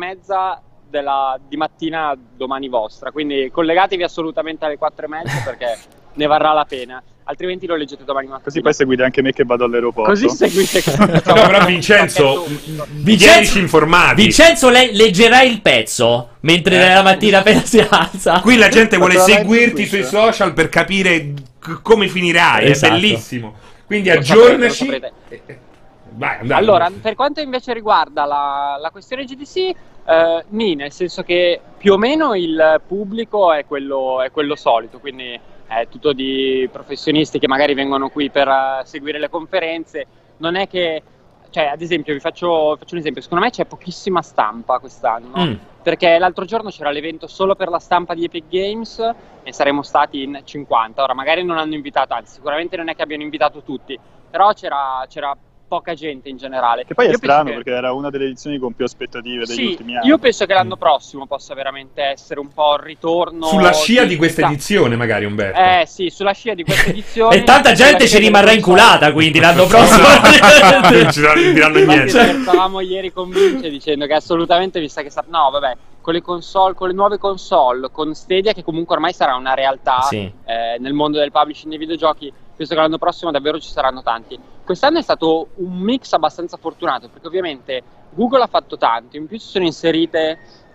4:30 di mattina domani vostra. Quindi collegatevi assolutamente alle 4:30 perché ne varrà la pena. Altrimenti lo leggete domani mattina. Così poi seguite anche me che vado all'aeroporto. Così seguite. No, però Vincenzo, informati. Vincenzo leggerà il pezzo mentre la mattina appena si alza. Qui la gente vuole seguirti sui social per capire come finirai. Esatto. È bellissimo. Quindi aggiornaci. Vai, allora, per quanto invece riguarda la questione GDC, nel senso che più o meno il pubblico è quello solito, quindi è tutto di professionisti che magari vengono qui per seguire le conferenze. Non è che, cioè, ad esempio, vi faccio un esempio, secondo me c'è pochissima stampa quest'anno, perché l'altro giorno c'era l'evento solo per la stampa di Epic Games e saremmo stati in 50. Ora magari non hanno invitato, anzi sicuramente non è che abbiano invitato tutti, però c'era poca gente in generale. Che poi è strano perché era una delle edizioni con più aspettative degli ultimi anni. Io penso che l'anno prossimo possa veramente essere un po' il ritorno sulla scia di questa edizione, magari, Umberto. Sì, sulla scia di questa edizione. E tanta gente ci rimarrà inculata, quindi l'anno prossimo non ci diranno niente. Stavamo ieri con Vince dicendo che assolutamente, vista che no, vabbè, con le console, con le nuove console, con Stadia che comunque ormai sarà una realtà nel mondo del publishing dei videogiochi, penso che l'anno prossimo davvero ci saranno tanti. Quest'anno è stato un mix abbastanza fortunato, perché ovviamente Google ha fatto tanto, in più si sono inseriti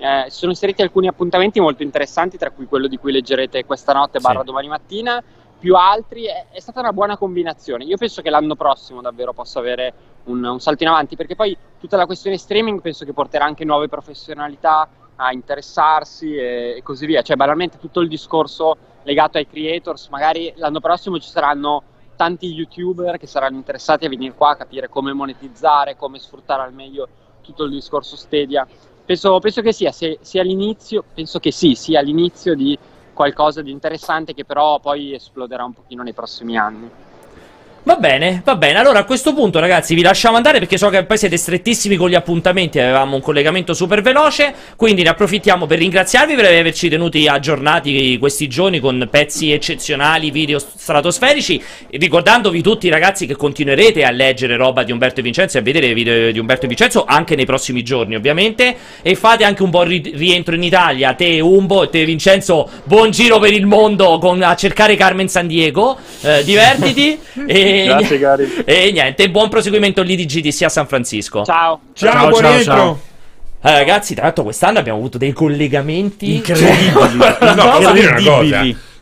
alcuni appuntamenti molto interessanti, tra cui quello di cui leggerete questa notte / domani mattina, più altri. È stata una buona combinazione. Io penso che l'anno prossimo davvero possa avere un salto in avanti, perché poi tutta la questione streaming penso che porterà anche nuove professionalità a interessarsi e così via. Cioè banalmente tutto il discorso legato ai creators, magari l'anno prossimo ci saranno tanti youtuber che saranno interessati a venire qua a capire come monetizzare, come sfruttare al meglio tutto il discorso Stadia. Penso che sia l'inizio, sia l'inizio di qualcosa di interessante che però poi esploderà un pochino nei prossimi anni. Va bene, allora a questo punto ragazzi vi lasciamo andare perché so che poi siete strettissimi con gli appuntamenti, avevamo un collegamento super veloce, quindi ne approfittiamo per ringraziarvi per averci tenuti aggiornati questi giorni con pezzi eccezionali, video stratosferici, ricordandovi tutti ragazzi che continuerete a leggere roba di Umberto e Vincenzo e a vedere video di Umberto e Vincenzo anche nei prossimi giorni ovviamente, e fate anche un buon rientro in Italia, te Umbo e te Vincenzo, buon giro per il mondo a cercare Carmen Sandiego, divertiti Grazie cari. E niente, buon proseguimento lì di GDC a San Francisco. Ciao, buon rientro. Ragazzi, tra l'altro quest'anno abbiamo avuto dei collegamenti incredibili. Posso dire una cosa?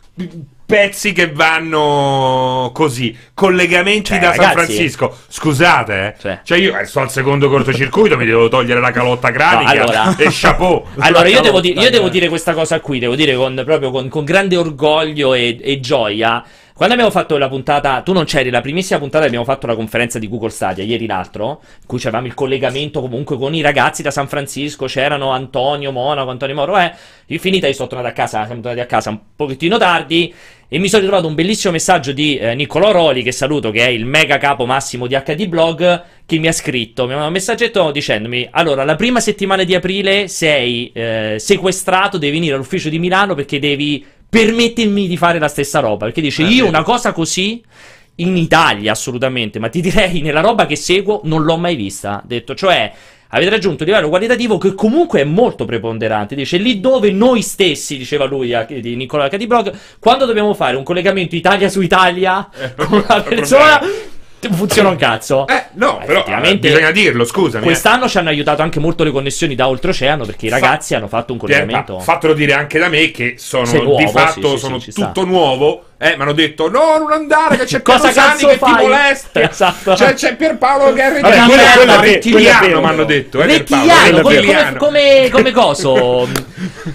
Pezzi che vanno così, collegamenti da San Francisco. Scusate, cioè io sto al secondo cortocircuito, mi devo togliere la calotta cranica e chapeau. Allora io devo dire questa cosa qui, devo dire proprio con grande orgoglio e gioia. Quando abbiamo fatto la puntata, tu non c'eri, la primissima puntata abbiamo fatto la conferenza di Google Stadia, ieri l'altro, in cui avevamo il collegamento comunque con i ragazzi da San Francisco, c'erano Antonio Monaco, Antonio Moro, io sono tornato a casa, siamo tornati a casa un pochettino tardi, e mi sono ritrovato un bellissimo messaggio di Niccolò Roli, che saluto, che è il mega capo massimo di HD Blog, che mi ha scritto, mi ha mandato un messaggetto dicendomi: allora, la prima settimana di aprile sei sequestrato, devi venire all'ufficio di Milano perché devi permettermi di fare la stessa roba, perché dice io una cosa così in Italia assolutamente, ma ti direi nella roba che seguo non l'ho mai vista, detto, cioè avete raggiunto un livello qualitativo che comunque è molto preponderante, dice lì dove noi stessi, diceva lui di Nicola HD Blog, quando dobbiamo fare un collegamento Italia su Italia con una persona funziona un cazzo. No, però bisogna dirlo, scusami. Quest'anno ci hanno aiutato anche molto le connessioni da oltreoceano, perché i ragazzi hanno fatto un collegamento. Fatelo dire anche da me che sono nuovo, di fatto sono tutto nuovo. Mi hanno detto no, non andare, che c'è cosa Sani che ti molesta. Esatto. C'è Pierpaolo che è rettiliano, mi hanno detto. Rettiliano, come coso.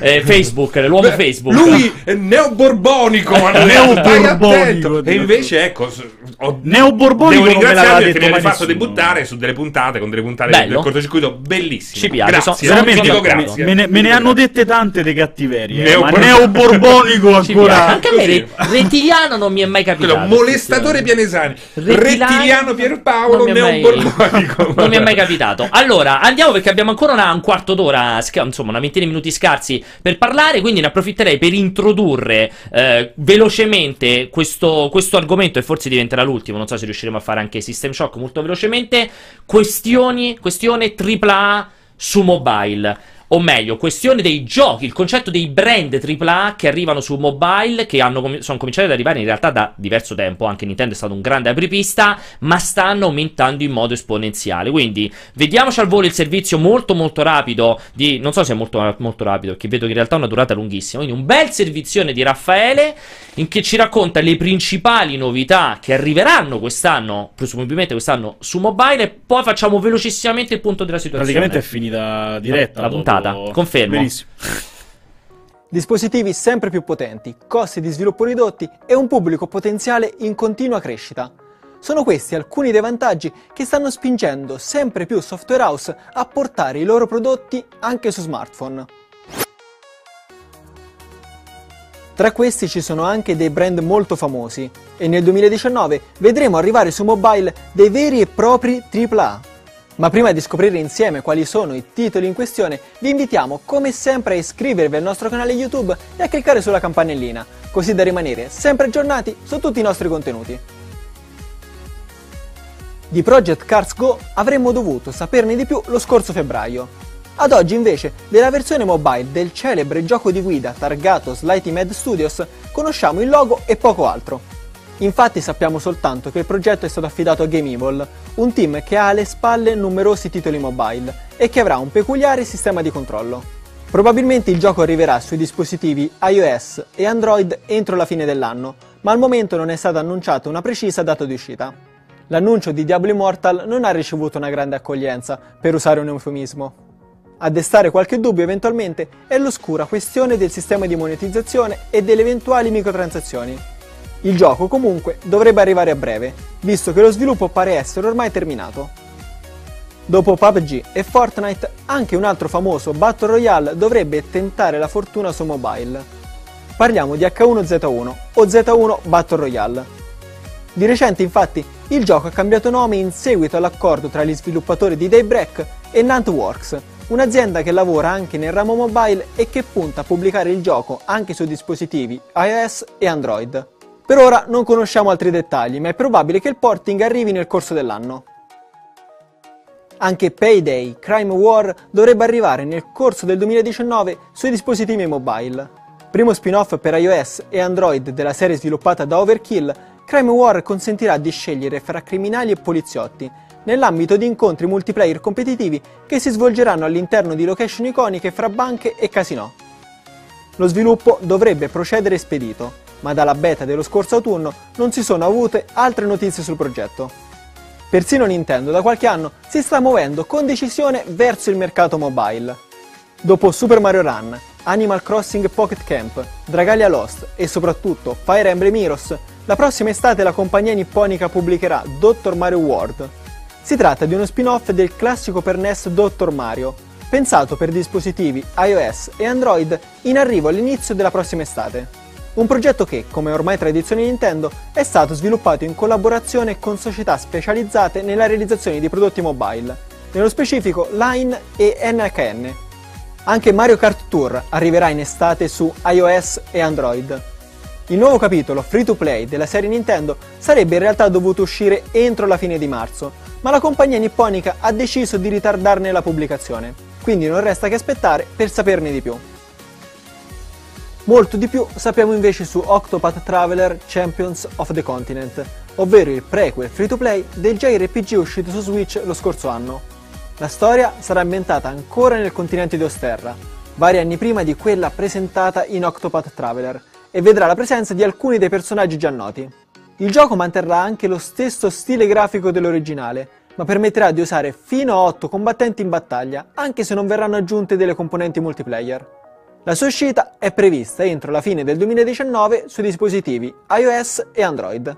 Facebook, l'uomo Facebook. Lui è neoborbonico, Neoborbonico, e invece ecco, Neoborbonico devo non me l'aveva ringraziarti detto perché mi hai mai fatto nessuno. debuttare su delle puntate, con delle puntate Bello. del cortocircuito bellissime. Ci piace, Grazie, sono vi dico d'accordo. grazie. Me ne hanno dette tante di cattiverie, ma Neoborbonico. neoborbonico Ci ancora. piace. Anche a me Così. rettiliano non mi è mai capitato. Quello molestatore Pianesani, Non rettiliano Pierpaolo, mi è mai- neoborbonico. Non mi è mai capitato. Allora, andiamo perché abbiamo ancora un quarto d'ora, insomma, una ventina di minuti scarsi per parlare, quindi ne approfitterei per introdurre velocemente questo argomento, e forse diventerà l'ultimo, non so se riusciremo a fare anche System Shock molto velocemente. Questione AAA su mobile. O meglio, questione dei giochi, il concetto dei brand AAA che arrivano su mobile, che sono cominciati ad arrivare in realtà da diverso tempo. Anche Nintendo è stato un grande apripista, ma stanno aumentando in modo esponenziale. Quindi vediamoci al volo il servizio molto molto rapido non so se è molto rapido, perché vedo che in realtà ha una durata lunghissima. Quindi un bel servizione di Raffaele in che ci racconta le principali novità che arriveranno quest'anno, presumibilmente quest'anno, su mobile, e poi facciamo velocissimamente il punto della situazione. Praticamente è finita diretta La puntata. Confermo. Benissimo. Dispositivi sempre più potenti, costi di sviluppo ridotti e un pubblico potenziale in continua crescita. Sono questi alcuni dei vantaggi che stanno spingendo sempre più software house a portare i loro prodotti anche su smartphone. Tra questi ci sono anche dei brand molto famosi e nel 2019 vedremo arrivare su mobile dei veri e propri AAA. Ma prima di scoprire insieme quali sono i titoli in questione, vi invitiamo come sempre a iscrivervi al nostro canale YouTube e a cliccare sulla campanellina, così da rimanere sempre aggiornati su tutti i nostri contenuti. Di Project Cars Go avremmo dovuto saperne di più lo scorso febbraio. Ad oggi invece della versione mobile del celebre gioco di guida targato Slightly Mad Studios conosciamo il logo e poco altro. Infatti sappiamo soltanto che il progetto è stato affidato a Game Evil, un team che ha alle spalle numerosi titoli mobile e che avrà un peculiare sistema di controllo. Probabilmente il gioco arriverà sui dispositivi iOS e Android entro la fine dell'anno, ma al momento non è stata annunciata una precisa data di uscita. L'annuncio di Diablo Immortal non ha ricevuto una grande accoglienza, per usare un eufemismo. A destare qualche dubbio eventualmente è l'oscura questione del sistema di monetizzazione e delle eventuali microtransazioni. Il gioco comunque dovrebbe arrivare a breve, visto che lo sviluppo pare essere ormai terminato. Dopo PUBG e Fortnite, anche un altro famoso Battle Royale dovrebbe tentare la fortuna su mobile. Parliamo di H1Z1 o Z1 Battle Royale. Di recente infatti il gioco ha cambiato nome in seguito all'accordo tra gli sviluppatori di Daybreak e Nantworks, un'azienda che lavora anche nel ramo mobile e che punta a pubblicare il gioco anche su dispositivi iOS e Android. Per ora non conosciamo altri dettagli, ma è probabile che il porting arrivi nel corso dell'anno. Anche Payday Crime War dovrebbe arrivare nel corso del 2019 sui dispositivi mobile. Primo spin-off per iOS e Android della serie sviluppata da Overkill, Crime War consentirà di scegliere fra criminali e poliziotti, nell'ambito di incontri multiplayer competitivi che si svolgeranno all'interno di location iconiche fra banche e casinò. Lo sviluppo dovrebbe procedere spedito, ma dalla beta dello scorso autunno non si sono avute altre notizie sul progetto. Persino Nintendo da qualche anno si sta muovendo con decisione verso il mercato mobile. Dopo Super Mario Run, Animal Crossing Pocket Camp, Dragalia Lost e soprattutto Fire Emblem Heroes, la prossima estate la compagnia nipponica pubblicherà Dr. Mario World. Si tratta di uno spin-off del classico per NES Dr. Mario, pensato per dispositivi iOS e Android in arrivo all'inizio della prossima estate. Un progetto che, come ormai tradizione Nintendo, è stato sviluppato in collaborazione con società specializzate nella realizzazione di prodotti mobile, nello specifico Line e NHN. Anche Mario Kart Tour arriverà in estate su iOS e Android. Il nuovo capitolo free-to-play della serie Nintendo sarebbe in realtà dovuto uscire entro la fine di marzo, ma la compagnia nipponica ha deciso di ritardarne la pubblicazione, quindi non resta che aspettare per saperne di più. Molto di più sappiamo invece su Octopath Traveler Champions of the Continent, ovvero il prequel free-to-play del JRPG uscito su Switch lo scorso anno. La storia sarà ambientata ancora nel continente di Osterra, vari anni prima di quella presentata in Octopath Traveler, e vedrà la presenza di alcuni dei personaggi già noti. Il gioco manterrà anche lo stesso stile grafico dell'originale, ma permetterà di usare fino a 8 combattenti in battaglia, anche se non verranno aggiunte delle componenti multiplayer. La sua uscita è prevista entro la fine del 2019 sui dispositivi iOS e Android.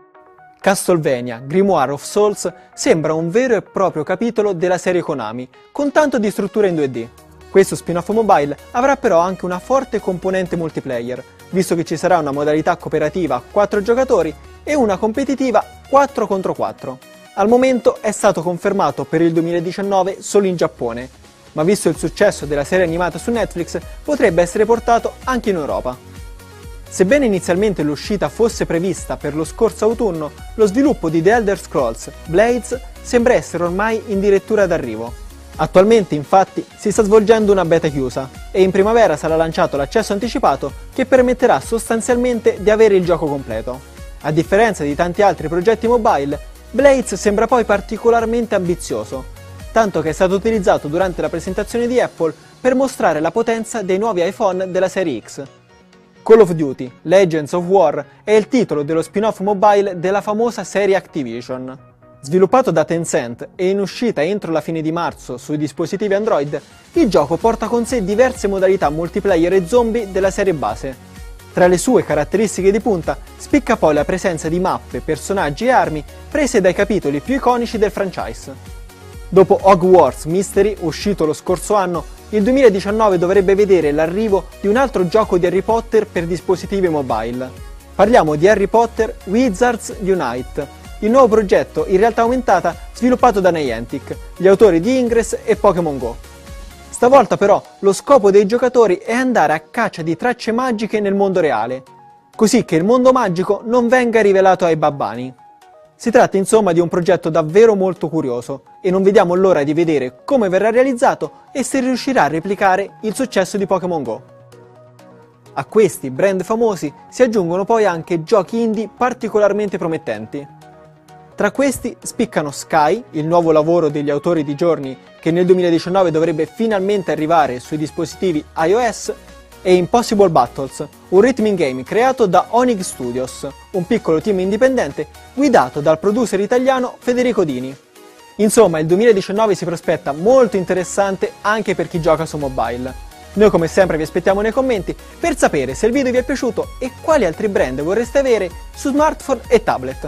Castlevania Grimoire of Souls sembra un vero e proprio capitolo della serie Konami, con tanto di struttura in 2D. Questo spin-off mobile avrà però anche una forte componente multiplayer, visto che ci sarà una modalità cooperativa a 4 giocatori e una competitiva 4 contro 4. Al momento è stato confermato per il 2019 solo in Giappone, ma visto il successo della serie animata su Netflix potrebbe essere portato anche in Europa. Sebbene inizialmente l'uscita fosse prevista per lo scorso autunno, lo sviluppo di The Elder Scrolls Blades sembra essere ormai in dirittura d'arrivo. Attualmente infatti si sta svolgendo una beta chiusa e in primavera sarà lanciato l'accesso anticipato che permetterà sostanzialmente di avere il gioco completo. A differenza di tanti altri progetti mobile, Blades sembra poi particolarmente ambizioso, tanto che è stato utilizzato durante la presentazione di Apple per mostrare la potenza dei nuovi iPhone della serie X. Call of Duty Legends of War è il titolo dello spin-off mobile della famosa serie Activision. Sviluppato da Tencent e in uscita entro la fine di marzo sui dispositivi Android, il gioco porta con sé diverse modalità multiplayer e zombie della serie base. Tra le sue caratteristiche di punta spicca poi la presenza di mappe, personaggi e armi prese dai capitoli più iconici del franchise. Dopo Hogwarts Mystery, uscito lo scorso anno, il 2019 dovrebbe vedere l'arrivo di un altro gioco di Harry Potter per dispositivi mobile. Parliamo di Harry Potter Wizards Unite, il nuovo progetto in realtà aumentata sviluppato da Niantic, gli autori di Ingress e Pokémon Go. Stavolta però lo scopo dei giocatori è andare a caccia di tracce magiche nel mondo reale, così che il mondo magico non venga rivelato ai babbani. Si tratta insomma di un progetto davvero molto curioso e non vediamo l'ora di vedere come verrà realizzato e se riuscirà a replicare il successo di Pokémon Go. A questi brand famosi si aggiungono poi anche giochi indie particolarmente promettenti. Tra questi spiccano Sky, il nuovo lavoro degli autori di Journey che nel 2019 dovrebbe finalmente arrivare sui dispositivi iOS, e Impossible Battles, un rhythm game creato da Onyx Studios, un piccolo team indipendente guidato dal producer italiano Federico Dini. Insomma, il 2019 si prospetta molto interessante anche per chi gioca su mobile. Noi come sempre vi aspettiamo nei commenti per sapere se il video vi è piaciuto e quali altri brand vorreste avere su smartphone e tablet.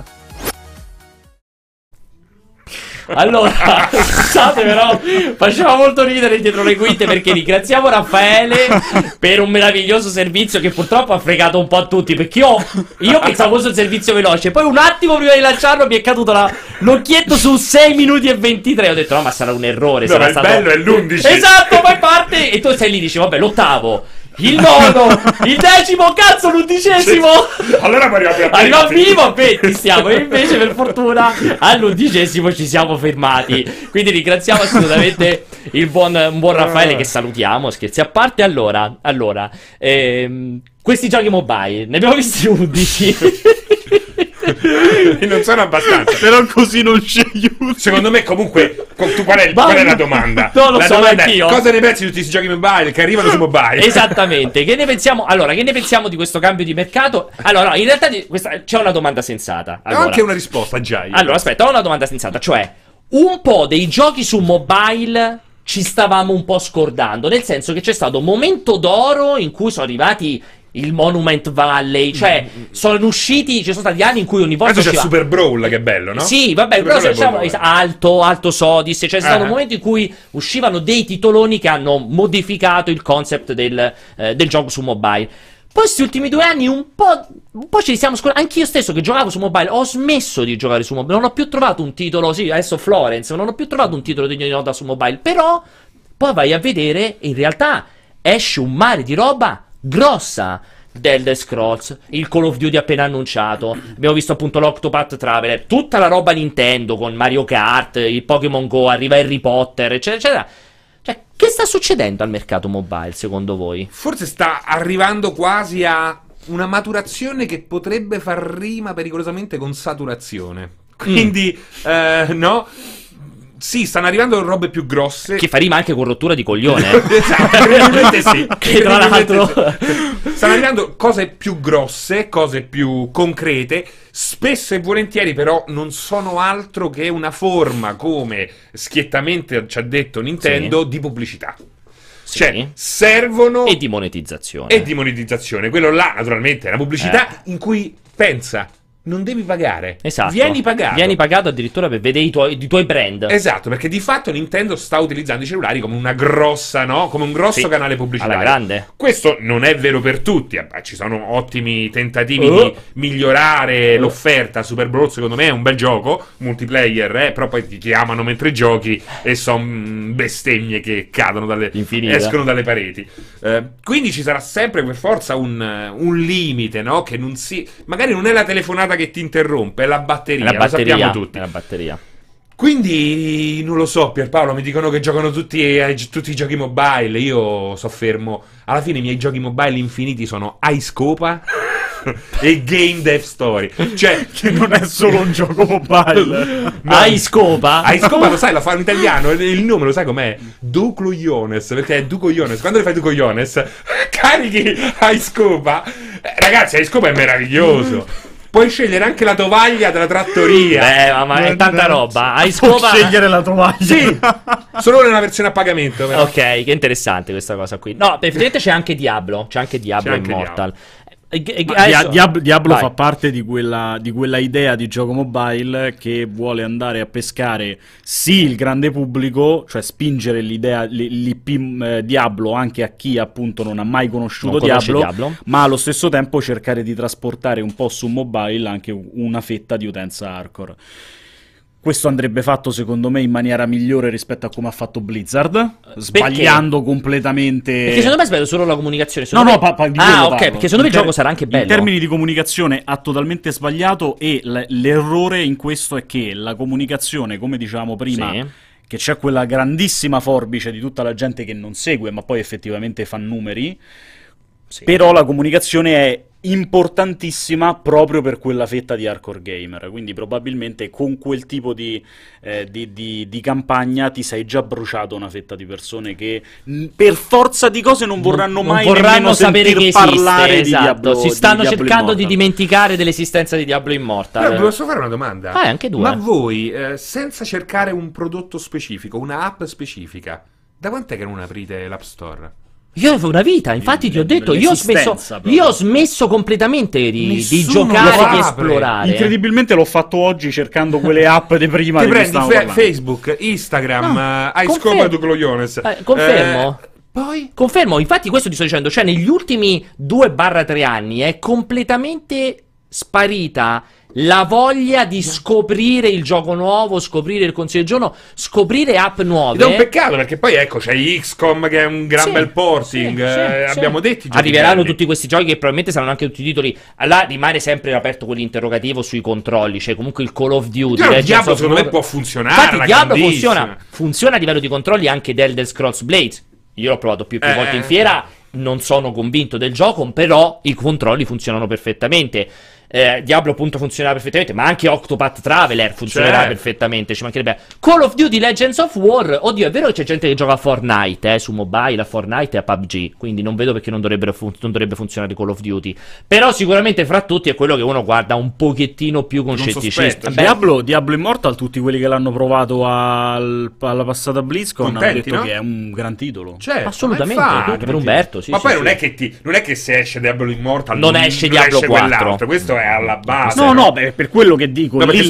Allora, scusate però, faceva molto ridere dietro le quinte perché ringraziamo Raffaele per un meraviglioso servizio che purtroppo ha fregato un po' a tutti, perché io pensavo fosse un servizio veloce, poi un attimo prima di lanciarlo mi è caduto l'occhietto su 6 minuti e 23, ho detto no, ma sarà un errore, no, sarà ma stato... il bello è l'11. Esatto, poi parte e tu stai lì, dici vabbè, l'8º, il 9º, il 10º, cazzo, l'11º. Allora arriviamo Arriva vivo a 20 stiamo, e invece per fortuna all'11º ci siamo fermati. Quindi ringraziamo assolutamente il buon Raffaele, che salutiamo, scherzi a parte. Allora questi giochi mobile, ne abbiamo visti 11. Non sono abbastanza. Però così non ci aiuti. Secondo me comunque qual è la domanda? Non lo la so domanda anch'io. è, cosa ne pensi di tutti questi giochi mobile che arrivano su mobile? Esattamente. Che ne pensiamo? Allora, che ne pensiamo di questo cambio di mercato? Allora, no, in realtà c'è una domanda sensata. Ho anche una risposta già io. Allora, aspetta, ho una domanda sensata, cioè un po' dei giochi su mobile ci stavamo un po' scordando, nel senso che c'è stato un momento d'oro in cui sono arrivati il Monument Valley, cioè sono usciti, ci sono stati anni in cui ogni volta adesso c'è Super Brawl, che è bello, no? Sì, vabbè, però se diciamo Alto Sodis, c'è stato un momento in cui uscivano dei titoloni che hanno modificato il concept del gioco su mobile. Poi questi ultimi 2 anni un po' ci siamo scordati. Anch'io stesso che giocavo su mobile ho smesso di giocare su mobile, non ho più trovato un titolo, sì, adesso Florence, non ho più trovato un titolo degno di nota su mobile, però poi vai a vedere e in realtà esce un mare di roba grossa. The Elder Scrolls, il Call of Duty appena annunciato, abbiamo visto appunto l'Octopath Traveler, tutta la roba Nintendo con Mario Kart, il Pokémon Go, arriva Harry Potter, eccetera, eccetera. Cioè, che sta succedendo al mercato mobile, secondo voi? Forse sta arrivando quasi a una maturazione che potrebbe far rima pericolosamente con saturazione. Quindi, no? Sì, stanno arrivando robe più grosse. Che fa rima anche con rottura di coglione. Esatto, incredibilmente sì. Che tra l'altro stanno arrivando cose più grosse, cose più concrete. Spesso e volentieri però non sono altro che una forma, come schiettamente ci ha detto Nintendo, di pubblicità. Cioè, servono... E di monetizzazione. E di monetizzazione. Quello là, naturalmente, è una pubblicità in cui, pensa, non devi pagare. Esatto. Vieni pagato. Vieni pagato addirittura per vedere i tuoi brand. Esatto, perché di fatto Nintendo sta utilizzando i cellulari come una grossa, no? Come un grosso canale pubblicitario. Alla grande. Questo non è vero per tutti. Ci sono ottimi tentativi di migliorare l'offerta. Super Brawl, secondo me, è un bel gioco. Multiplayer, però poi ti chiamano mentre giochi e sono bestemmie che cadono escono dalle pareti. Quindi ci sarà sempre per forza un limite, no? Che non si. Magari non è la telefonata che ti interrompe, è la batteria, lo sappiamo tutti. È la batteria. Quindi non lo so, Pierpaolo, mi dicono che giocano tutti i giochi mobile, io so fermo. Alla fine i miei giochi mobile infiniti sono iScopa e Game Dev Story. Cioè, che non è solo un gioco mobile. iScopa? iScopa lo sai, lo fa in italiano, il nome lo sai com'è? Ducogliones, perché è Ducogliones. Quando le fai Ducogliones, carichi iScopa. Ragazzi, iScopa è meraviglioso. Puoi scegliere anche la tovaglia della trattoria. Ma è tanta roba. Puoi scegliere la tovaglia. Sì, solo nella versione a pagamento. Però. Ok, che interessante questa cosa qui. No, effettivamente c'è anche Diablo. C'è anche Diablo Immortal. Diablo fa parte di quella idea di gioco mobile che vuole andare a pescare sì il grande pubblico, cioè spingere l'IP Diablo anche a chi appunto non ha mai conosciuto Diablo, ma allo stesso tempo cercare di trasportare un po' su mobile anche una fetta di utenza hardcore. Questo andrebbe fatto secondo me in maniera migliore rispetto a come ha fatto Blizzard, sbagliando completamente. Perché secondo me ha sbagliato solo la comunicazione. Ok, perché secondo me il gioco sarà anche bello. In termini di comunicazione ha totalmente sbagliato e l'errore in questo è che la comunicazione, come dicevamo prima, che c'è quella grandissima forbice di tutta la gente che non segue ma poi effettivamente fa numeri, però la comunicazione è importantissima proprio per quella fetta di hardcore gamer, quindi probabilmente con quel tipo di campagna ti sei già bruciato una fetta di persone che per forza di cose non vorranno mai nemmeno sapere che parlare esiste, di Diablo. Si stanno di Diablo cercando Immortal. di dimenticare dell'esistenza di Diablo Immortal. Però posso fare una domanda? Anche due. Ma voi, senza cercare un prodotto specifico, una app specifica, da quant'è che non aprite l'App Store? Io avevo una vita, infatti ti ho detto, io ho smesso completamente di giocare, di esplorare. Incredibilmente l'ho fatto oggi cercando quelle app di prima. Ti prendi Facebook, Instagram, iScopa tu Clogliones. Confermo. Poi? Confermo, infatti questo ti sto dicendo, cioè negli ultimi 2-3 anni è completamente sparita la voglia di scoprire il gioco nuovo, scoprire il consiglio del giorno, scoprire app nuove. Ed è un peccato perché poi ecco c'è XCOM che è un gran bel porting, abbiamo detto arriveranno tutti questi giochi che probabilmente saranno anche tutti titoli. Là rimane sempre aperto quell'interrogativo sui controlli, cioè comunque il Call of Duty. Diablo secondo me può funzionare. Infatti Diablo funziona a livello di controlli anche del Elder Scrolls Blades. Io l'ho provato più volte in fiera, non sono convinto del gioco, però i controlli funzionano perfettamente. Diablo appunto funzionerà perfettamente, ma anche Octopath Traveler funzionerà perfettamente, ci mancherebbe. Call of Duty Legends of War, oddio, è vero che c'è gente che gioca a Fortnite su mobile, a Fortnite e a PUBG, quindi non vedo perché non dovrebbe funzionare Call of Duty, però sicuramente fra tutti è quello che uno guarda un pochettino più con scetticismo. Diablo Immortal, tutti quelli che l'hanno provato alla passata BlizzCon hanno detto che è un gran titolo. Assolutamente, anche per Umberto, ma poi non è che se esce Diablo Immortal non esce Diablo 4, questo è alla base. Per quello che dico, lì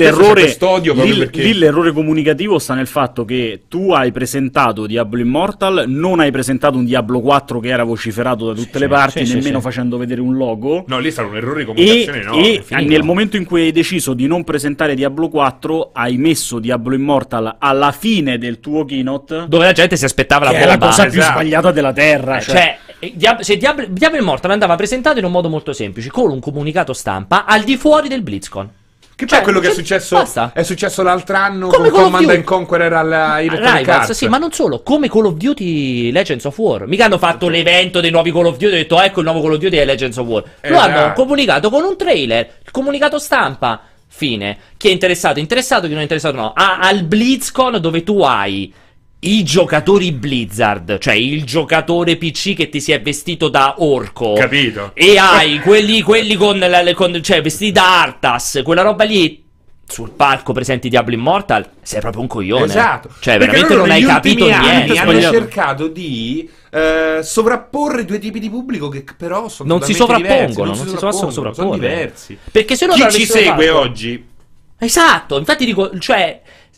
l'errore comunicativo sta nel fatto che tu hai presentato Diablo Immortal, non hai presentato un Diablo 4 che era vociferato da tutte le parti, nemmeno facendo vedere un logo. No, lì sarà un errore di comunicazione e nel momento in cui hai deciso di non presentare Diablo 4, hai messo Diablo Immortal alla fine del tuo keynote, dove la gente si aspettava la bomba. È la cosa più sbagliata della terra. Se Diablo Immortal andava presentato in un modo molto semplice, con un comunicato stampa al di fuori del BlizzCon. Che poi quello che è successo l'altro anno come con Command & Conqueror ai Rivals, sì, ma non solo, come Call of Duty Legends of War. Mica hanno fatto l'evento dei nuovi Call of Duty e hanno detto ecco il nuovo Call of Duty è Legends of War. Lo hanno comunicato con un trailer, il comunicato stampa, fine. Chi è interessato? Interessato, chi non è interessato no. Al BlizzCon dove tu hai i giocatori Blizzard, cioè il giocatore PC che ti si è vestito da orco, capito? E hai quelli con cioè vestiti da Arthas, quella roba lì. sul palco presenti Diablo Immortal, sei proprio un coglione. Esatto. Cioè, Perché veramente loro non hai negli capito ultimi anni niente. hanno cercato di sovrapporre due tipi di pubblico che però sono Non si totalmente sovrappongono, diversi, non si possono sono sovrapporre. diversi. Perché se no Chi ci segue oggi? Esatto, infatti dico, cioè,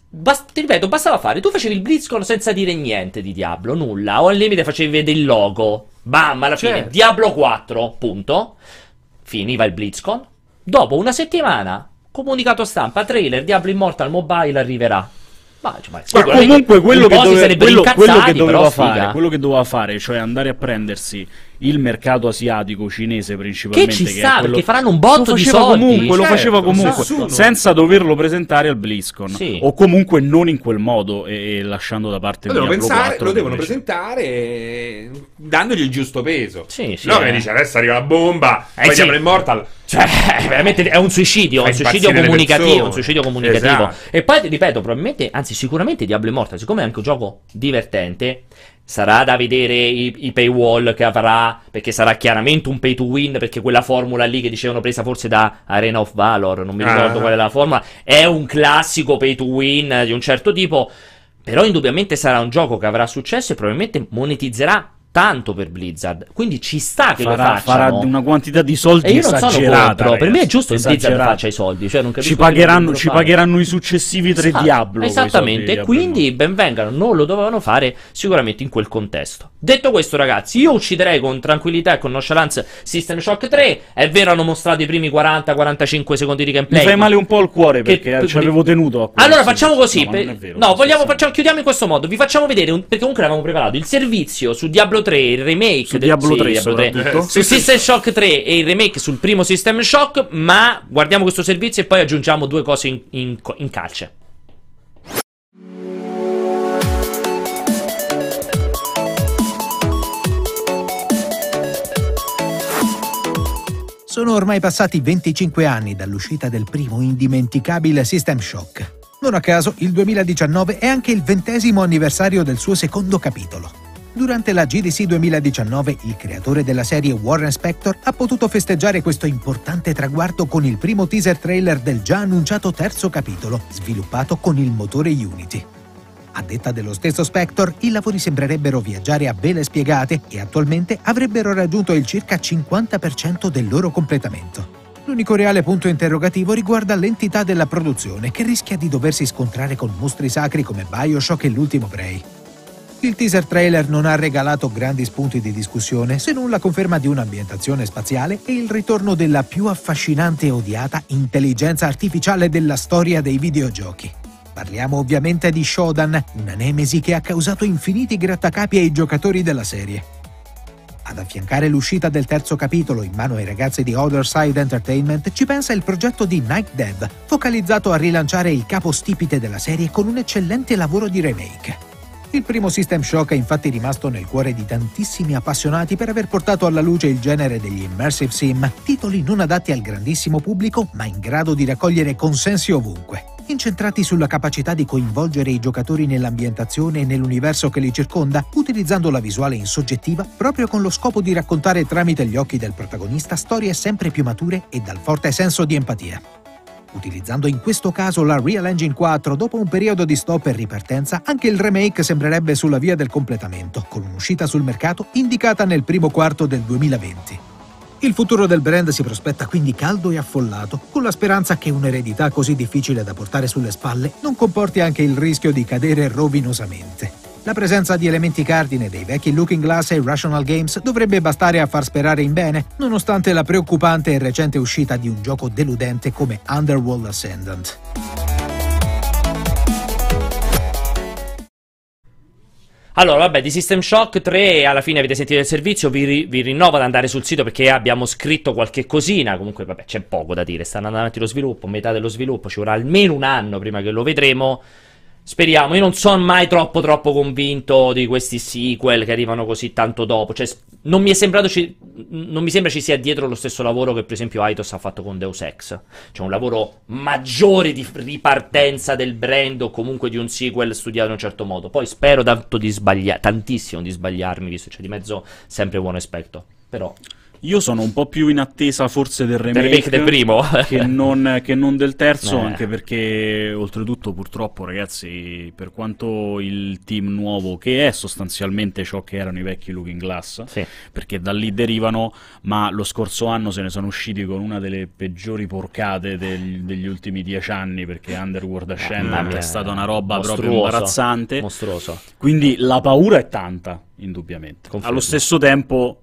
ti ripeto, bastava fare, tu facevi il BlizzCon senza dire niente di Diablo, nulla, o al limite facevi vedere il logo, bam, alla fine, Certo. Diablo 4, punto, finiva il BlizzCon, dopo una settimana, comunicato stampa, trailer, Diablo Immortal Mobile arriverà. Ma comunque quello che, quello che doveva fare, quello che doveva fare, cioè andare a prendersi il mercato asiatico cinese principalmente, che ci sta, è quello, perché faranno un botto di soldi, comunque, lo faceva comunque nessuno. senza doverlo presentare al BlizzCon, Sì. o comunque non in quel modo, e lasciando da parte Lo Diablo 4, lo devono invece. presentare dandogli il giusto peso. Sì, sì, No, che dice adesso arriva la bomba, poi sì. Diablo Immortal. Cioè, veramente è un suicidio, Fa un suicidio impazzire le comunicativo, persone. un suicidio comunicativo. Esatto. E poi, ripeto, probabilmente, anzi sicuramente Diablo Immortal, siccome è anche un gioco divertente, sarà da vedere i paywall che avrà, perché sarà chiaramente un pay to win, perché quella formula lì che dicevano presa forse da Arena of Valor, non mi ricordo qual è la formula, è un classico pay to win di un certo tipo, però indubbiamente sarà un gioco che avrà successo e probabilmente monetizzerà tanto per Blizzard, quindi ci sta che lo facciano. Farà una quantità di soldi E io non sono esagerata, contro, per me è ragazzi, giusto che Blizzard esagerata. faccia i soldi, cioè non capisco ci che dovrebbero ci fare. pagheranno i successivi 3 Esatto, Diablo, esattamente, e quindi ben vengano, non lo dovevano fare sicuramente in quel contesto. Detto questo, ragazzi, io ucciderei con tranquillità e con nonchalance System Shock 3. È vero, hanno mostrato i primi 40-45 secondi di gameplay. mi fai male un po' il cuore perché Che- ci avevo tenuto a questo. Allora facciamo così. No, ma non è vero, no, questo è chiudiamo in questo modo. Vi facciamo vedere, perché comunque avevamo preparato il servizio su Diablo 3, il remake Su Diablo 3, Diablo 3. soprattutto. Su System Shock 3 e il remake sul primo System Shock. Ma guardiamo questo servizio e poi aggiungiamo due cose in calce. Sono ormai passati 25 anni dall'uscita del primo indimenticabile System Shock. Non a caso, il 2019 è anche il 20° anniversario del suo secondo capitolo. Durante la GDC 2019, il creatore della serie Warren Spector ha potuto festeggiare questo importante traguardo con il primo teaser trailer del già annunciato terzo capitolo, sviluppato con il motore Unity. A detta dello stesso Spector, i lavori sembrerebbero viaggiare a vele spiegate e attualmente avrebbero raggiunto il circa 50% del loro completamento. L'unico reale punto interrogativo riguarda l'entità della produzione, che rischia di doversi scontrare con mostri sacri come BioShock e l'ultimo Prey. Il teaser trailer non ha regalato grandi spunti di discussione, se non la conferma di un'ambientazione spaziale e il ritorno della più affascinante e odiata intelligenza artificiale della storia dei videogiochi. Parliamo ovviamente di Shodan, una nemesi che ha causato infiniti grattacapi ai giocatori della serie. Ad affiancare l'uscita del terzo capitolo in mano ai ragazzi di Other Side Entertainment ci pensa il progetto di Night Dev, focalizzato a rilanciare il capostipite della serie con un eccellente lavoro di remake. Il primo System Shock è infatti rimasto nel cuore di tantissimi appassionati per aver portato alla luce il genere degli immersive sim, titoli non adatti al grandissimo pubblico ma in grado di raccogliere consensi ovunque, incentrati sulla capacità di coinvolgere i giocatori nell'ambientazione e nell'universo che li circonda, utilizzando la visuale in soggettiva proprio con lo scopo di raccontare tramite gli occhi del protagonista storie sempre più mature e dal forte senso di empatia. Utilizzando in questo caso la Real Engine 4, dopo un periodo di stop e ripartenza, anche il remake sembrerebbe sulla via del completamento, con un'uscita sul mercato indicata nel primo quarto del 2020. Il futuro del brand si prospetta quindi caldo e affollato, con la speranza che un'eredità così difficile da portare sulle spalle non comporti anche il rischio di cadere rovinosamente. La presenza di elementi cardine dei vecchi Looking Glass e Rational Games dovrebbe bastare a far sperare in bene, nonostante la preoccupante e recente uscita di un gioco deludente come Underworld Ascendant. Allora, vabbè, di System Shock 3 alla fine avete sentito il servizio, vi rinnovo ad andare sul sito perché abbiamo scritto qualche cosina, comunque vabbè c'è poco da dire, sta andando avanti lo sviluppo, metà dello sviluppo, ci vorrà almeno un anno prima che lo vedremo, speriamo. Io non sono mai troppo convinto di questi sequel che arrivano così tanto dopo, cioè non mi sembra ci sia dietro lo stesso lavoro che per esempio Aitos ha fatto con Deus Ex, cioè un lavoro maggiore di ripartenza del brand o comunque di un sequel studiato in un certo modo. Poi spero tanto tantissimo di sbagliarmi, visto c'è di mezzo sempre buon aspetto, però Io sono un po' più in attesa forse del remake del primo che non del terzo, anche perché oltretutto purtroppo, ragazzi, per quanto il team nuovo, che è sostanzialmente ciò che erano i vecchi Looking Glass, perché da lì derivano, ma lo scorso anno se ne sono usciti con una delle peggiori porcate degli ultimi 10 anni, perché Underworld Ascendant è stata una roba proprio imbarazzante, mostruoso. Quindi la paura è tanta, indubbiamente. Confermo. Allo stesso tempo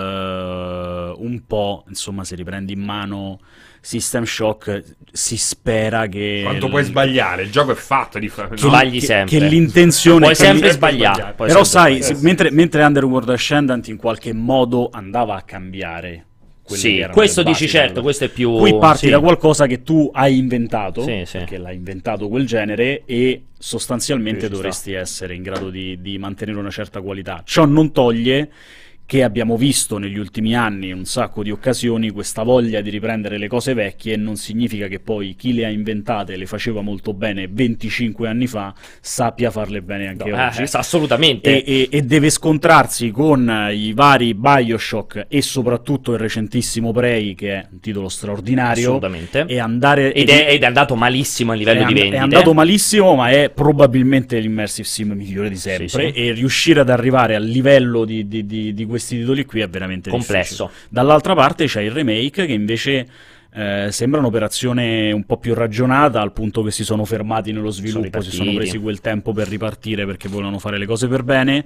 un po', insomma, se riprendi in mano System Shock, si spera che... Quanto puoi sbagliare? Il gioco è fatto di fare... Sbagli sempre. Che l'intenzione... Puoi sempre sbagliare. Però sai, mentre Underworld Ascendant in qualche modo andava a cambiare... Sì, questo dici certo, questo è più... Qui parti da qualcosa che tu hai inventato, perché l'hai inventato quel genere, e sostanzialmente dovresti essere in grado di mantenere una certa qualità. Ciò non toglie che abbiamo visto negli ultimi anni un sacco di occasioni questa voglia di riprendere le cose vecchie, e non significa che poi chi le ha inventate le faceva molto bene 25 anni fa sappia farle bene anche oggi. Assolutamente. E deve scontrarsi con i vari BioShock e soprattutto il recentissimo Prey, che è un titolo straordinario. Assolutamente. E andare, ed è andato malissimo a livello di vendite. È andato malissimo, ma è probabilmente l'immersive sim migliore di sempre, e riuscire ad arrivare al livello di questi titoli qui è veramente complesso. Difficile. Dall'altra parte c'è il remake, che invece sembra un'operazione un po' più ragionata, al punto che si sono fermati nello sviluppo, si sono presi quel tempo per ripartire perché volevano fare le cose per bene.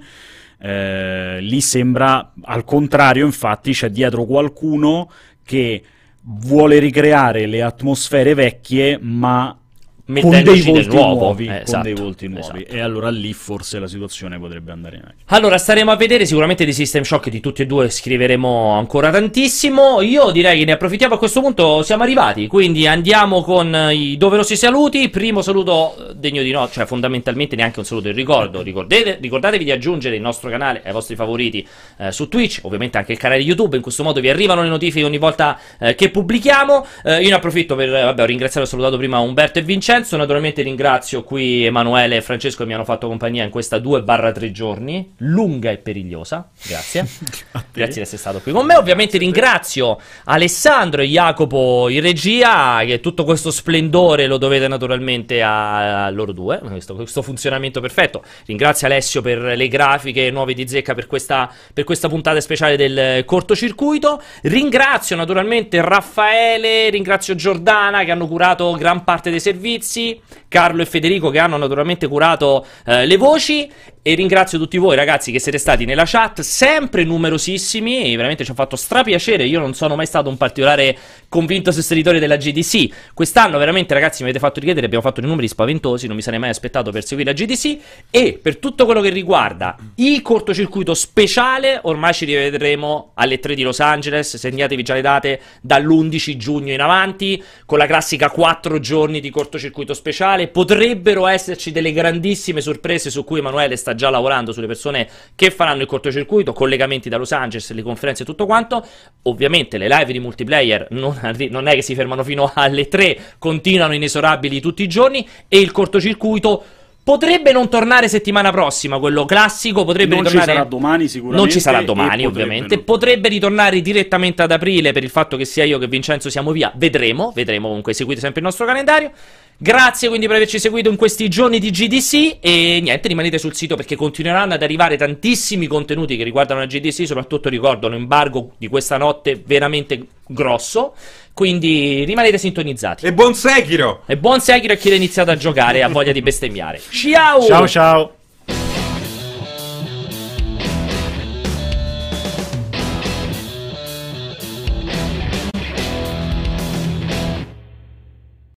Lì sembra al contrario, infatti c'è dietro qualcuno che vuole ricreare le atmosfere vecchie, ma con dei volti nuovi, dei volti nuovi. E allora lì forse la situazione potrebbe andare meglio. Allora staremo a vedere, sicuramente di System Shock di tutti e due scriveremo ancora tantissimo. Io direi che ne approfittiamo, a questo punto siamo arrivati, quindi andiamo con i doverosi saluti. Primo saluto degno di no, cioè fondamentalmente neanche un saluto in ricordo. Ricordatevi di aggiungere il nostro canale ai vostri favoriti su Twitch, ovviamente anche il canale YouTube, in questo modo vi arrivano le notifiche ogni volta che pubblichiamo. Io ne approfitto per ho ringraziato e salutato prima Umberto e Vincenzo. Naturalmente ringrazio qui Emanuele e Francesco che mi hanno fatto compagnia in questa 2/3 giorni lunga e perigliosa. Grazie. Grazie di essere stato qui con me. Ovviamente ringrazio Alessandro e Jacopo in regia, che tutto questo splendore lo dovete naturalmente a loro due, questo funzionamento perfetto. Ringrazio Alessio per le grafiche nuove di zecca per questa puntata speciale del cortocircuito. Ringrazio naturalmente Raffaele, ringrazio Giordana che hanno curato gran parte dei servizi, Carlo e Federico che hanno naturalmente curato le voci, e ringrazio tutti voi ragazzi che siete stati nella chat, sempre numerosissimi, e veramente ci ha fatto strapiacere. Io non sono mai stato un particolare convinto sostenitore della GDC, quest'anno veramente ragazzi mi avete fatto richiedere, abbiamo fatto dei numeri spaventosi, non mi sarei mai aspettato per seguire la GDC. E per tutto quello che riguarda il cortocircuito speciale, ormai ci rivedremo alle 3 di Los Angeles, segnatevi già le date, dall'11 giugno in avanti, con la classica 4 giorni di cortocircuito speciale. Potrebbero esserci delle grandissime sorprese su cui Emanuele sta già lavorando, sulle persone che faranno il cortocircuito, collegamenti da Los Angeles, le conferenze e tutto quanto. Ovviamente le live di multiplayer non è che si fermano fino alle 3, continuano inesorabili tutti i giorni, e il cortocircuito potrebbe non tornare settimana prossima, quello classico, potrebbe non ritornare... ci sarà domani sicuramente. Non ci sarà domani ovviamente, potrebbe ritornare direttamente ad aprile, per il fatto che sia io che Vincenzo siamo via, vedremo, comunque seguite sempre il nostro calendario. Grazie quindi per averci seguito in questi giorni di GDC, e niente, rimanete sul sito perché continueranno ad arrivare tantissimi contenuti che riguardano la GDC, soprattutto ricordo l'embargo di questa notte veramente grosso, quindi rimanete sintonizzati. E buon Sekiro! E buon Sekiro a chi ha iniziato a giocare e ha voglia di bestemmiare. Ciao! Ciao ciao!